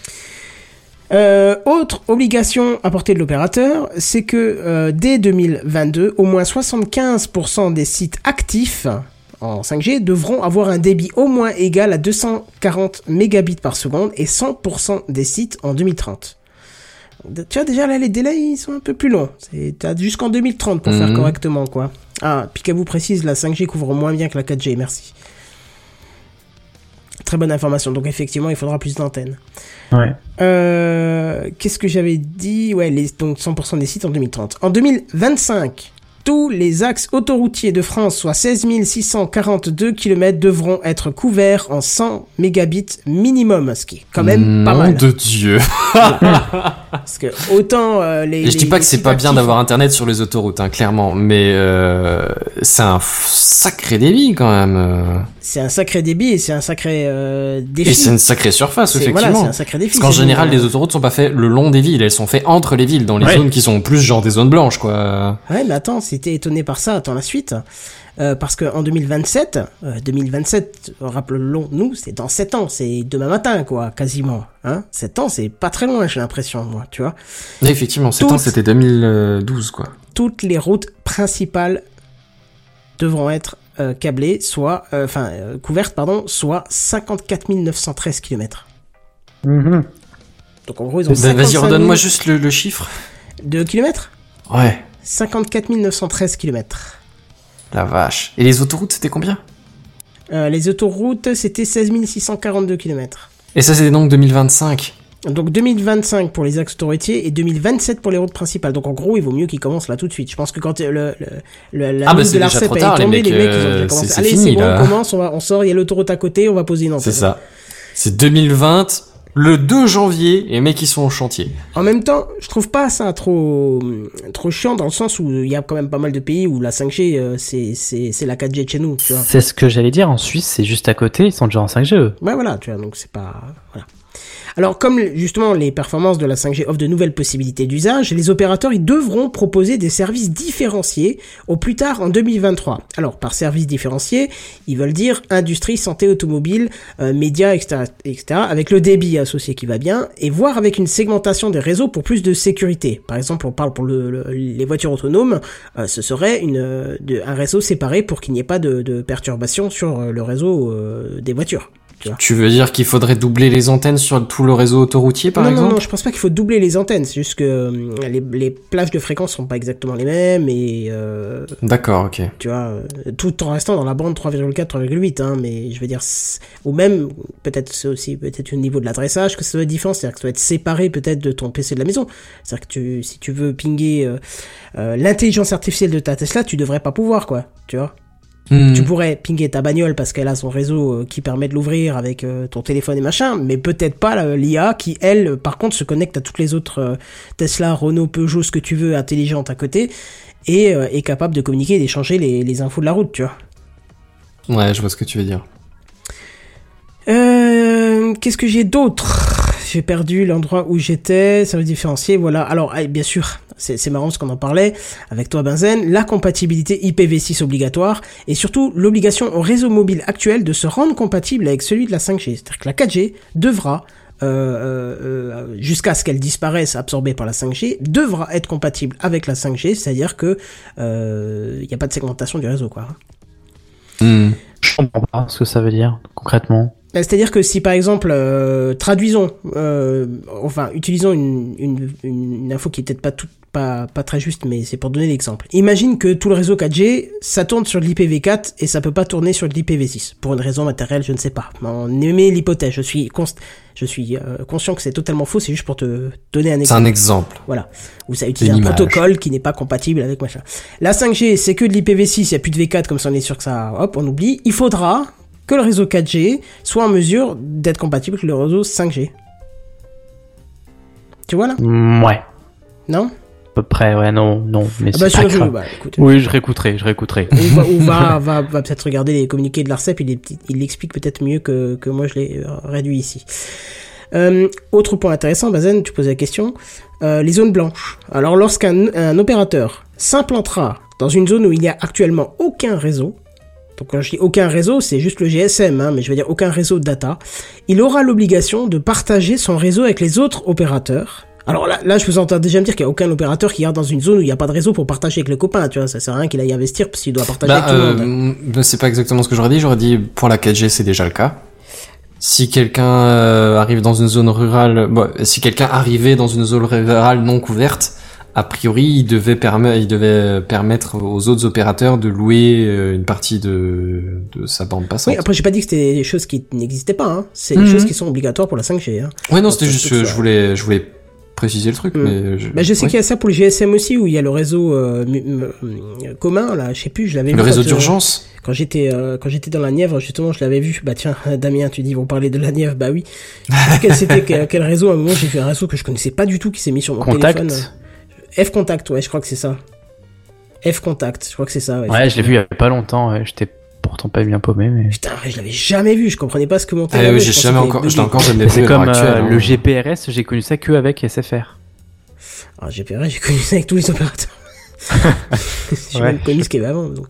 Euh, autre obligation à portée de l'opérateur, c'est que euh, dès deux mille vingt-deux, au moins soixante-quinze pour cent des sites actifs en cinq G devront avoir un débit au moins égal à deux cent quarante mégabits par seconde et cent pour cent des sites en deux mille trente. Tu vois, déjà là, les délais, ils sont un peu plus longs. C'est, t'as jusqu'en deux mille trente pour Mhm. faire correctement, quoi. Ah, Picaboo précise, la cinq G couvre moins bien que la quatre G, merci. Très bonne information. Donc effectivement, il faudra plus d'antennes. Ouais. Euh, qu'est-ce que j'avais dit? Ouais, les, donc cent pour cent des sites en deux mille trente. En deux mille vingt-cinq, tous les axes autoroutiers de France, soit seize mille six cent quarante-deux kilomètres, devront être couverts en cent mégabits minimum, ce qui est quand même pas Nom mal. de Dieu. Parce que autant euh, les. Et je dis les- pas les que c'est sites pas bien actifs- d'avoir internet sur les autoroutes, hein, clairement, mais euh, c'est un f- sacré débit quand même. euh. C'est un sacré débit et c'est un sacré euh, défi. Et c'est une sacrée surface, C'est- effectivement. Voilà, c'est un sacré défi. Parce qu'en c'est général, une- les autoroutes sont pas faites le long des villes, elles sont faites entre les villes, dans les Ouais. zones qui sont plus genre des zones blanches, quoi. Ouais, mais attends, si t'es étonné par ça, attends la suite. Euh, parce que en deux mille vingt-sept, euh, deux mille vingt-sept, rappelons-nous, c'est dans sept ans, c'est demain matin, quoi, quasiment. Hein, sept ans, c'est pas très loin, j'ai l'impression, moi, tu vois. Et effectivement, sept Toutes- ans, c'était deux mille douze, quoi. Toutes les routes principales devront être euh, câblées, soit, euh, enfin, euh, couvertes, pardon, soit cinquante-quatre mille neuf cent treize kilomètres. Mhm. Donc en gros, ils ont Bah, Vas-y, cinquante-cinq redonne-moi mille juste le, le chiffre. de kilomètres. Ouais, cinquante-quatre mille neuf cent treize kilomètres. la vache. Et les autoroutes, c'était combien? Euh, les autoroutes, c'était seize mille six cent quarante-deux kilomètres. Et ça, c'était donc deux mille vingt-cinq. Donc deux mille vingt-cinq pour les axes autoroutiers et deux mille vingt-sept pour les routes principales. Donc en gros, il vaut mieux qu'ils commencent là tout de suite. Je pense que quand le, le, le la Ah bah, ligne c'est de déjà l'ARCEP trop est tard, les tombée, mecs, les mecs, ils ont euh, déjà commencé. c'est- c'est Allez, fini, c'est bon, là. on commence, on, va, on sort, il y a l'autoroute à côté, on va poser une antenne. C'est ça. C'est deux mille vingt, le deux janvier, et les mecs, ils sont au chantier. En même temps, je trouve pas ça trop trop chiant dans le sens où il y a quand même pas mal de pays où la cinq G, euh, c'est c'est c'est la quatre G de chez nous, tu vois. C'est ce que j'allais dire. En Suisse, c'est juste à côté. Ils sont déjà en cinq G, eux. Ouais, voilà, tu vois, donc c'est pas... Voilà. Alors, comme justement les performances de la cinq G offrent de nouvelles possibilités d'usage, les opérateurs ils devront proposer des services différenciés au plus tard en deux mille vingt-trois. Alors, par services différenciés, ils veulent dire industrie, santé, automobile, euh, médias, et cetera, et cetera, avec le débit associé qui va bien, et voire avec une segmentation des réseaux pour plus de sécurité. Par exemple, on parle pour le, le- les voitures autonomes, euh, ce serait une, euh, de, un réseau séparé pour qu'il n'y ait pas de, de perturbations sur euh, le réseau euh, des voitures. Tu veux dire qu'il faudrait doubler les antennes sur tout le réseau autoroutier, par non, exemple? non, non, je pense pas qu'il faut doubler les antennes. C'est juste que euh, les, les plages de fréquences sont pas exactement les mêmes et euh, D'accord, ok. tu vois, euh, tout en restant dans la bande trois virgule quatre, trois virgule huit, hein. Mais je veux dire, c'est- ou même peut-être c'est aussi peut-être au niveau de l'adressage que ça doit être différent, c'est-à-dire que ça doit être séparé peut-être de ton P C de la maison. C'est-à-dire que tu, si tu veux pinguer euh, euh, l'intelligence artificielle de ta Tesla, tu devrais pas pouvoir, quoi. Tu vois. Mmh. Tu pourrais pinguer ta bagnole parce qu'elle a son réseau euh, qui permet de l'ouvrir avec euh, ton téléphone et machin, mais peut-être pas la- l'I A qui, elle, par contre, se connecte à toutes les autres euh, Tesla, Renault, Peugeot, ce que tu veux, intelligentes à côté, et euh, est capable de communiquer et d'échanger les, les infos de la route, tu vois. Ouais, je vois ce que tu veux dire. Euh, qu'est-ce que j'ai d'autre ? J'ai perdu l'endroit où j'étais, ça veut différencier, voilà. Alors, ah, bien sûr, c'est, c'est marrant parce qu'on en parlait avec toi, Benzen, la compatibilité I P v six obligatoire, et surtout l'obligation au réseau mobile actuel de se rendre compatible avec celui de la cinq G. C'est-à-dire que la quatre G devra, euh, euh, euh, jusqu'à ce qu'elle disparaisse absorbée par la cinq G, devra être compatible avec la cinq G, c'est-à-dire que euh, il n'y a pas de segmentation du réseau, quoi. Mmh. Je comprends pas ce que ça veut dire concrètement. Ben, c'est-à-dire que si par exemple, euh, traduisons, euh, enfin utilisons une, une, une info qui est peut-être pas tout, pas, pas très juste, mais c'est pour donner l'exemple. Imagine que tout le réseau quatre G, ça tourne sur de l'I P v quatre et ça peut pas tourner sur de l'I P v six. Pour une raison matérielle, je ne sais pas. On émet l'hypothèse, je suis, const... je suis euh, conscient que c'est totalement faux, c'est juste pour te donner un exemple. C'est un exemple. Voilà. Où ça utilise Une un image. protocole qui n'est pas compatible avec machin. La cinq G, c'est que de l'I P v six, il n'y a plus de V quatre, comme ça on est sûr que ça, hop, on oublie. Il faudra que le réseau quatre G soit en mesure d'être compatible avec le réseau cinq G. Tu vois là ? Mm, ouais, Non ? à peu près, ouais, non, non, mais Ah bah c'est sur pas le jeu, grave. bah écoute. Oui, je réécouterai, je réécouterai. Ou va, ou va, va, va peut-être regarder les communiqués de l'ARCEP, il, est petit- il l'explique peut-être mieux que, que moi je l'ai euh, réduit ici. Euh, autre point intéressant, Bazen, tu posais la question, euh, les zones blanches. Alors lorsqu'un un opérateur s'implantera dans une zone où il n'y a actuellement aucun réseau, donc quand je dis aucun réseau, c'est juste le G S M, hein, mais je veux dire aucun réseau de data, il aura l'obligation de partager son réseau avec les autres opérateurs. Alors là, là, je vous entends déjà me dire qu'il n'y a aucun opérateur qui ira dans une zone où il n'y a pas de réseau pour partager avec les copains, tu vois, ça sert à rien qu'il aille investir parce qu'il doit partager Bah, avec tout le euh, monde. bah, c'est pas exactement ce que j'aurais dit. J'aurais dit pour la quatre G, c'est déjà le cas. Si quelqu'un euh, arrive dans une zone rurale, bon, si quelqu'un arrivait dans une zone rurale non couverte, a priori, il devait permettre, il devait permettre aux autres opérateurs de louer euh, une partie de de sa bande passante. Oui, après, j'ai pas dit que c'était des choses qui n'existaient pas, hein. C'est Mhm. des choses qui sont obligatoires pour la cinq G, hein. Ouais, non, Donc, c'était ça, juste, c'est que ça. je voulais, je voulais préciser le truc, Mm. mais je, Bah, je sais ouais. qu'il y a ça pour le G S M aussi, où il y a le réseau euh, mu- mu- euh, commun, là, je sais plus, je l'avais vu. Le réseau quand, euh, d'urgence. Quand j'étais euh, quand j'étais dans la Nièvre, justement, je l'avais vu. Bah tiens, Damien, tu dis ils vont parler de la Nièvre, bah oui. Je sais plus quel c'était quel, quel réseau. À un moment, j'ai vu un réseau que je connaissais pas du tout qui s'est mis sur mon Contact. téléphone. F Contact, ouais, je crois que c'est ça. F Contact, je crois que c'est ça. Ouais, Ouais, je l'ai vu il y a pas longtemps, ouais, j'étais pourtant pas bien paumé, mais... Putain, je l'avais jamais vu. Je comprenais pas ce que montait. Ah la oui, meuf, j'ai je pensais jamais qu'elle encore, buguait. je l'ai encore jamais vu C'est à l'heure comme actuelle, euh, hein. le G P R S, j'ai connu ça que avec S F R. Ah, G P R S, j'ai connu ça avec tous les opérateurs. J'ai Ouais. même connu ce qu'il y avait avant, donc.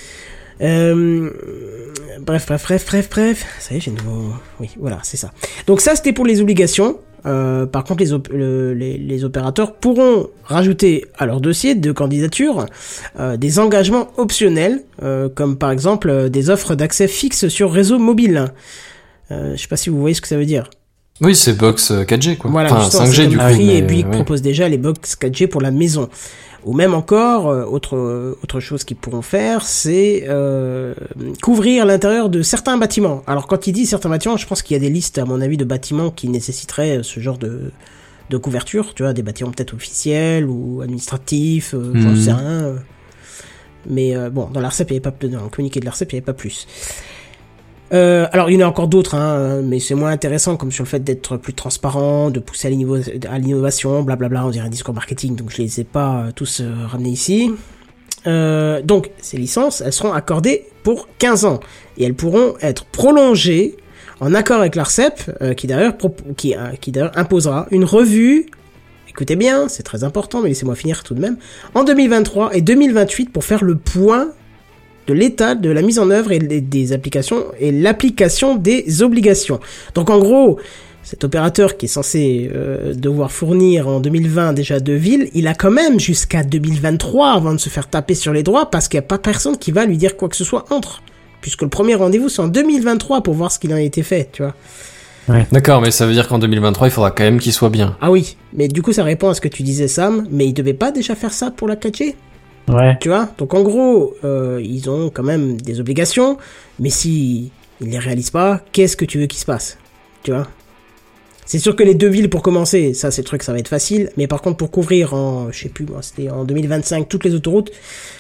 Euh, bref, bref, bref, bref, bref. Ça y est, j'ai nouveau. Oui, voilà, c'est ça. Donc ça, c'était pour les obligations. Euh, par contre, les, op- le- les, les opérateurs pourront rajouter à leur dossier de candidature euh, des engagements optionnels, euh, comme par exemple euh, des offres d'accès fixe sur réseau mobile. Euh, je sais pas si vous voyez ce que ça veut dire. Oui, c'est box euh, quatre G, quoi. Voilà, enfin, justement, cinq G c'est du comme coup. Free mais, et Bouygues ouais. propose déjà les box quatre G pour la maison. Ou même encore, euh, autre euh, autre chose qu'ils pourront faire, c'est euh, couvrir l'intérieur de certains bâtiments. Alors quand il dit certains bâtiments, je pense qu'il y a des listes, à mon avis, de bâtiments qui nécessiteraient ce genre de de couverture, tu vois, des bâtiments peut-être officiels ou administratifs, euh, j'en Mhm. sais rien. euh. Mais euh, bon, dans l'ARCEP, il n'y avait pas dans le communiqué de l'ARCEP, il n'y avait pas plus. Euh, alors il y en a encore d'autres, hein, mais c'est moins intéressant, comme sur le fait d'être plus transparent, de pousser à l'innovo- à l'innovation, blablabla, on dirait un discours marketing, donc je les ai pas euh, tous euh, ramenés ici. Euh, donc ces licences, elles seront accordées pour quinze ans, et elles pourront être prolongées en accord avec l'ARCEP, euh, qui d'ailleurs prop- qui, euh, qui d'ailleurs imposera une revue, écoutez bien, c'est très important, mais laissez-moi finir tout de même, en deux mille vingt-trois et deux mille vingt-huit pour faire le point de l'état de la mise en œuvre et des, des applications et l'application des obligations. Donc en gros, cet opérateur qui est censé euh, devoir fournir en deux mille vingt déjà deux villes, il a quand même jusqu'à deux mille vingt-trois avant de se faire taper sur les doigts parce qu'il n'y a pas personne qui va lui dire quoi que ce soit entre. Puisque le premier rendez-vous c'est en deux mille vingt-trois pour voir ce qu'il en a été fait, tu vois. D'accord, mais ça veut dire qu'en deux mille vingt-trois, il faudra quand même qu'il soit bien. Ah oui, mais du coup ça répond à ce que tu disais Sam, mais il devait pas déjà faire ça pour la quatre G ? Ouais. Tu vois, donc en gros, euh, ils ont quand même des obligations, mais si ils les réalisent pas, qu'est-ce que tu veux qu'il se passe? Tu vois? C'est sûr que les deux villes pour commencer, ça c'est le truc, ça va être facile, mais par contre pour couvrir en, je sais plus moi, c'était en deux mille vingt-cinq toutes les autoroutes,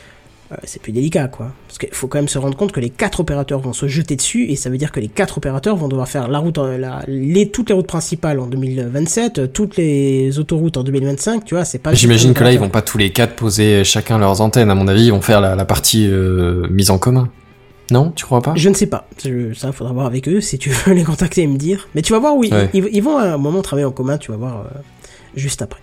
euh, c'est plus délicat, quoi. Parce qu'il faut quand même se rendre compte que les quatre opérateurs vont se jeter dessus, et ça veut dire que les quatre opérateurs vont devoir faire la route, la, les, toutes les routes principales en deux mille vingt-sept, toutes les autoroutes en deux mille vingt-cinq, tu vois, c'est pas... J'imagine que là, ils vont pas tous les quatre poser chacun leurs antennes. À mon avis, ils vont faire la, la partie euh, mise en commun. Non, tu crois pas? Je ne sais pas. Je, ça, faudra voir avec eux, si tu veux les contacter et me dire. Mais tu vas voir, oui, ouais. ils, ils vont à un moment travailler en commun, tu vas voir euh, juste après.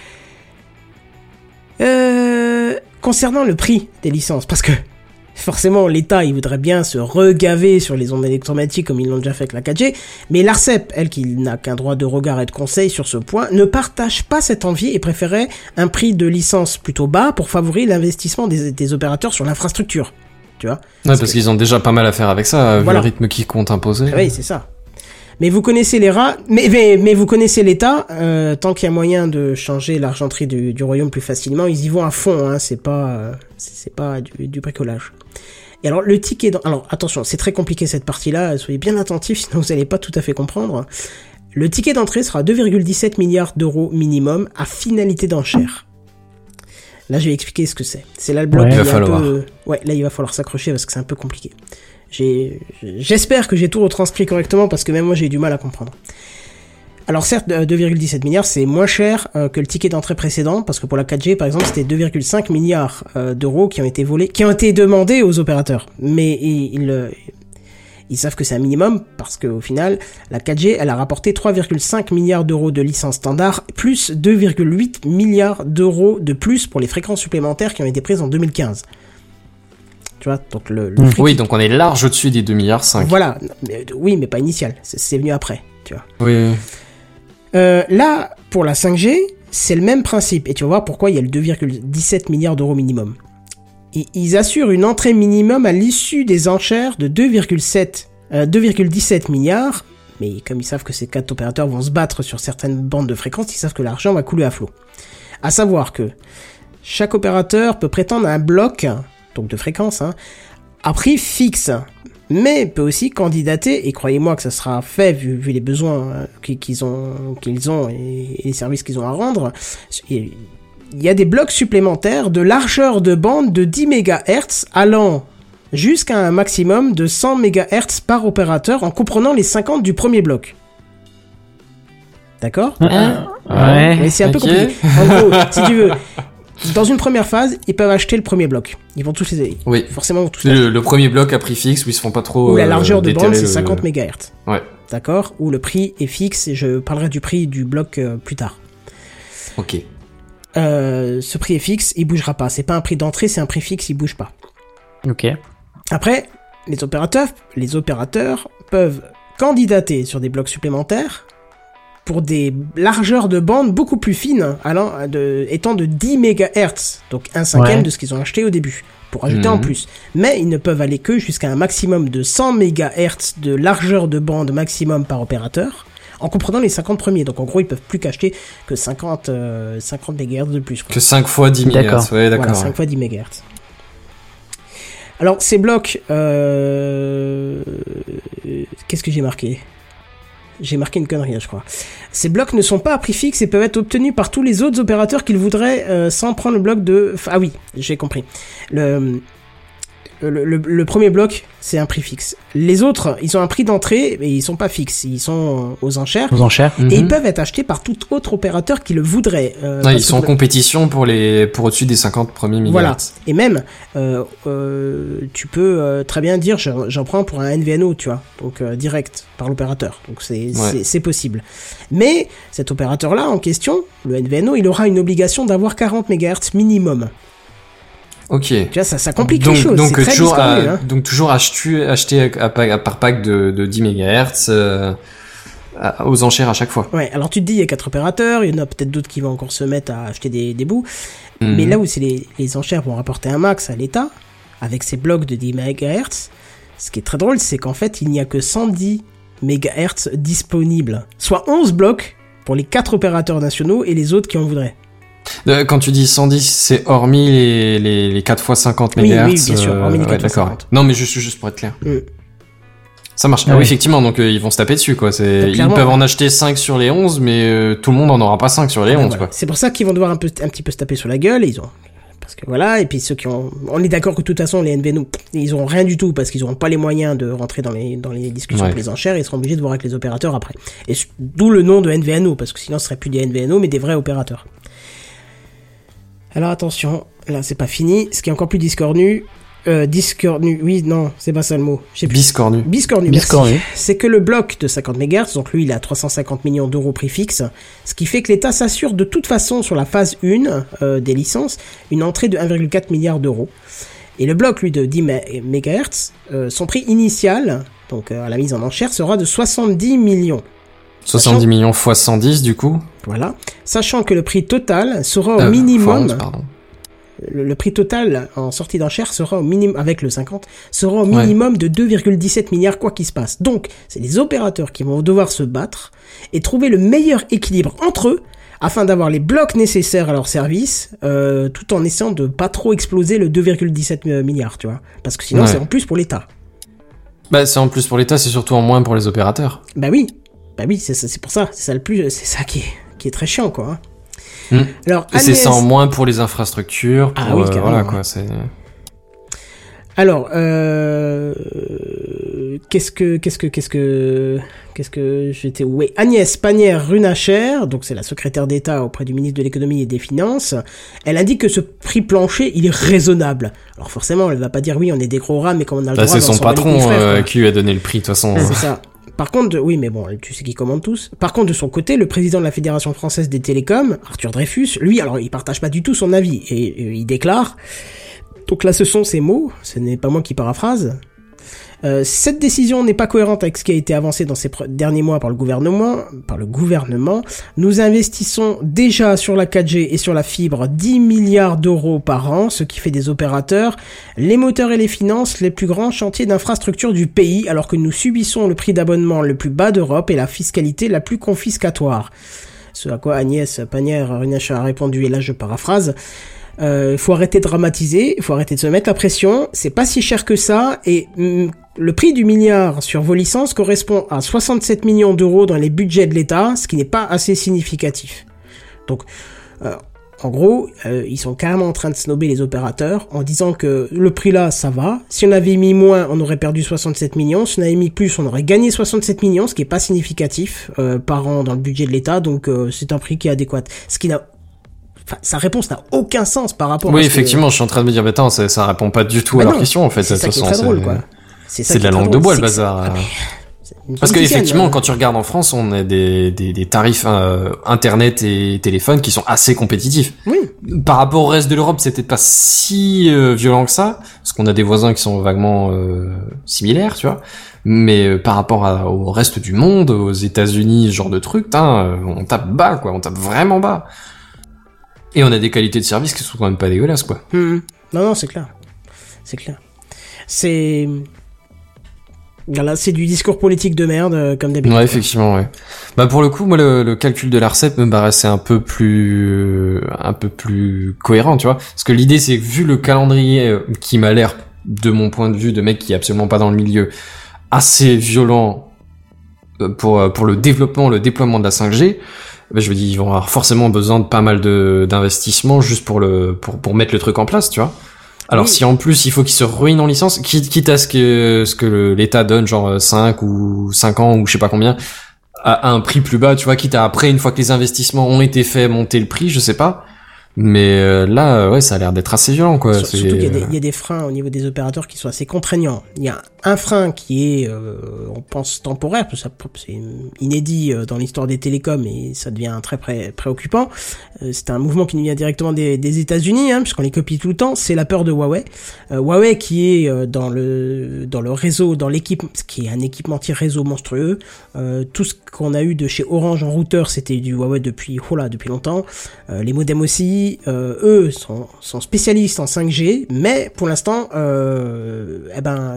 Euh, concernant le prix des licences, parce que forcément l'État il voudrait bien se regaver sur les ondes électromagnétiques comme ils l'ont déjà fait avec la quatre G, mais l'Arcep, elle qui n'a qu'un droit de regard et de conseil sur ce point, ne partage pas cette envie et préférait un prix de licence plutôt bas pour favoriser l'investissement des, des opérateurs sur l'infrastructure, tu vois. Ouais, parce, parce qu'ils que... ont déjà pas mal à faire avec ça, voilà. vu le rythme qu'ils comptent imposer. Oui, c'est ça. Mais vous connaissez les rats, mais, mais, mais vous connaissez l'État, euh, tant qu'il y a moyen de changer l'argenterie du, du royaume plus facilement, ils y vont à fond, hein, c'est pas, euh, c'est, c'est pas du, du bricolage. Et alors, le ticket, d'en... alors attention, c'est très compliqué cette partie-là, soyez bien attentifs, sinon vous allez pas tout à fait comprendre. Le ticket d'entrée sera deux virgule dix-sept milliards d'euros minimum à finalité d'enchère. Là, je vais expliquer ce que c'est. C'est là le bloc. Ouais, il va est un falloir. peu... Ouais, là, il va falloir s'accrocher parce que c'est un peu compliqué. J'ai... J'espère que j'ai tout retranscrit correctement parce que même moi j'ai eu du mal à comprendre. Alors certes, deux virgule dix-sept milliards c'est moins cher euh, que le ticket d'entrée précédent parce que pour la quatre G par exemple c'était deux virgule cinq milliards euh, d'euros qui ont été volés, qui ont été demandés aux opérateurs. Mais ils, ils, ils savent que c'est un minimum parce qu'au final la quatre G elle a rapporté trois virgule cinq milliards d'euros de licence standard plus deux virgule huit milliards d'euros de plus pour les fréquences supplémentaires qui ont été prises en deux mille quinze. Tu vois, donc le, le Mmh. fric... Oui, donc on est large au-dessus des deux virgule cinq milliards. Voilà, mais, oui, mais pas initial, c'est, c'est venu après, tu vois. Oui. Euh, là, pour la cinq G, c'est le même principe, et tu vas voir pourquoi il y a le deux virgule dix-sept milliards d'euros minimum. Ils, ils assurent une entrée minimum à l'issue des enchères de deux virgule sept, euh, deux virgule dix-sept milliards, mais comme ils savent que ces quatre opérateurs vont se battre sur certaines bandes de fréquences, ils savent que l'argent va couler à flot. À savoir que chaque opérateur peut prétendre à un bloc, donc de fréquence, hein, à prix fixe, mais peut aussi candidater, et croyez-moi que ça sera fait vu, vu les besoins euh, qu'ils ont, qu'ils ont et, et les services qu'ils ont à rendre. Il y a des blocs supplémentaires de largeur de bande de dix mégahertz allant jusqu'à un maximum de cent mégahertz par opérateur en comprenant les cinquante du premier bloc. D'accord ? Hein Ouais. Mais c'est un peu Ok. compliqué. En gros, si tu veux, dans une première phase, ils peuvent acheter le premier bloc. Ils vont tous les... Oui. Forcément, ils vont tous C'est le, le premier bloc à prix fixe où ils se font pas trop. Où la euh, largeur de bande, déterrer c'est le- cinquante mégahertz. Ouais. D'accord ? Où le prix est fixe, et je parlerai du prix du bloc euh, plus tard. Ok. Euh, ce prix est fixe, il bougera pas. C'est pas un prix d'entrée, c'est un prix fixe, il bouge pas. Ok. Après, les opérateurs, les opérateurs peuvent candidater sur des blocs supplémentaires pour des largeurs de bande beaucoup plus fines, allant de, étant de dix mégahertz, donc un cinquième Ouais. de ce qu'ils ont acheté au début, pour ajouter Mhm. en plus. Mais ils ne peuvent aller que jusqu'à un maximum de cent mégahertz de largeur de bande maximum par opérateur, en comprenant les cinquante premiers. Donc en gros, ils peuvent plus qu'acheter que cinquante, euh, cinquante mégahertz de plus. quoi. Que cinq fois dix D'accord. mégahertz. Ouais, d'accord. Voilà, ouais. cinq fois dix mégahertz. Alors, ces blocs... Euh... Qu'est-ce que j'ai marqué ? J'ai marqué une connerie, je crois. Ces blocs ne sont pas à prix fixe et peuvent être obtenus par tous les autres opérateurs qu'ils voudraient euh, sans prendre le bloc de... Ah oui, j'ai compris. Le... Le, le, le premier bloc, c'est un prix fixe. Les autres, ils ont un prix d'entrée, mais ils sont pas fixes. Ils sont aux enchères. Aux enchères. Mhm. Et ils peuvent être achetés par tout autre opérateur qui le voudrait. Euh, Ouais, parce ils que sont en pour- compétition pour les pour au-dessus des cinquante premiers Voilà. mégahertz. Et même, euh, euh, tu peux euh, très bien dire, j'en, j'en prends pour un N V N O, tu vois, donc euh, direct par l'opérateur. Donc c'est, c'est, c'est possible. Mais cet opérateur-là en question, le N V N O, il aura une obligation d'avoir quarante mégahertz minimum. Ok. Tu vois, ça, ça complique donc, les choses. donc c'est très toujours à, disconvenu, hein. donc toujours acheter acheter à, à- à par pack de, de dix mégahertz euh, à- aux enchères à chaque fois. Ouais, alors tu te dis, il y a quatre opérateurs, il y en a peut-être d'autres qui vont encore se mettre à acheter des, des bouts. Mhm. Mais là où c'est les, les enchères vont rapporter un max à l'État, avec ces blocs de dix mégahertz, ce qui est très drôle, c'est qu'en fait, il n'y a que cent dix mégahertz disponibles. Soit onze blocs pour les quatre opérateurs nationaux et les autres qui en voudraient. Euh, Quand tu dis cent dix, c'est hormis les, les, les quatre fois cinquante Oui, oui, mégahertz. bien sûr, hormis les ouais, quatre fois d'accord. cinquante. Non, mais juste, juste pour être clair. Mm. Ça marche. Ah Ah oui, oui. effectivement, donc euh, ils vont se taper dessus, quoi. C'est, Donc, ils clairement, peuvent ouais. en acheter cinq sur les onze, mais euh, tout le monde en aura pas cinq sur les Ben onze, voilà. quoi. C'est pour ça qu'ils vont devoir un, peu, un petit peu se taper sur la gueule, et ils ont Parce que voilà, et puis ceux qui ont... On est d'accord que de toute façon, les N V N O, ils auront rien du tout parce qu'ils auront pas les moyens de rentrer dans les, dans les discussions Ouais. avec les enchères et ils seront obligés de voir avec les opérateurs après. Et d'où le nom de N V N O, parce que sinon ce serait plus des N V N O, mais des vrais opérateurs. Alors attention, là c'est pas fini, ce qui est encore plus discornu, euh, discornu, oui, non, c'est pas ça le mot. J'ai plus... Biscornu. Biscornu, Biscornu. merci. C'est que le bloc de cinquante mégahertz, donc lui il a trois cent cinquante millions d'euros prix fixe, ce qui fait que l'État s'assure de toute façon sur la phase un euh, des licences une entrée de un virgule quatre milliard d'euros. Et le bloc lui de dix mégahertz, euh, son prix initial, donc euh, à la mise en enchère, sera de soixante-dix millions. soixante-dix Sachant... millions fois cent dix, du coup. Voilà. Sachant que le prix total sera au Euh, minimum... fois onze, pardon. Le, le prix total en sortie d'enchère sera au minimum, avec le cinquante, sera au minimum ouais. de deux virgule dix-sept milliards quoi qu'il se passe. Donc, c'est les opérateurs qui vont devoir se battre et trouver le meilleur équilibre entre eux afin d'avoir les blocs nécessaires à leur service, euh, tout en essayant de pas trop exploser le deux virgule dix-sept milliards, tu vois. Parce que sinon, ouais. c'est en plus pour l'État. Bah, c'est en plus pour l'État, c'est surtout en moins pour les opérateurs. Bah oui. Bah oui, c'est, c'est pour ça. C'est ça le plus, c'est ça qui est, qui est très chiant, quoi. Hein. Mmh. Alors, et Agnès... c'est ça en moins pour les infrastructures. Pour, ah oui, euh, carrément. Voilà, quoi, c'est... Alors, euh... qu'est-ce que, qu'est-ce que, qu'est-ce que, qu'est-ce que j'étais, oui, Agnès Pannier-Runacher, donc c'est la secrétaire d'État auprès du ministre de l'économie et des finances, elle indique que ce prix plancher, il est raisonnable. Alors forcément, elle va pas dire oui, on est des gros rats, mais comme on a le bah, droit c'est son patron frères, euh, qui lui a donné le prix, de toute façon. C'est ça. Par contre, oui, mais bon, tu sais qu'ils commandent tous. Par contre, de son côté, le président de la Fédération française des télécoms, Arthur Dreyfus, lui, alors, il partage pas du tout son avis, et, et il déclare, donc là, ce sont ces mots, ce n'est pas moi qui paraphrase, Euh, cette décision n'est pas cohérente avec ce qui a été avancé dans ces pre- derniers mois par le gouvernement. Par le gouvernement, nous investissons déjà sur la quatre G et sur la fibre dix milliards d'euros par an, ce qui fait des opérateurs les moteurs et les finances les plus grands chantiers d'infrastructure du pays, alors que nous subissons le prix d'abonnement le plus bas d'Europe et la fiscalité la plus confiscatoire. Ce à quoi Agnès Pannier-Runacher a répondu, et là je paraphrase. Il euh, faut arrêter de dramatiser, il faut arrêter de se mettre la pression, c'est pas si cher que ça, et mm, le prix du milliard sur vos licences correspond à soixante-sept millions d'euros dans les budgets de l'État, ce qui n'est pas assez significatif. Donc, euh, en gros, euh, ils sont carrément en train de snobber les opérateurs en disant que le prix là, ça va, si on avait mis moins, on aurait perdu soixante-sept millions, si on avait mis plus, on aurait gagné soixante-sept millions, ce qui est pas significatif euh, par an dans le budget de l'État, donc euh, c'est un prix qui est adéquat. Ce qui n'a Enfin, sa réponse n'a aucun sens par rapport oui, à ce effectivement, que... je suis en train de me dire, mais attends, ça, ça répond pas du tout bah à non, leur question, en fait. C'est ça qui est très drôle, quoi. C'est, c'est de la langue de bois, le bazar. Ah, Parce qu'effectivement, hein. Quand tu regardes en France, on a des, des, des tarifs euh, internet et téléphone qui sont assez compétitifs. Oui. Par rapport au reste de l'Europe, c'est peut-être pas si euh, violent que ça, parce qu'on a des voisins qui sont vaguement euh, similaires, tu vois. Mais euh, par rapport à, au reste du monde, aux États-Unis, ce genre de truc, euh, on tape bas, quoi. On tape vraiment bas. Et on a des qualités de service qui sont quand même pas dégueulasses, quoi. Mmh. Non, non, c'est clair. C'est clair. C'est... Voilà, c'est du discours politique de merde, euh, comme d'habitude. Ouais, effectivement, ouais. Bah, pour le coup, moi, le, le calcul de l'A R C E P me paraissait un peu plus, un peu plus cohérent, tu vois. Parce que l'idée, c'est que vu le calendrier qui m'a l'air, de mon point de vue, de mec qui est absolument pas dans le milieu, assez violent pour, pour le développement, le déploiement de la cinq G, ben je me dis, ils vont avoir forcément besoin de pas mal de d'investissements juste pour le pour pour mettre le truc en place, tu vois. Alors oui. Si en plus il faut qu'ils se ruinent en licence, quitte, quitte à ce que ce que le, l'État donne, genre cinq ou cinq ans ou je sais pas combien, à, à un prix plus bas, tu vois, quitte à après une fois que les investissements ont été faits monter le prix, je sais pas. Mais euh, là, ouais, ça a l'air d'être assez violent, quoi. Surtout qu'il y a, des, il y a des freins au niveau des opérateurs qui sont assez contraignants. Il y a un frein qui est, euh, on pense, temporaire, parce que ça, c'est inédit dans l'histoire des télécoms et ça devient très pré- préoccupant. Euh, c'est un mouvement qui nous vient directement des, des États-Unis, hein, puisqu'on les copie tout le temps. C'est la peur de Huawei. Euh, Huawei qui est euh, dans le dans le réseau, dans l'équipe, qui est un équipementier réseau monstrueux. Euh, tout ce qu'on a eu de chez Orange en routeur, c'était du Huawei depuis, oh là, depuis longtemps. Euh, les modems aussi. Euh, eux sont, sont spécialistes en cinq G, mais pour l'instant, euh, eh ben,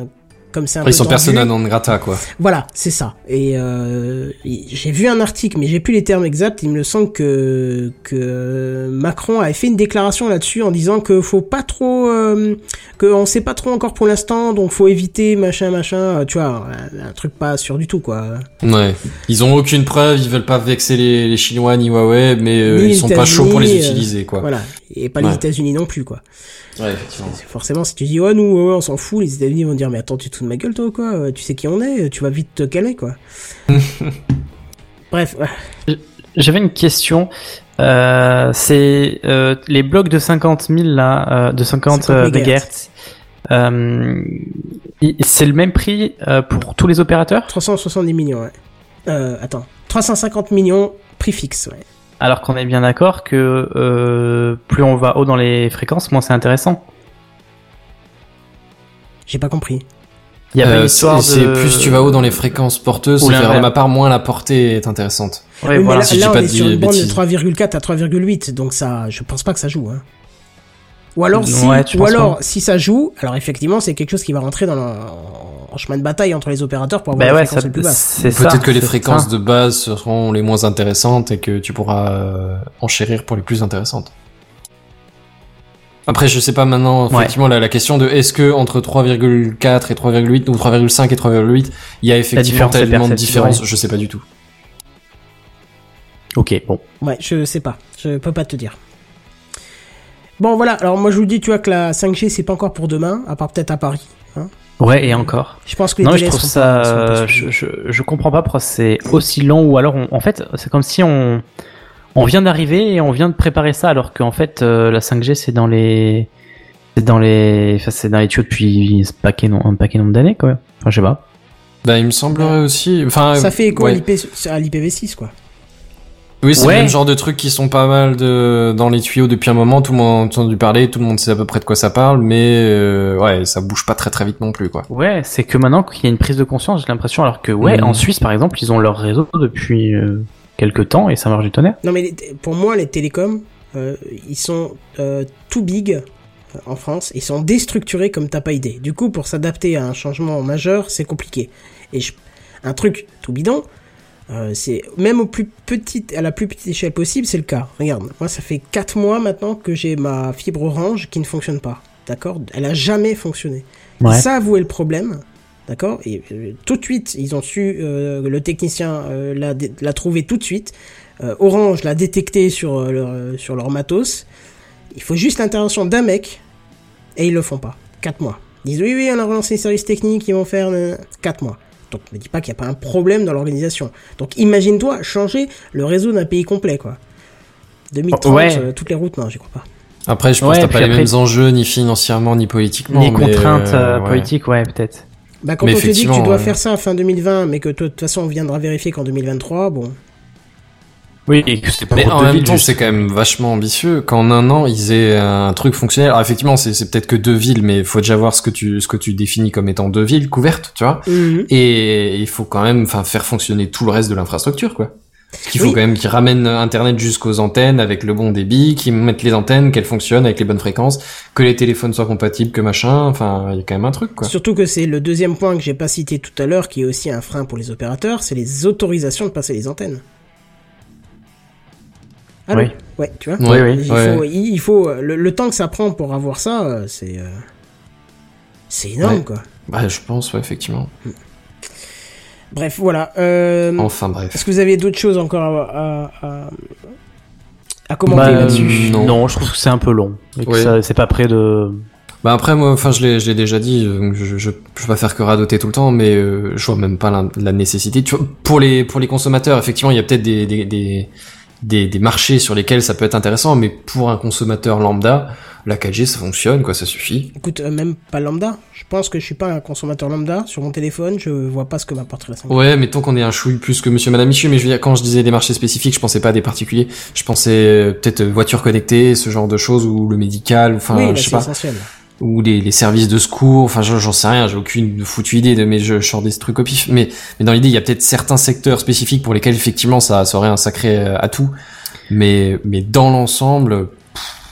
comme c'est un Après, peu ils sont tendu, persona non grata, quoi. Voilà, c'est ça. Et euh, j'ai vu un article, mais j'ai plus les termes exacts. Il me semble que que Macron avait fait une déclaration là-dessus en disant que faut pas trop, euh, que on sait pas trop encore pour l'instant, donc faut éviter machin machin. Tu vois, un, un truc pas sûr du tout, quoi. Ouais. Ils ont aucune preuve, ils veulent pas vexer les, les Chinois ni Huawei, mais euh, Ni ils les sont pas chauds pour les États-Unis, euh, utiliser, quoi. Voilà. Et pas Ouais. les États-Unis non plus, quoi. Ouais, effectivement. Forcément, si tu dis, oh, nous, ouais, on s'en fout, les États-Unis vont dire, mais attends, tu te fous de ma gueule, toi, ou quoi? Tu sais qui on est, tu vas vite te calmer, quoi. Bref. J'avais une question. Euh, c'est euh, les blocs de cinquante mille là, euh, de cinquante cinquante mégahertz. Euh, il- c'est le même prix euh, pour tous les opérateurs, trois cent soixante-dix millions, ouais. Euh, attends. trois cent cinquante millions, prix fixe, ouais. alors qu'on est bien d'accord que euh, plus on va haut dans les fréquences, moins c'est intéressant. J'ai pas compris. Il y a pas une Euh, histoire c'est, de... c'est plus tu vas haut dans les fréquences porteuses, Ou c'est faire l'inverse. de ma part, moins la portée est intéressante. Ouais, Oui, voilà. mais si je là, dis là on pas est de sur une bande de bêtises. trois virgule quatre à trois virgule huit, donc ça, je pense pas que ça joue, hein. Ou alors, si, Ouais, tu ou penses alors, pas si ça joue, alors effectivement, c'est quelque chose qui va rentrer dans le, en chemin de bataille entre les opérateurs pour avoir Bah la ouais, fréquence ça, la plus basse. c'est ça. Peut-être que les c'est fréquences ça. de base seront les moins intéressantes et que tu pourras euh, enchérir pour les plus intéressantes. Après, je sais pas maintenant, Ouais. effectivement, la, la question de est-ce que entre trois virgule quatre et trois virgule huit ou trois virgule cinq et trois virgule huit, il y a effectivement différence est tellement de perceptible, différence, ouais. je sais pas du tout. Ok, bon. Ouais, je sais pas. Je peux pas te dire. Bon, voilà. Alors, moi, je vous dis, tu vois, que la cinq G, c'est pas encore pour demain, à part peut-être à Paris. Hein. Ouais, et encore. Je pense que les Non, mais je délais trouve seront ça, pas- seront pas euh, suffisants. je, je, je comprends pas pourquoi c'est aussi long, ou alors on- en fait c'est comme si on on vient d'arriver et on vient de préparer ça, alors qu'en fait euh, la cinq G c'est dans les c'est dans les enfin, c'est dans les tuyaux depuis un paquet non, un paquet nombre d'années quoi. Enfin je sais pas. Bah, il me semblerait aussi, enfin. Ça fait écho ouais. à l'I P à l'I P v six, quoi. Oui, c'est Ouais. le même genre de trucs qui sont pas mal de dans les tuyaux depuis un moment. Tout le monde a entendu parler, tout le monde sait à peu près de quoi ça parle, mais euh, ouais, ça bouge pas très très vite non plus, quoi. Ouais, c'est que maintenant qu'il y a une prise de conscience, j'ai l'impression, alors que ouais, Mhm. en Suisse par exemple, ils ont leur réseau depuis euh, quelques temps et ça marche du tonnerre. Non, mais les- pour moi, les télécoms, euh, ils sont euh, too big euh, en France. Ils sont déstructurés comme t'as pas idée. Du coup, pour s'adapter à un changement majeur, c'est compliqué. Et je- un truc tout bidon, euh, c'est même au plus petite, à la plus petite échelle possible, c'est le cas. Regarde, moi, ça fait quatre mois maintenant que j'ai ma fibre Orange qui ne fonctionne pas. D'accord ? Elle a jamais fonctionné. Ouais. Ça, avoué le problème. D'accord ? Et euh, tout de suite, ils ont su, euh, le technicien euh, l'a, dé- l'a trouvé tout de suite. Euh, Orange l'a détecté sur, euh, leur, euh, sur leur matos. Il faut juste l'intervention d'un mec, et ils le font pas. Quatre mois. Ils disent oui, oui, on a relancé les services techniques, ils vont faire euh, quatre mois. Donc, ne dis pas qu'il n'y a pas un problème dans l'organisation. Donc, imagine-toi changer le réseau d'un pays complet, quoi. deux mille trente, Ouais. euh, toutes les routes, non, j'y crois pas. Après, je pense Ouais, que t'as puis pas les après- mêmes enjeux, ni financièrement, ni politiquement. Ni mais, contraintes euh, euh, ouais. politiques, ouais, peut-être. Bah, quand Mais on te dit que tu effectivement, dois euh, faire ça fin deux mille vingt, mais que toi, de toute façon, on viendra vérifier qu'en deux mille vingt-trois, bon. Oui, et que c'est pas Mais pour en deux même villes, temps, juste. c'est quand même vachement ambitieux qu'en un an ils aient un truc fonctionnel. Alors effectivement, c'est, c'est peut-être que deux villes, mais il faut déjà voir ce que tu ce que tu définis comme étant deux villes couvertes, tu vois. Mhm. Et il faut quand même, enfin, faire fonctionner tout le reste de l'infrastructure, quoi. Parce qu'il faut Oui. quand même qu'ils ramènent Internet jusqu'aux antennes avec le bon débit, qu'ils mettent les antennes, qu'elles fonctionnent avec les bonnes fréquences, que les téléphones soient compatibles, que machin. Enfin, il y a quand même un truc, quoi. Surtout que c'est le deuxième point que j'ai pas cité tout à l'heure, qui est aussi un frein pour les opérateurs, c'est les autorisations de passer les antennes. Allô ? Oui. Ouais, tu vois. Ouais, oui, oui. Il ouais. faut, il il faut le, le temps que ça prend pour avoir ça, euh, c'est euh, c'est énorme, Ouais. quoi. Bah, je pense, ouais, effectivement. Bref, voilà. Euh, Enfin, bref. Est-ce que vous avez d'autres choses encore à, à, à, à commenter Bah, là-dessus non. non. je trouve que c'est un peu long. Et que Oui. ça, c'est pas près de. Bah après moi, enfin je l'ai, je l'ai déjà dit, donc je, je, je peux pas faire que radoter tout le temps, mais euh, je vois même pas la, la nécessité. Tu vois, pour les pour les consommateurs, effectivement, il y a peut-être des des, des des des marchés sur lesquels ça peut être intéressant, mais pour un consommateur lambda, la quatre G ça fonctionne, quoi, ça suffit. Écoute, euh, même pas lambda. Je pense que je suis pas un consommateur lambda. Sur mon téléphone, je vois pas ce que m'apporterait la cinq G. Ouais, mettons qu'on est un chouille plus que Monsieur Madame Michu, mais je veux dire quand je disais des marchés spécifiques, je pensais pas à des particuliers, je pensais euh, peut-être euh, voitures connectées, ce genre de choses, ou le médical, enfin oui, bah, je sais c'est pas. essentiel. Ou les, les services de secours, enfin j'en j'en sais rien, j'ai aucune foutue idée de mais je, je sors des trucs au pif, mais mais dans l'idée il y a peut-être certains secteurs spécifiques pour lesquels effectivement ça, ça aurait un sacré euh, atout, mais mais dans l'ensemble pff,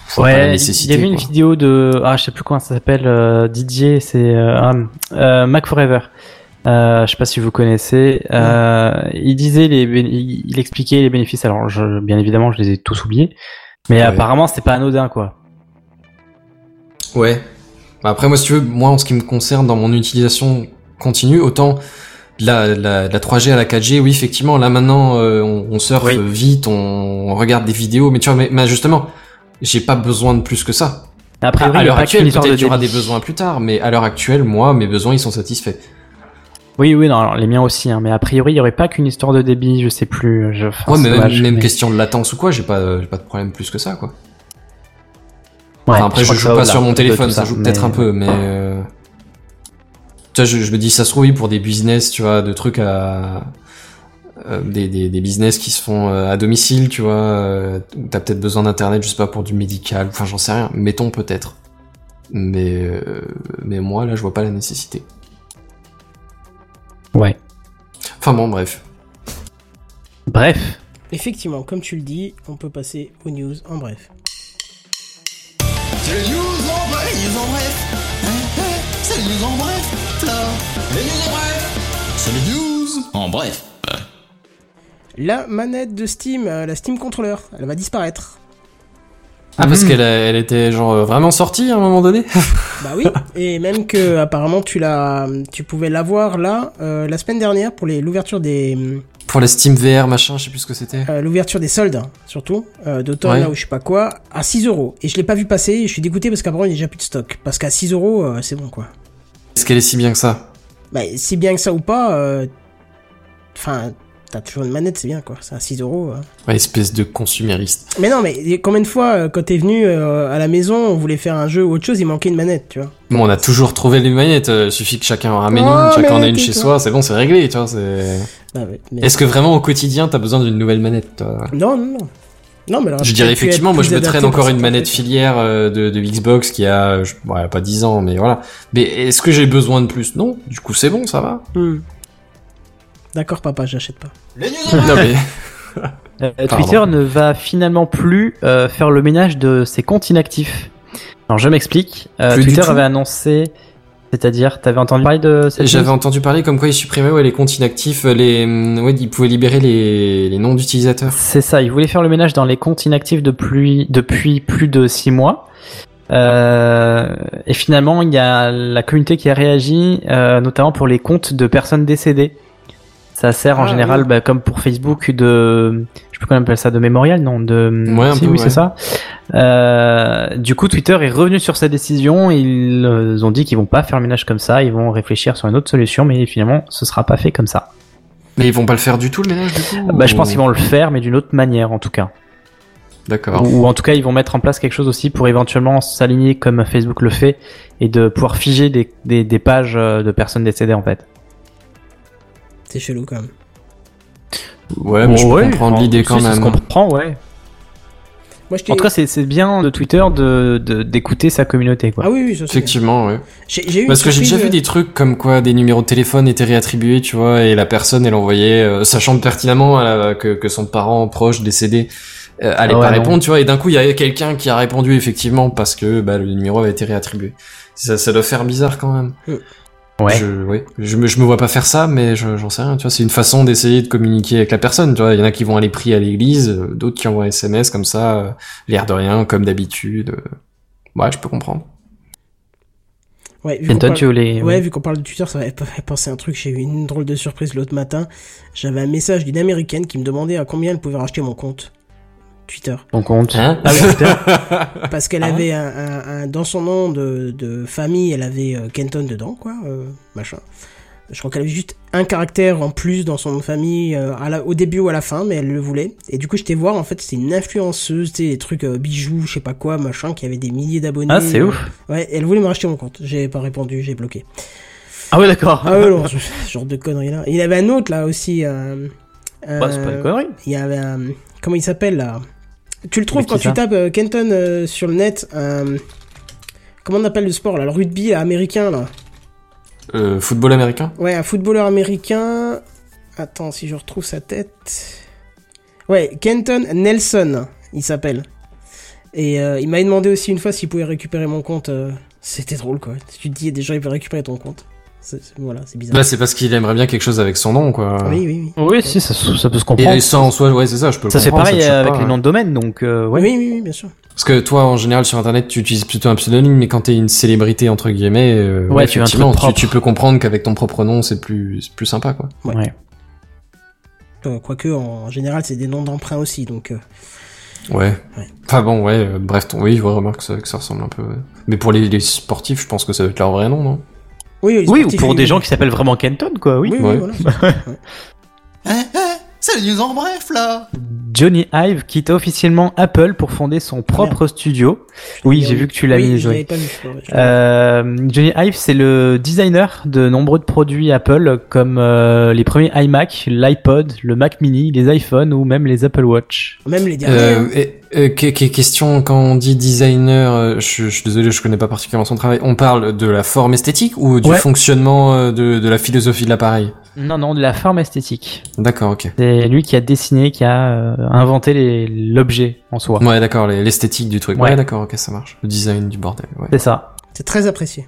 je vois pas la Ouais, il nécessité. y avait une quoi. vidéo de, ah, je sais plus comment ça s'appelle, euh, Didier, c'est euh, euh, Mac Forever. Euh, je sais pas si vous connaissez. Euh, il disait les, bé- il il expliquait les bénéfices. Alors, je, bien évidemment, je les ai tous oubliés, mais Ouais. apparemment, c'est pas anodin, quoi. Ouais. Bah, après, moi, si tu veux, moi, en ce qui me concerne, dans mon utilisation continue, autant la, la, la trois G à la quatre G, oui, effectivement, là, maintenant, euh, on, on surfe Oui. vite, on, on regarde des vidéos, mais tu vois, mais, mais justement, j'ai pas besoin de plus que ça. A priori, à il y a l'heure pas actuelle, qu'une histoire peut-être de qu'il y aura des débit. besoins plus tard, mais à l'heure actuelle, moi, mes besoins, ils sont satisfaits. Oui, oui, non, alors, les miens aussi, hein, mais a priori, il y aurait pas qu'une histoire de débit, je sais plus. Je, enfin, Ouais, c'est mais dommage, même, même mais- question de latence ou quoi, j'ai pas, j'ai pas de problème plus que ça, quoi. Ouais, Enfin, après, je crois que joue ça pas au-delà sur mon de téléphone, tout ça joue peut-être mais- un peu, mais euh... tu vois, je, je me dis, ça se trouve, oui, pour des business, tu vois, de trucs à, euh, des, des, des business qui se font euh, à domicile, tu vois, euh, où t'as peut-être besoin d'internet, je sais pas, pour du médical, enfin, j'en sais rien, mettons peut-être. Mais, euh, mais moi, là, je vois pas la nécessité. Ouais. Enfin bon, bref. Bref. Effectivement, comme tu le dis, on peut passer aux news en bref. C'est les news en bref. Les news en bref. Hein, hein, c'est les news en bref. Là. Les news en bref. C'est les news en bref. La manette de Steam, euh, la Steam Controller, elle va disparaître. Ah, parce Mhm. qu'elle a- elle était, genre, euh, vraiment sortie à un moment donné? Bah oui, et même que apparemment tu l'as, tu pouvais l'avoir là euh, la semaine dernière pour les l'ouverture des Pour la Steam V R, machin, je sais plus ce que c'était. euh, l'ouverture des soldes hein, surtout euh, d'automne Ouais. là ou je sais pas quoi à six euros et je l'ai pas vu passer et je suis dégoûté parce qu'apparemment il y a déjà plus de stock parce qu'à six euros euh, c'est bon quoi. Est-ce qu'elle est si bien que ça? Bah si bien que ça ou pas, euh, enfin t'as toujours une manette c'est bien quoi, c'est à six euros. euh. Ouais, espèce de consumériste. Mais non mais combien de fois euh, quand t'es venu euh, à la maison on voulait faire un jeu ou autre chose il manquait une manette tu vois. Bon, on a toujours trouvé les manettes, euh, suffit que chacun en ramène Oh, une, chacun en a mais une chez tais-toi. soi, c'est bon, c'est réglé, tu vois, c'est... Ah ouais, mais- Est-ce que vraiment au quotidien t'as besoin d'une nouvelle manette, toi? Non non non. Non mais alors, Je peut-être dirais pu être effectivement, moi plus je me adapté traîne pour encore une certains manette trucs. filière euh, de, de Xbox qui a, euh, je- bon, elle a pas dix ans, mais voilà. Mais est-ce que j'ai besoin de plus? Non, du coup c'est bon, ça va. Hmm. D'accord papa, j'achète pas. Les news en bref. Non mais... Euh, Pardon. Twitter ne va finalement plus euh, faire le ménage de ses comptes inactifs. Alors je m'explique. Euh, Plus du Twitter tout. avait annoncé, c'est-à-dire, t'avais entendu parler de cette J'avais news entendu parler comme quoi ils supprimaient ouais, les comptes inactifs, les... hum, ouais, ils pouvaient libérer les, les noms d'utilisateurs. C'est ça, ils voulaient faire le ménage dans les comptes inactifs depuis, depuis plus de six mois. Euh, et finalement, il y a la communauté qui a réagi, euh, notamment pour les comptes de personnes décédées. Ça sert en Ah, général, oui. bah, comme pour Facebook, de, je sais plus comment on appelle ça, de mémorial, non, de, Ouais, un si, peu, oui, ouais. c'est ça. Euh, du coup, Twitter est revenu sur sa décision. Ils euh, ont dit qu'ils vont pas faire le ménage comme ça. Ils vont réfléchir sur une autre solution, mais finalement, ce sera pas fait comme ça. Mais ils vont pas le faire du tout, le ménage, du coup? Bah, je ou- pense qu'ils vont le faire, mais d'une autre manière, en tout cas. D'accord. Ou en tout cas, ils vont mettre en place quelque chose aussi pour éventuellement s'aligner comme Facebook le fait et de pouvoir figer des, des, des pages euh, de personnes décédées en fait. C'est chelou quand même. Ouais, mais je peux Ouais, comprendre enfin, l'idée quand si, ça se même. comprend, ouais. Moi je t'ai. En tout cas, c'est c'est bien de Twitter de de- d'écouter sa communauté, quoi. Ah oui oui ça c'est. bien. Effectivement, ouais. J'ai j'ai eu Parce une que j'ai déjà surprise, vu des trucs comme quoi des numéros de téléphone étaient réattribués, tu vois, et la personne, elle envoyait, euh, sachant pertinemment euh, que, que son parent proche décédé euh, allait Ah ouais, pas non. répondre, tu vois, et d'un coup, il y avait quelqu'un qui a répondu effectivement parce que bah, le numéro avait été réattribué. Ça, ça doit faire bizarre quand même. Ouais. Je, ouais. Je, me, je me vois pas faire ça, mais je- j'en sais rien, tu vois, c'est une façon d'essayer de communiquer avec la personne, tu vois. Il y en a qui vont aller prier à l'église, euh, d'autres qui envoient un S M S comme ça, euh, l'air de rien, comme d'habitude. euh. Ouais, je peux comprendre. Ouais, vu qu'on Kenton, parle- tu voulais. Ouais, vu qu'on parle de Twitter, ça m'a fait penser à un truc. J'ai eu une drôle de surprise l'autre matin. J'avais un message d'une américaine qui me demandait à combien elle pouvait racheter mon compte Twitter. Ton compte. Hein Ah oui, Twitter. Parce qu'elle Ah. avait un, un- un- dans son nom de, de famille, elle avait euh, Kenton dedans, quoi, euh, machin. Je crois qu'elle avait juste un caractère en plus dans son nom de famille, euh, à la, au début ou à la fin, mais elle le voulait. Et du coup, j'étais voir, en fait, c'était une influenceuse, tu sais, des trucs euh, bijoux, je sais pas quoi, machin, qui avait des milliers d'abonnés. Ah, c'est ouf. Ouais, elle voulait me racheter mon compte. J'ai pas répondu, j'ai bloqué. Ah ouais, d'accord. Ah ouais, non, ce ce genre de conneries là. Et il y avait un autre là aussi. Euh, Bah, c'est pas une connerie. Il y avait un. Comment il s'appelle là? Tu le trouves Mais qui quand tu ça tapes euh, Kenton euh, sur le net. euh, Comment on appelle le sport là? Le rugby là, américain là. Euh, football américain? Ouais, un footballeur américain. Attends, si je retrouve sa tête. Ouais, Kenton Nelson, il s'appelle. Et euh, il m'avait demandé aussi une fois s'il pouvait récupérer mon compte. Euh, c'était drôle, quoi. Tu te dis, des gens, ils peuvent récupérer ton compte. C'est, c'est, voilà, c'est bizarre. Bah, c'est parce qu'il aimerait bien quelque chose avec son nom, quoi. Oui, oui, oui. Oui, si, ça, ça peut se comprendre. Et ça, en soi, ouais, c'est ça, je peux le Ça c'est comprendre. pareil te choque avec pas, les ouais. noms de domaine, donc euh, ouais. Oui, oui, oui, bien sûr. Parce que toi, en général, sur Internet, tu utilises plutôt un pseudonyme, mais quand t'es une célébrité, entre guillemets, euh, Ouais, tu veux un truc effectivement, tu, propre. tu peux comprendre qu'avec ton propre nom, c'est plus, c'est plus sympa, quoi. Ouais. Ouais. Euh, Quoique, en, en général, c'est des noms d'emprunt aussi, donc... Euh, Ouais. Ouais. Enfin bon, ouais, euh, bref, ton, oui, je remarque que ça, que ça ressemble un peu. Ouais. Mais pour les, les sportifs, je pense que ça doit être leur vrai nom, non? oui, les Oui, ou sportifs, pour oui, des oui. gens qui s'appellent vraiment Kenton, quoi, oui. Oui, Ouais. oui, voilà. Eh, eh, c'est les news en bref, là. Johnny Ive quitte officiellement Apple pour fonder son propre studio. Oui, j'ai vu que tu l'as oui, mis, je Joey. l'avais pas vu. Ouais, je l'avais- Euh, Johnny Ive, c'est le designer de nombreux produits Apple, comme euh, les premiers iMac, l'iPod, le Mac Mini, les iPhones ou même les Apple Watch. Même les derniers. Euh, hein. et, euh, que- que- question, quand on dit designer, euh, je, je suis désolé, je connais pas particulièrement son travail. On parle de la forme esthétique ou du Ouais. fonctionnement euh, de, de la philosophie de l'appareil? Non, non, de la forme esthétique. D'accord, ok. C'est lui qui a dessiné, qui a euh, inventé les- l'objet en soi. Ouais, d'accord, les- l'esthétique du truc. Ouais, Ouais. d'accord, ok, ça marche. Le design du bordel, ouais. C'est ça. C'est très apprécié.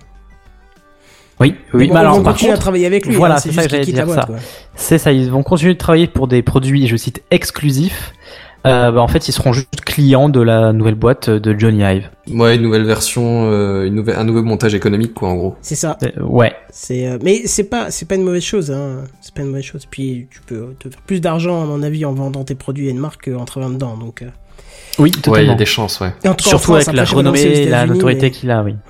Oui, Mais oui. bon, mais ils alors, vont par continuer contre, à travailler avec lui. voilà, hein, c'est c'est ça juste que qu'il j'allais quitte la dire, boîte, ça. quoi. c'est ça. Ils vont continuer de travailler pour des produits, je cite, exclusifs. Euh, bah, en fait, ils seront juste clients de la nouvelle boîte de Johnny Ive. Ouais, une nouvelle version, euh, une nouvelle, un nouveau montage économique, quoi, en gros. C'est ça. Euh, ouais. C'est, euh, mais c'est pas, c'est pas une mauvaise chose. Hein. C'est pas une mauvaise chose. Puis tu peux te faire plus d'argent, à mon avis, en vendant tes produits à une marque qu'en travaillant dedans. Donc. Euh... Oui, Ouais, il y totalement. a des chances, ouais. Et en tout cas, en Surtout France, avec la après, je sais pas si aux renommée, la États-Unis, notoriété mais- qu'il a, oui.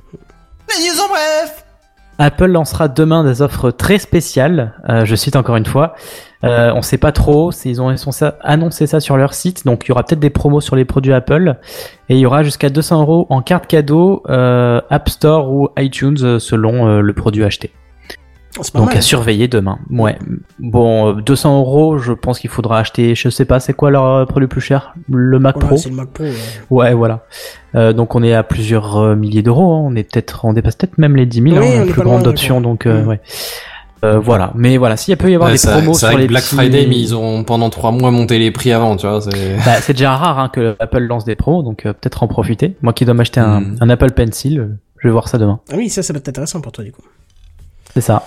Les news en bref. Apple lancera demain des offres très spéciales. Euh, je cite encore une fois. Euh, on sait pas trop. C'est, ils ont ils ont ça- annoncé ça sur leur site. Donc il y aura peut-être des promos sur les produits Apple. Et il y aura jusqu'à deux cents euros en carte cadeau, euh, App Store ou iTunes euh, selon euh, le produit acheté. Oh, c'est pas Donc mal. à surveiller demain. Ouais. Bon, euh, deux cents euros, je pense qu'il faudra acheter, je sais pas, c'est quoi leur euh, produit le plus cher? Le Mac Voilà, Pro? c'est le Mac Pro. Ouais. Ouais, voilà. Euh, donc on est à plusieurs euh, milliers d'euros. Hein. On est peut-être, on dépasse peut-être même les dix mille. Oui, hein, on la est plus pas loin, grande ouais, option. quoi. Donc euh, Mm. ouais. Euh, voilà. Mais voilà, s'il peut y avoir Ouais, des ça- promos c'est sur vrai les que Black petits- Friday, mais ils ont pendant trois mois monté les prix avant, tu vois. C'est... Bah, c'est déjà rare hein, que Apple lance des promos, donc euh, peut-être en profiter. Moi qui dois m'acheter un, Mm. un Apple Pencil, euh, je vais voir ça demain. Ah oui, ça, ça va être intéressant pour toi, du coup. C'est ça.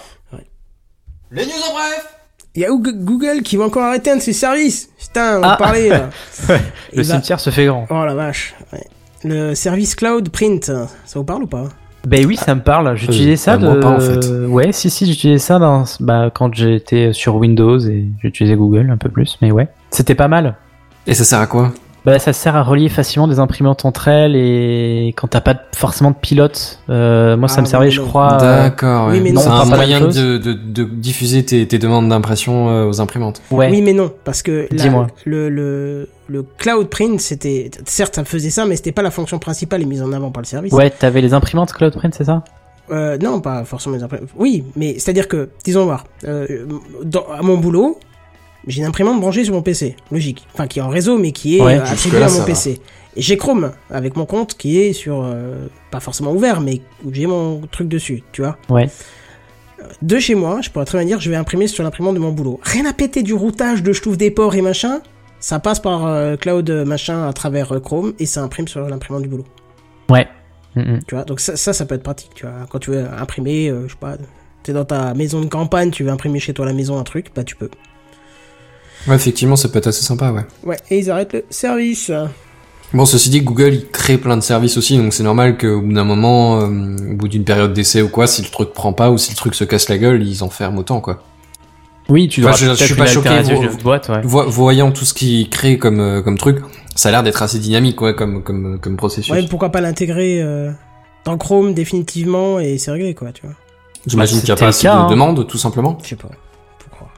Les news en bref. Il y a Google- Google qui va encore arrêter un de ses services. Putain, on Ah. parlait. Là. Le Il va- cimetière se fait grand. Oh la vache. Ouais. Le service Cloud Print, ça vous parle ou pas? Ben oui, ça me parle. J'utilisais Euh, ça bah, de. moi pas, en fait. Ouais, si si, j'utilisais ça dans... bah, quand j'étais sur Windows et j'utilisais Google un peu plus, mais ouais, c'était pas mal. Et ça sert à quoi? Bah, ça sert à relier facilement des imprimantes entre elles et quand t'as pas de- forcément de pilote. Euh, moi, ça Ah, me servait, oui, je non. crois. euh, D'accord, oui, ouais. mais non, c'est on un parle pas de moyen la même chose. de, de, de diffuser tes, tes demandes d'impression euh, aux imprimantes. Ouais. Oui, mais non, parce que la- Dis-moi. le, le, le Cloud Print, c'était. Certes, ça faisait ça, mais c'était pas la fonction principale et mise en avant par le service. Ouais, t'avais les imprimantes Cloud Print, c'est ça? Euh, non, pas forcément les imprimantes. Oui, mais c'est-à-dire que, disons voir, euh, dans, à mon boulot, j'ai une imprimante branchée sur mon P C, logique. Enfin, qui est en réseau, mais qui est Ouais, euh, attribuée jusque-là, à mon ça P C. Et j'ai Chrome, avec mon compte qui est sur, euh, pas forcément ouvert, mais où j'ai mon truc dessus, tu vois. Ouais. De chez moi, je pourrais très bien dire, je vais imprimer sur l'imprimante de mon boulot. Rien à péter du routage, de je trouve des ports et machin. Ça passe par euh, Cloud euh, machin à travers euh, Chrome et ça imprime sur l'imprimante du boulot. Ouais. Mm-mm. Tu vois, donc ça, ça, ça peut être pratique, tu vois. Quand tu veux imprimer, euh, je sais pas, t'es dans ta maison de campagne, tu veux imprimer chez toi à la maison un truc, bah tu peux. Ouais, effectivement, ça peut être assez sympa, ouais. Ouais, et ils arrêtent le service. Bon, ceci dit, Google, il crée plein de services aussi, donc c'est normal qu'au bout d'un moment, euh, au bout d'une période d'essai ou quoi, si le truc prend pas ou si le truc se casse la gueule, ils enferment autant, quoi. Oui, tu dois Enfin, je- je suis peut-être pas une choqué, alternative vous- de boîte, ouais. Vo- voyant tout ce qu'ils créent comme, euh, comme truc, ça a l'air d'être assez dynamique, ouais, comme, comme, comme processus. Ouais, pourquoi pas l'intégrer euh, dans Chrome définitivement et c'est réglé, quoi, tu vois. J'imagine Bah, qu'il y a c'était pas le assez cas, de hein. demandes, tout simplement. Je sais pas. Faut croire.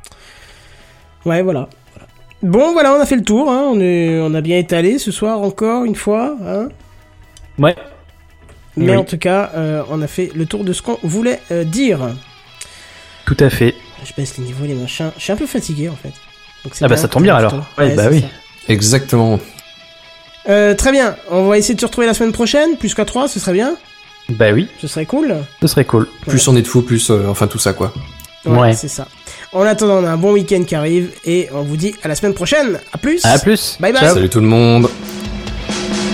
Ouais, voilà. voilà. Bon, voilà, on a fait le tour, hein. On, est, on a bien étalé ce soir encore une fois, hein. Ouais. Mais Oui. en tout cas, euh, on a fait le tour de ce qu'on voulait euh, dire. Tout à fait. Je baisse les niveaux, les machins. Je suis un peu fatigué en fait. Donc, c'est Ah bah, ça tombe bien, alors. Ouais, bah c'est oui. ça. Exactement. Euh, très bien, on va essayer de se retrouver la semaine prochaine, plus qu'à trois, ce serait bien. Bah oui, Ce serait cool. ce serait cool. Plus on est de fous, plus, euh, enfin, tout ça, quoi. Ouais, Ouais. c'est ça. En attendant, on a un bon week-end qui arrive et on vous dit à la semaine prochaine. À plus. À plus. Bye bye. Ciao. Salut tout le monde.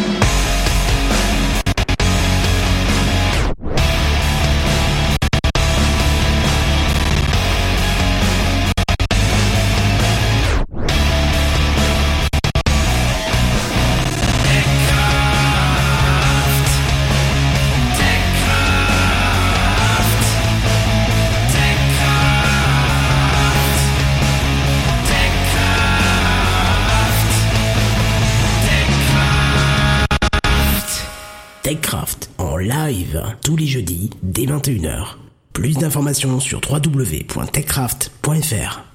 TechCraft en live tous les jeudis dès vingt et une heures. Plus d'informations sur w w w point techcraft point f r.